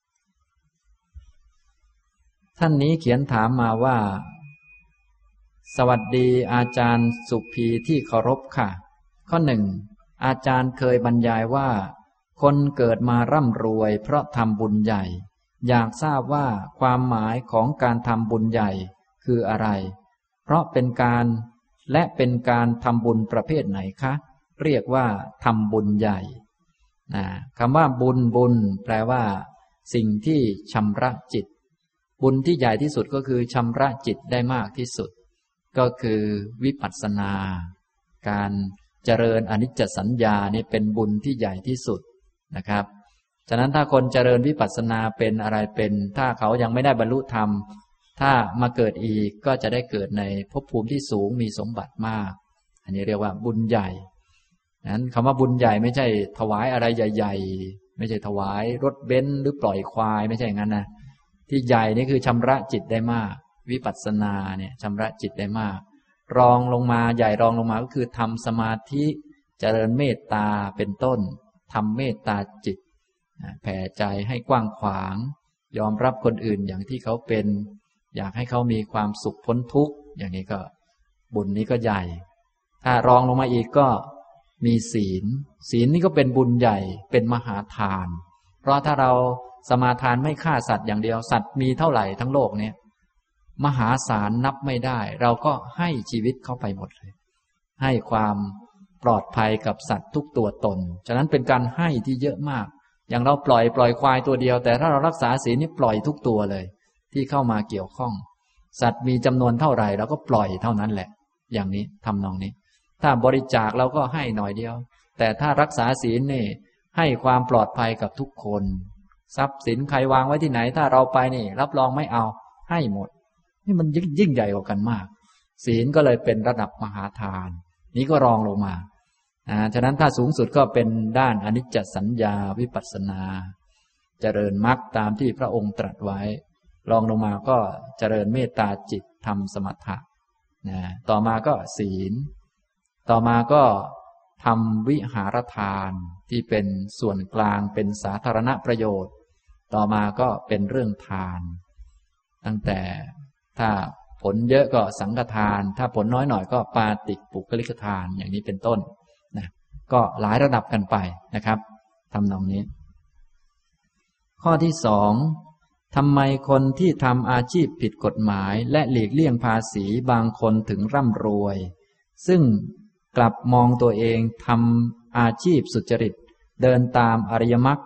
ท่านนี้เขียนถามมาว่าสวัสดีอาจารย์สุภีที่เคารพค่ะข้อหนึ่งอาจารย์เคยบรรยายว่าคนเกิดมาร่ำรวยเพราะทำบุญใหญ่อยากทราบว่าความหมายของการทำบุญใหญ่คืออะไรเพราะเป็นการและเป็นการทำบุญประเภทไหนคะเรียกว่าทำบุญใหญ่คำว่าบุญแปลว่าสิ่งที่ชำระจิตบุญที่ใหญ่ที่สุดก็คือชำระจิตได้มากที่สุดก็คือวิปัสสนาการเจริญอนิจจสัญญานี่เป็นบุญที่ใหญ่ที่สุดนะครับฉะนั้นถ้าคนเจริญวิปัสสนาเป็นอะไรเป็นถ้าเขายังไม่ได้บรรลุธรรมถ้ามาเกิดอีกก็จะได้เกิดในภพภูมิที่สูงมีสมบัติมากอันนี้เรียกว่าบุญใหญ่นั้นคำว่าบุญใหญ่ไม่ใช่ถวายอะไรใหญ่ๆไม่ใช่ถวายรถเบนซ์หรือปล่อยควายไม่ใช่อย่างนั้นนะที่ใหญ่นี่คือชำระจิตได้มากวิปัสสนาเนี่ยชำระจิตได้มากรองลงมาใหญ่รองลงมาก็คือทำสมาธิเจริญเมตตาเป็นต้นทำเมตตาจิตแผ่ใจให้กว้างขวางยอมรับคนอื่นอย่างที่เขาเป็นอยากให้เขามีความสุขพ้นทุกข์อย่างนี้ก็บุญนี้ก็ใหญ่ถ้ารองลงมาอีกก็มีศีลนี่ก็เป็นบุญใหญ่เป็นมหาทานเพราะถ้าเราสมาทานไม่ฆ่าสัตว์อย่างเดียวสัตว์มีเท่าไหร่ทั้งโลกนี้มหาศาลนับไม่ได้เราก็ให้ชีวิตเข้าไปหมดเลยให้ความปลอดภัยกับสัตว์ทุกตัวตนฉะนั้นเป็นการให้ที่เยอะมากอย่างเราปล่อยควายตัวเดียวแต่ถ้าเรารักษาศีลนี่ปล่อยทุกตัวเลยที่เข้ามาเกี่ยวข้องสัตว์มีจำนวนเท่าไหร่เราก็ปล่อยเท่านั้นแหละอย่างนี้ทำนองนี้ถ้าบริจาคเราก็ให้หน่อยเดียวแต่ถ้ารักษาศีลนี่ให้ความปลอดภัยกับทุกคนทรัพย์สินใครวางไว้ที่ไหนถ้าเราไปนี่รับรองไม่เอาให้หมดนี่มันยิ่งใหญ่กว่ากันมากศีลก็เลยเป็นระดับมหาทานนี้ก็รองลงมาฉะนั้นถ้าสูงสุดก็เป็นด้านอนิจจสัญญาวิปัสสนาเจริญมรรคตามที่พระองค์ตรัสไว้รองลงมาก็เจริญเมตตาจิตทำสมถะต่อมาก็ศีลต่อมาก็ทำวิหารทานที่เป็นส่วนกลางเป็นสาธารณประโยชน์ต่อมาก็เป็นเรื่องทานตั้งแต่ถ้าผลเยอะก็สังฆทานถ้าผลน้อยหน่อยก็ปาติกปุคลิกทานอย่างนี้เป็นต้นนะก็หลายระดับกันไปนะครับทำนองนี้ข้อที่สองทำไมคนที่ทำอาชีพผิดกฎหมายและหลีกเลี่ยงภาษีบางคนถึงร่ำรวยซึ่งกลับมองตัวเองทำอาชีพสุจริตเดินตามอริยมรรค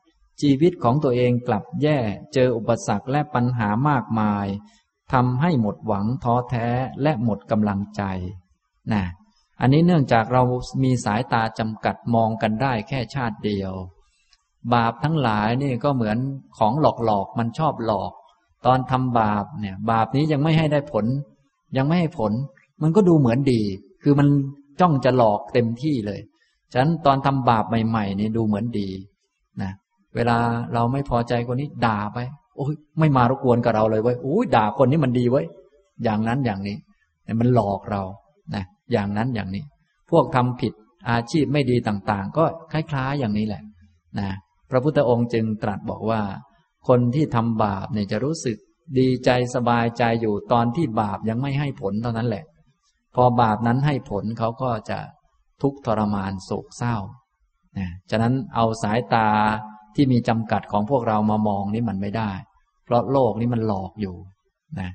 8ชีวิตของตัวเองกลับแย่เจออุปสรรคและปัญหามากมายทำให้หมดหวังท้อแท้และหมดกำลังใจอันนี้เนื่องจากเรามีสายตาจำกัดมองกันได้แค่ชาติเดียวบาปทั้งหลายนี่ก็เหมือนของหลอกมันชอบหลอกตอนทำบาปเนี่ยบาปนี้ยังไม่ให้ได้ผลยังไม่ให้ผลมันก็ดูเหมือนดีคือมันจ้องจะหลอกเต็มที่เลยฉะนั้นตอนทำบาปใหม่ๆนี่ดูเหมือนดีนะเวลาเราไม่พอใจคนนี้ด่าไปโอ้ยไม่มารบกวนกับเราเลยเว้ยโอ้ยด่าคนนี้มันดีเว้ยอย่างนั้นอย่างนี้มันหลอกเรานะอย่างนั้นอย่างนี้พวกทำผิดอาชีพไม่ดีต่างๆก็คล้ายๆอย่างนี้แหละนะพระพุทธองค์จึงตรัสบอกว่าคนที่ทำบาปเนี่ยจะรู้สึกดีใจสบายใจอยู่ตอนที่บาปยังไม่ให้ผลเท่านั้นแหละพอบาปนั้นให้ผลเขาก็จะทุกข์ทรมานโศกเศร้าฉะนั้นเอาสายตาที่มีจำกัดของพวกเรามามองนี่มันไม่ได้เพราะโลกนี้มันหลอกอยู่นะ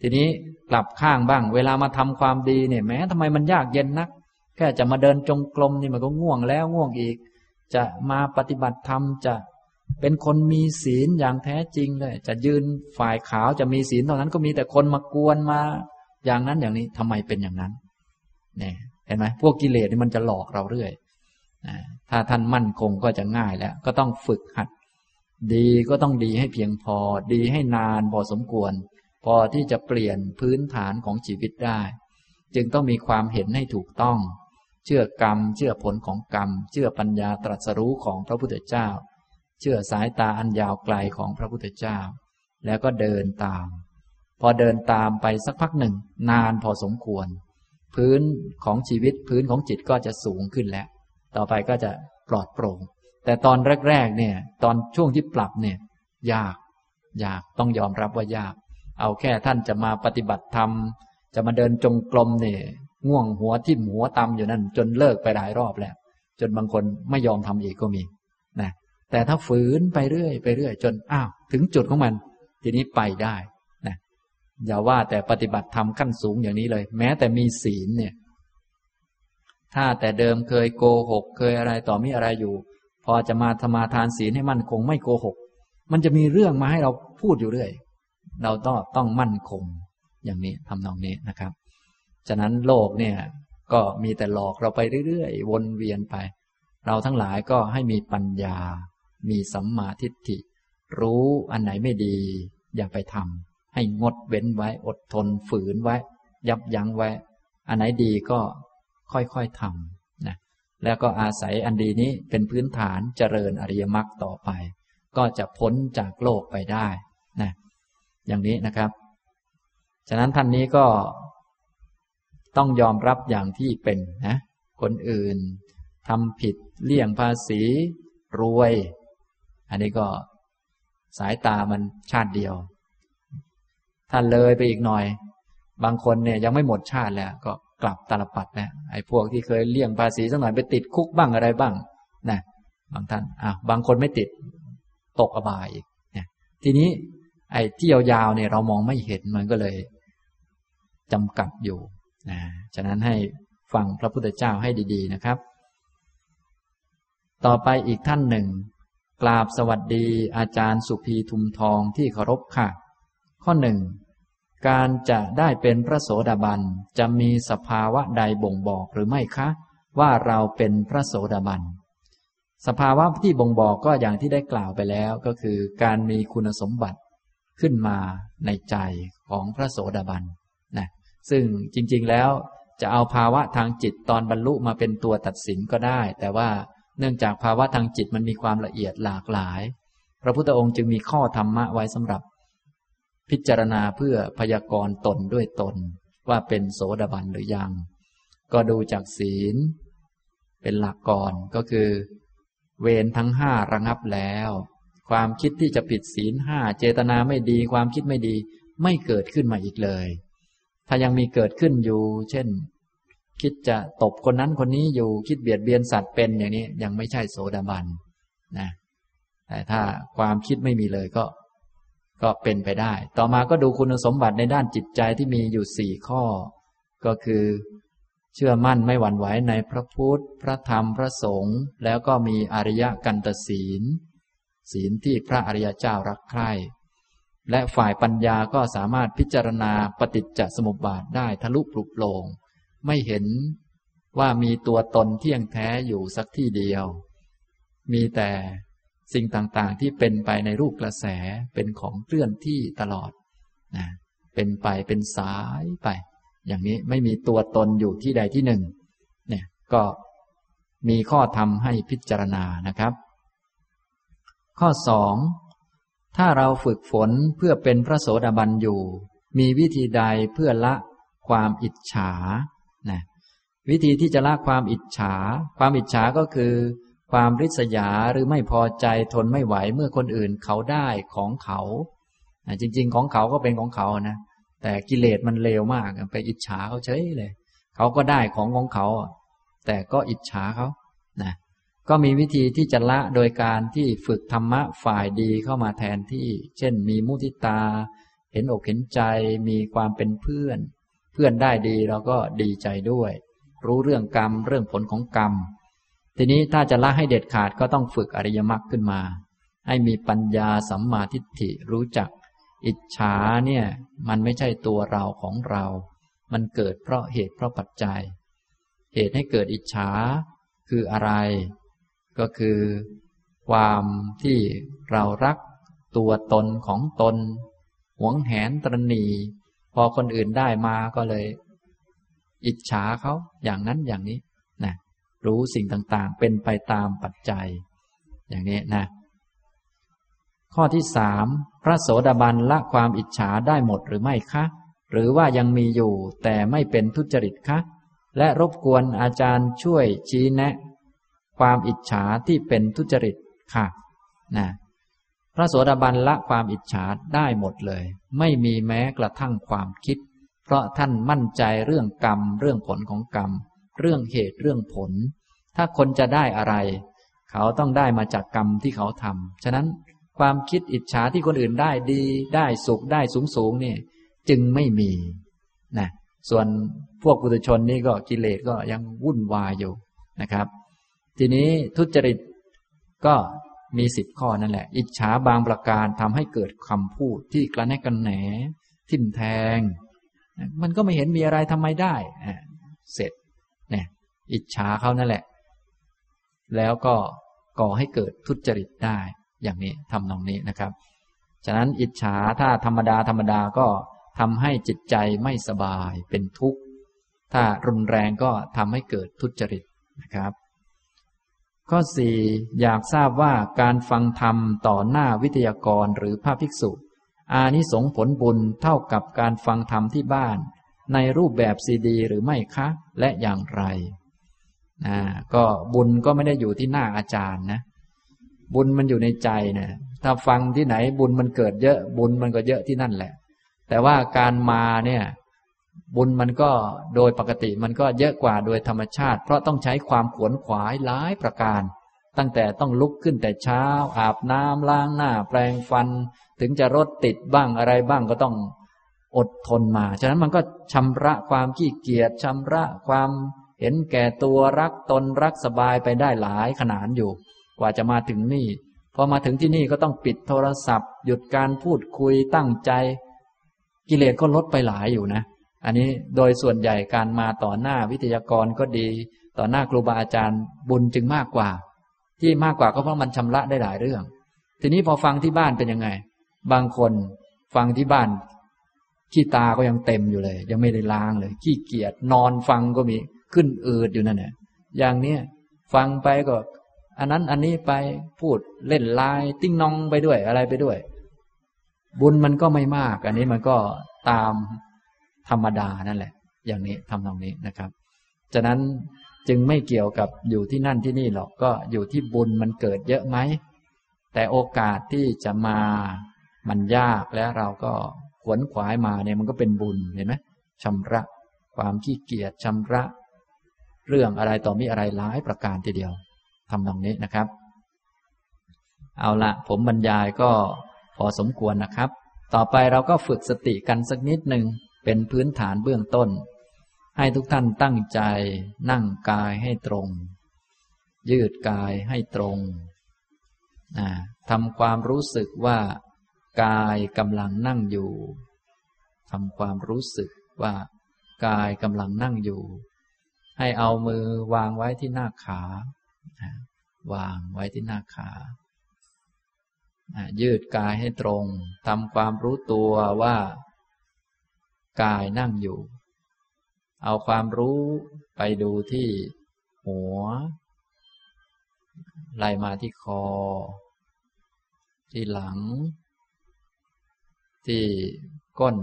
ทีนี้กลับข้างบ้างเวลามาทำความดีเนี่ยแม้ทำไมมันยากเย็นนักแค่จะมาเดินจงกรมนี่มันก็ง่วงแล้วง่วงอีกจะมาปฏิบัติธรรมจะเป็นคนมีศีลอย่างแท้จริงเลยจะยืนฝ่ายขาวจะมีศีลเท่านั้นก็มีแต่คนมากวนมาอย่างนั้นอย่างนี้ทำไมเป็นอย่างนั้นเนี่ยเห็นไหมพวกกิเลสนี่มันจะหลอกเราเรื่อยถ้าท่านมั่นคงก็จะง่ายแล้วก็ต้องฝึกหัดดีก็ต้องดีให้เพียงพอดีให้นานพอสมควรพอที่จะเปลี่ยนพื้นฐานของชีวิตได้จึงต้องมีความเห็นให้ถูกต้องเชื่อกรรมเชื่อผลของกรรมเชื่อปัญญาตรัสรู้ของพระพุทธเจ้าเชื่อสายตาอันยาวไกลของพระพุทธเจ้าแล้วก็เดินตามพอเดินตามไปสักพักหนึ่งนานพอสมควรพื้นของชีวิตพื้นของจิตก็จะสูงขึ้นแล้วต่อไปก็จะปลอดโปร่งแต่ตอนแรกๆเนี่ยตอนช่วงที่ปรับเนี่ยยากต้องยอมรับว่ายากเอาแค่ท่านจะมาปฏิบัติธรรมจะมาเดินจงกรมเนี่ยง่วงหัวทิ่มหัวตำอยู่นั่นจนเลิกไปหลายรอบแล้วจนบางคนไม่ยอมทำอีกก็มีนะแต่ถ้าฝืนไปเรื่อยจนถึงจุดของมันทีนี้ไปได้นะอย่าว่าแต่ปฏิบัติธรรมขั้นสูงอย่างนี้เลยแม้แต่มีศีลเนี่ยถ้าแต่เดิมเคยโกหกเคยอะไรต่อมีอะไรอยู่พอจะมาสมาทานศีลให้มั่นคงไม่โกหกมันจะมีเรื่องมาให้เราพูดอยู่เรื่อยเราต้องมั่นคงอย่างนี้ทำนองนี้นะครับฉะนั้นโลกเนี่ยก็มีแต่หลอกเราไปเรื่อยๆวนเวียนไปเราทั้งหลายก็ให้มีปัญญามีสัมมาทิฏฐิรู้อันไหนไม่ดีอย่าไปทำให้งดเว้นไว้อดทนฝืนไว้ยับยั้งไว้อันไหนดีก็ค่อยๆทำนะแล้วก็อาศัยอันดีนี้เป็นพื้นฐานเจริญอริยมรรคต่อไปก็จะพ้นจากโลกไปได้นะอย่างนี้นะครับฉะนั้นท่านนี้ก็ต้องยอมรับอย่างที่เป็นนะคนอื่นทำผิดเลี่ยงภาษีรวยอันนี้ก็สายตามันชาติเดียวถ้าเลยไปอีกหน่อยบางคนเนี่ยยังไม่หมดชาติแล้วก็กลับตาลปัดแล้วไอ้พวกที่เคยเลี่ยงภาษีสักหน่อยไปติดคุกบ้างอะไรบ้างนะบางท่านบางคนไม่ติดตกอบายอีกเนี่ยทีนี้ไอ้ที่ยาวๆเนี่ยเรามองไม่เห็นมันก็เลยจำกัดอยู่ฉะนั้นให้ฟังพระพุทธเจ้าให้ดีๆนะครับต่อไปอีกท่านหนึ่งกราบสวัสดีอาจารย์สุภีทุมทองที่เคารพค่ะข้อหนึ่งการจะได้เป็นพระโสดาบันจะมีสภาวะใดบ่งบอกหรือไม่คะว่าเราเป็นพระโสดาบันสภาวะที่บ่งบอกก็อย่างที่ได้กล่าวไปแล้วก็คือการมีคุณสมบัติขึ้นมาในใจของพระโสดาบันนะซึ่งจริงๆแล้วจะเอาภาวะทางจิตตอนบรรลุมาเป็นตัวตัดสินก็ได้แต่ว่าเนื่องจากภาวะทางจิตมันมีความละเอียดหลากหลายพระพุทธองค์จึงมีข้อธรรมะไว้สำหรับพิจารณาเพื่อพยากรณ์ตนด้วยตนว่าเป็นโสดาบันหรือยังก็ดูจากศีลเป็นหลักก่อนก็คือเวรทั้ง5ระงับแล้วความคิดที่จะผิดศีล5เจตนาไม่ดีความคิดไม่ดีไม่เกิดขึ้นมาอีกเลยถ้ายังมีเกิดขึ้นอยู่เช่นคิดจะตบคนนั้นคนนี้อยู่คิดเบียดเบียนสัตว์เป็นอย่างนี้ยังไม่ใช่โสดาบันนะแต่ถ้าความคิดไม่มีเลยก็เป็นไปได้ต่อมาก็ดูคุณสมบัติในด้านจิตใจที่มีอยู่4ข้อก็คือเชื่อมั่นไม่หวั่นไหวในพระพุทธพระธรรมพระสงฆ์แล้วก็มีอริยกันตศีลศีลที่พระอริยเจ้ารักใคร่และฝ่ายปัญญาก็สามารถพิจารณาปฏิจจสมุปบาทได้ทะลุปลุกโปร่งไม่เห็นว่ามีตัวตนเที่ยงแท้อยู่สักที่เดียวมีแต่สิ่งต่างๆที่เป็นไปในรูปกระแสเป็นของเคลื่อนที่ตลอดนะเป็นไปเป็นสายไปอย่างนี้ไม่มีตัวตนอยู่ที่ใดที่หนึ่งเนี่ยก็มีข้อธรรมให้พิจารณานะครับข้อ2ถ้าเราฝึกฝนเพื่อเป็นพระโสดาบันอยู่มีวิธีใดเพื่อละความอิจฉานะวิธีที่จะละความอิจฉาก็คือความริษยาหรือไม่พอใจทนไม่ไหวเมื่อคนอื่นเขาได้ของเขาจริงๆของเขาก็เป็นของเขานะแต่กิเลสมันเลวมากไปอิจฉาเขาเฉยเลยเขาก็ได้ของเขาแต่ก็อิจฉาเขานะก็มีวิธีที่จะละโดยการที่ฝึกธรรมะฝ่ายดีเข้ามาแทนที่เช่นมีมุทิตาเห็นอกเห็นใจมีความเป็นเพื่อนเพื่อนได้ดีเราก็ดีใจด้วยรู้เรื่องกรรมเรื่องผลของกรรมทีนี้ถ้าจะละให้เด็ดขาดก็ต้องฝึกอริยมรรคขึ้นมาให้มีปัญญาสัมมาทิฏฐิรู้จักอิจฉาเนี่ยมันไม่ใช่ตัวเราของเรามันเกิดเพราะเหตุเพราะปัจจัยเหตุให้เกิดอิจฉาคืออะไรก็คือความที่เรารักตัวตนของตนหวงแหนตระหนี่พอคนอื่นได้มาก็เลยอิจฉาเขาอย่างนั้นอย่างนี้นะรู้สิ่งต่างๆเป็นไปตามปัจจัยอย่างนี้นะข้อที่สามพระโสดาบันละความอิจฉาได้หมดหรือไม่คะหรือว่ายังมีอยู่แต่ไม่เป็นทุจริตคะและรบกวนอาจารย์ช่วยชี้แนะความอิจฉาที่เป็นทุจริตค่ะนะพระโสดาบันละความอิจฉาได้หมดเลยไม่มีแม้กระทั่งความคิดเพราะท่านมั่นใจเรื่องกรรมเรื่องผลของกรรมเรื่องเหตุเรื่องผลถ้าคนจะได้อะไรเขาต้องได้มาจากกรรมที่เขาทำฉะนั้นความคิดอิจฉาที่คนอื่นได้ดีได้สุขได้สูงนี่จึงไม่มีนะส่วนพวกปุถุชนนี่ก็กิเลสก็ยังวุ่นวายอยู่นะครับทีนี้ทุจริตก็มี10 ข้อนั่นแหละอิจฉาบางประการทำให้เกิดคำพูดที่กระแนกกระแหนทิ่มแทงมันก็ไม่เห็นมีอะไรทำไมได้เสร็จเนี่ยอิจฉาเขานั่นแหละแล้วก็ก่อให้เกิดทุจริตได้อย่างนี้ทำนองนี้นะครับฉะนั้นอิจฉาถ้าธรรมดาก็ทำให้จิตใจไม่สบายเป็นทุกข์ถ้ารุนแรงก็ทำให้เกิดทุจริตนะครับข้อ 4อยากทราบว่าการฟังธรรมต่อหน้าวิทยากรหรือพระภิกษุอานิสงส์ผลบุญเท่ากับการฟังธรรมที่บ้านในรูปแบบซีดีหรือไม่คะและอย่างไรก็บุญก็ไม่ได้อยู่ที่หน้าอาจารย์นะบุญมันอยู่ในใจนะถ้าฟังที่ไหนบุญมันเกิดเยอะบุญมันก็เยอะที่นั่นแหละแต่ว่าการมาเนี่ยบุญมันก็โดยปกติมันก็เยอะกว่าโดยธรรมชาติเพราะต้องใช้ความขวนขวายหลายประการตั้งแต่ต้องลุกขึ้นแต่เช้าอาบน้ำล้างหน้าแปรงฟันถึงจะรถติดบ้างอะไรบ้างก็ต้องอดทนมาฉะนั้นมันก็ชำระความขี้เกียจชำระความเห็นแก่ตัวรักตนรักสบายไปได้หลายขนาดอยู่กว่าจะมาถึงนี่พอมาถึงที่นี่ก็ต้องปิดโทรศัพท์หยุดการพูดคุยตั้งใจกิเลสก็ลดไปหลายอยู่นะอันนี้โดยส่วนใหญ่การมาต่อหน้าวิทยากรก็ดีต่อหน้าครูบาอาจารย์บุญจึงมากกว่าที่มากกว่าก็เพราะมันชำระได้หลายเรื่องทีนี้พอฟังที่บ้านเป็นยังไงบางคนฟังที่บ้านขี้ตาก็ยังเต็มอยู่เลยยังไม่ได้ล้างเลยขี้เกียจนอนฟังก็มีขึ้นอืดอยู่นั่นแหละอย่างเนี้ยฟังไปก็อันนั้นอันนี้ไปพูดเล่นไลน์ติ้งนองไปด้วยอะไรไปด้วยบุญมันก็ไม่มากอันนี้มันก็ตามธรรมดานั่นแหละอย่างนี้ทำตรงนี้นะครับฉะนั้นจึงไม่เกี่ยวกับอยู่ที่นั่นที่นี่หรอกก็อยู่ที่บุญมันเกิดเยอะไหมแต่โอกาสที่จะมามันยากแล้วเราก็ขวนขวายมาเนี่ยมันก็เป็นบุญเห็นไหมชำระความขี้เกียจชำระเรื่องอะไรต่อมีอะไรหลายประการทีเดียวทำตรงนี้นะครับเอาละผมบรรยายก็พอสมควรนะครับต่อไปเราก็ฝึกสติกันสักนิดหนึ่งเป็นพื้นฐานเบื้องต้นให้ทุกท่านตั้งใจนั่งกายให้ตรงยืดกายให้ตรงทำความรู้สึกว่ากายกำลังนั่งอยู่ทำความรู้สึกว่ากายกำลังนั่งอยู่ให้เอามือวางไว้ที่หน้าขาวางไว้ที่หน้าขายืดกายให้ตรงทำความรู้ตัวว่ากายนั่งอยู่เอาความรู้ไปดูที่หัวไล่มาที่คอที่หลังที่ก้น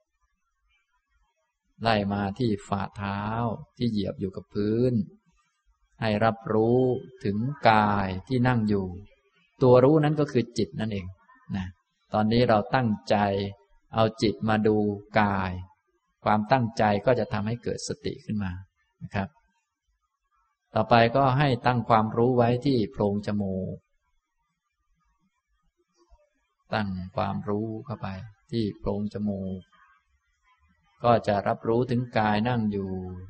ไล่มาที่ฝ่าเท้าที่เหยียบอยู่กับพื้นให้รับรู้ถึงกายที่นั่งอยู่ตัวรู้นั้นก็คือจิตนั่นเองนะตอนนี้เราตั้งใจเอาจิตมาดูกายความตั้งใจก็จะทำให้เกิดสติขึ้นมานะครับต่อไปก็ให้ตั้งความรู้ไว้ที่โพรงจมูกตั้งความรู้เข้าไปที่โพรงจมูกก็จะรับรู้ถึงกายนั่งอยู่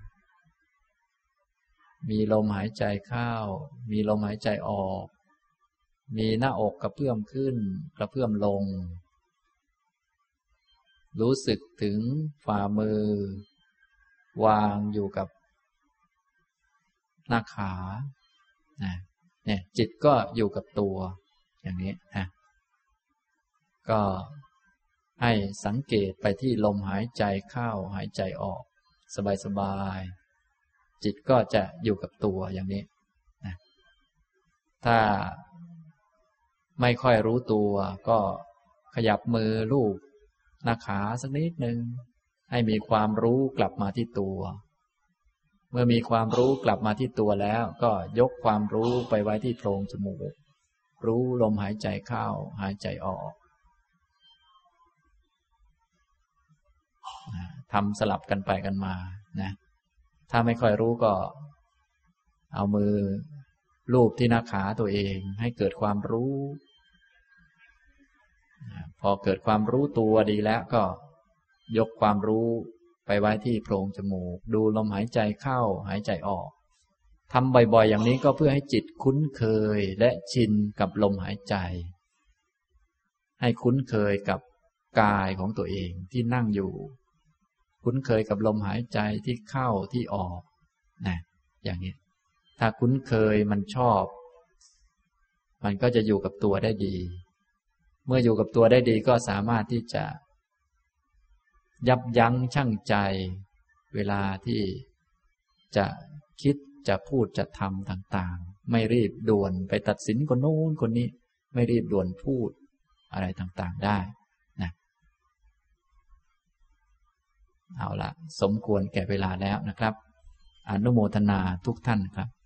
มีลมหายใจเข้ามีลมหายใจออกมีหน้าอกกระเพื่อมขึ้นกระเพื่อมลงรู้สึกถึงฝ่ามือวางอยู่กับหน้าขาเนี่ยจิตก็อยู่กับตัวอย่างนี้นะก็ให้สังเกตไปที่ลมหายใจเข้าหายใจออกสบายๆจิตก็จะอยู่กับตัวอย่างนี้นะถ้าไม่ค่อยรู้ตัวก็ขยับมือลูบหน้าขาสักนิดนึงให้มีความรู้กลับมาที่ตัวเมื่อมีความรู้กลับมาที่ตัวแล้วก็ยกความรู้ไปไว้ที่โพรงจมูกรู้ลมหายใจเข้าหายใจออกทำสลับกันไปกันมานะถ้าไม่ค่อยรู้ก็เอามือลูบที่หน้าขาตัวเองให้เกิดความรู้พอเกิดความรู้ตัวดีแล้วก็ยกความรู้ไปไว้ที่โพรงจมูกดูลมหายใจเข้าหายใจออกทำบ่อยๆอย่างนี้ก็เพื่อให้จิตคุ้นเคยและชินกับลมหายใจให้คุ้นเคยกับกายของตัวเองที่นั่งอยู่คุ้นเคยกับลมหายใจที่เข้าที่ออกนะอย่างนี้ถ้าคุ้นเคยมันชอบมันก็จะอยู่กับตัวได้ดีเมื่ออยู่กับตัวได้ดีก็สามารถที่จะยับยั้งชั่งใจเวลาที่จะคิดจะพูดจะทำต่างๆไม่รีบด่วนไปตัดสินคนโน้นคนนี้ไม่รีบด่วนพูดอะไรต่างๆได้นะเอาละสมควรแก่เวลาแล้วนะครับอนุโมทนาทุกท่านครับ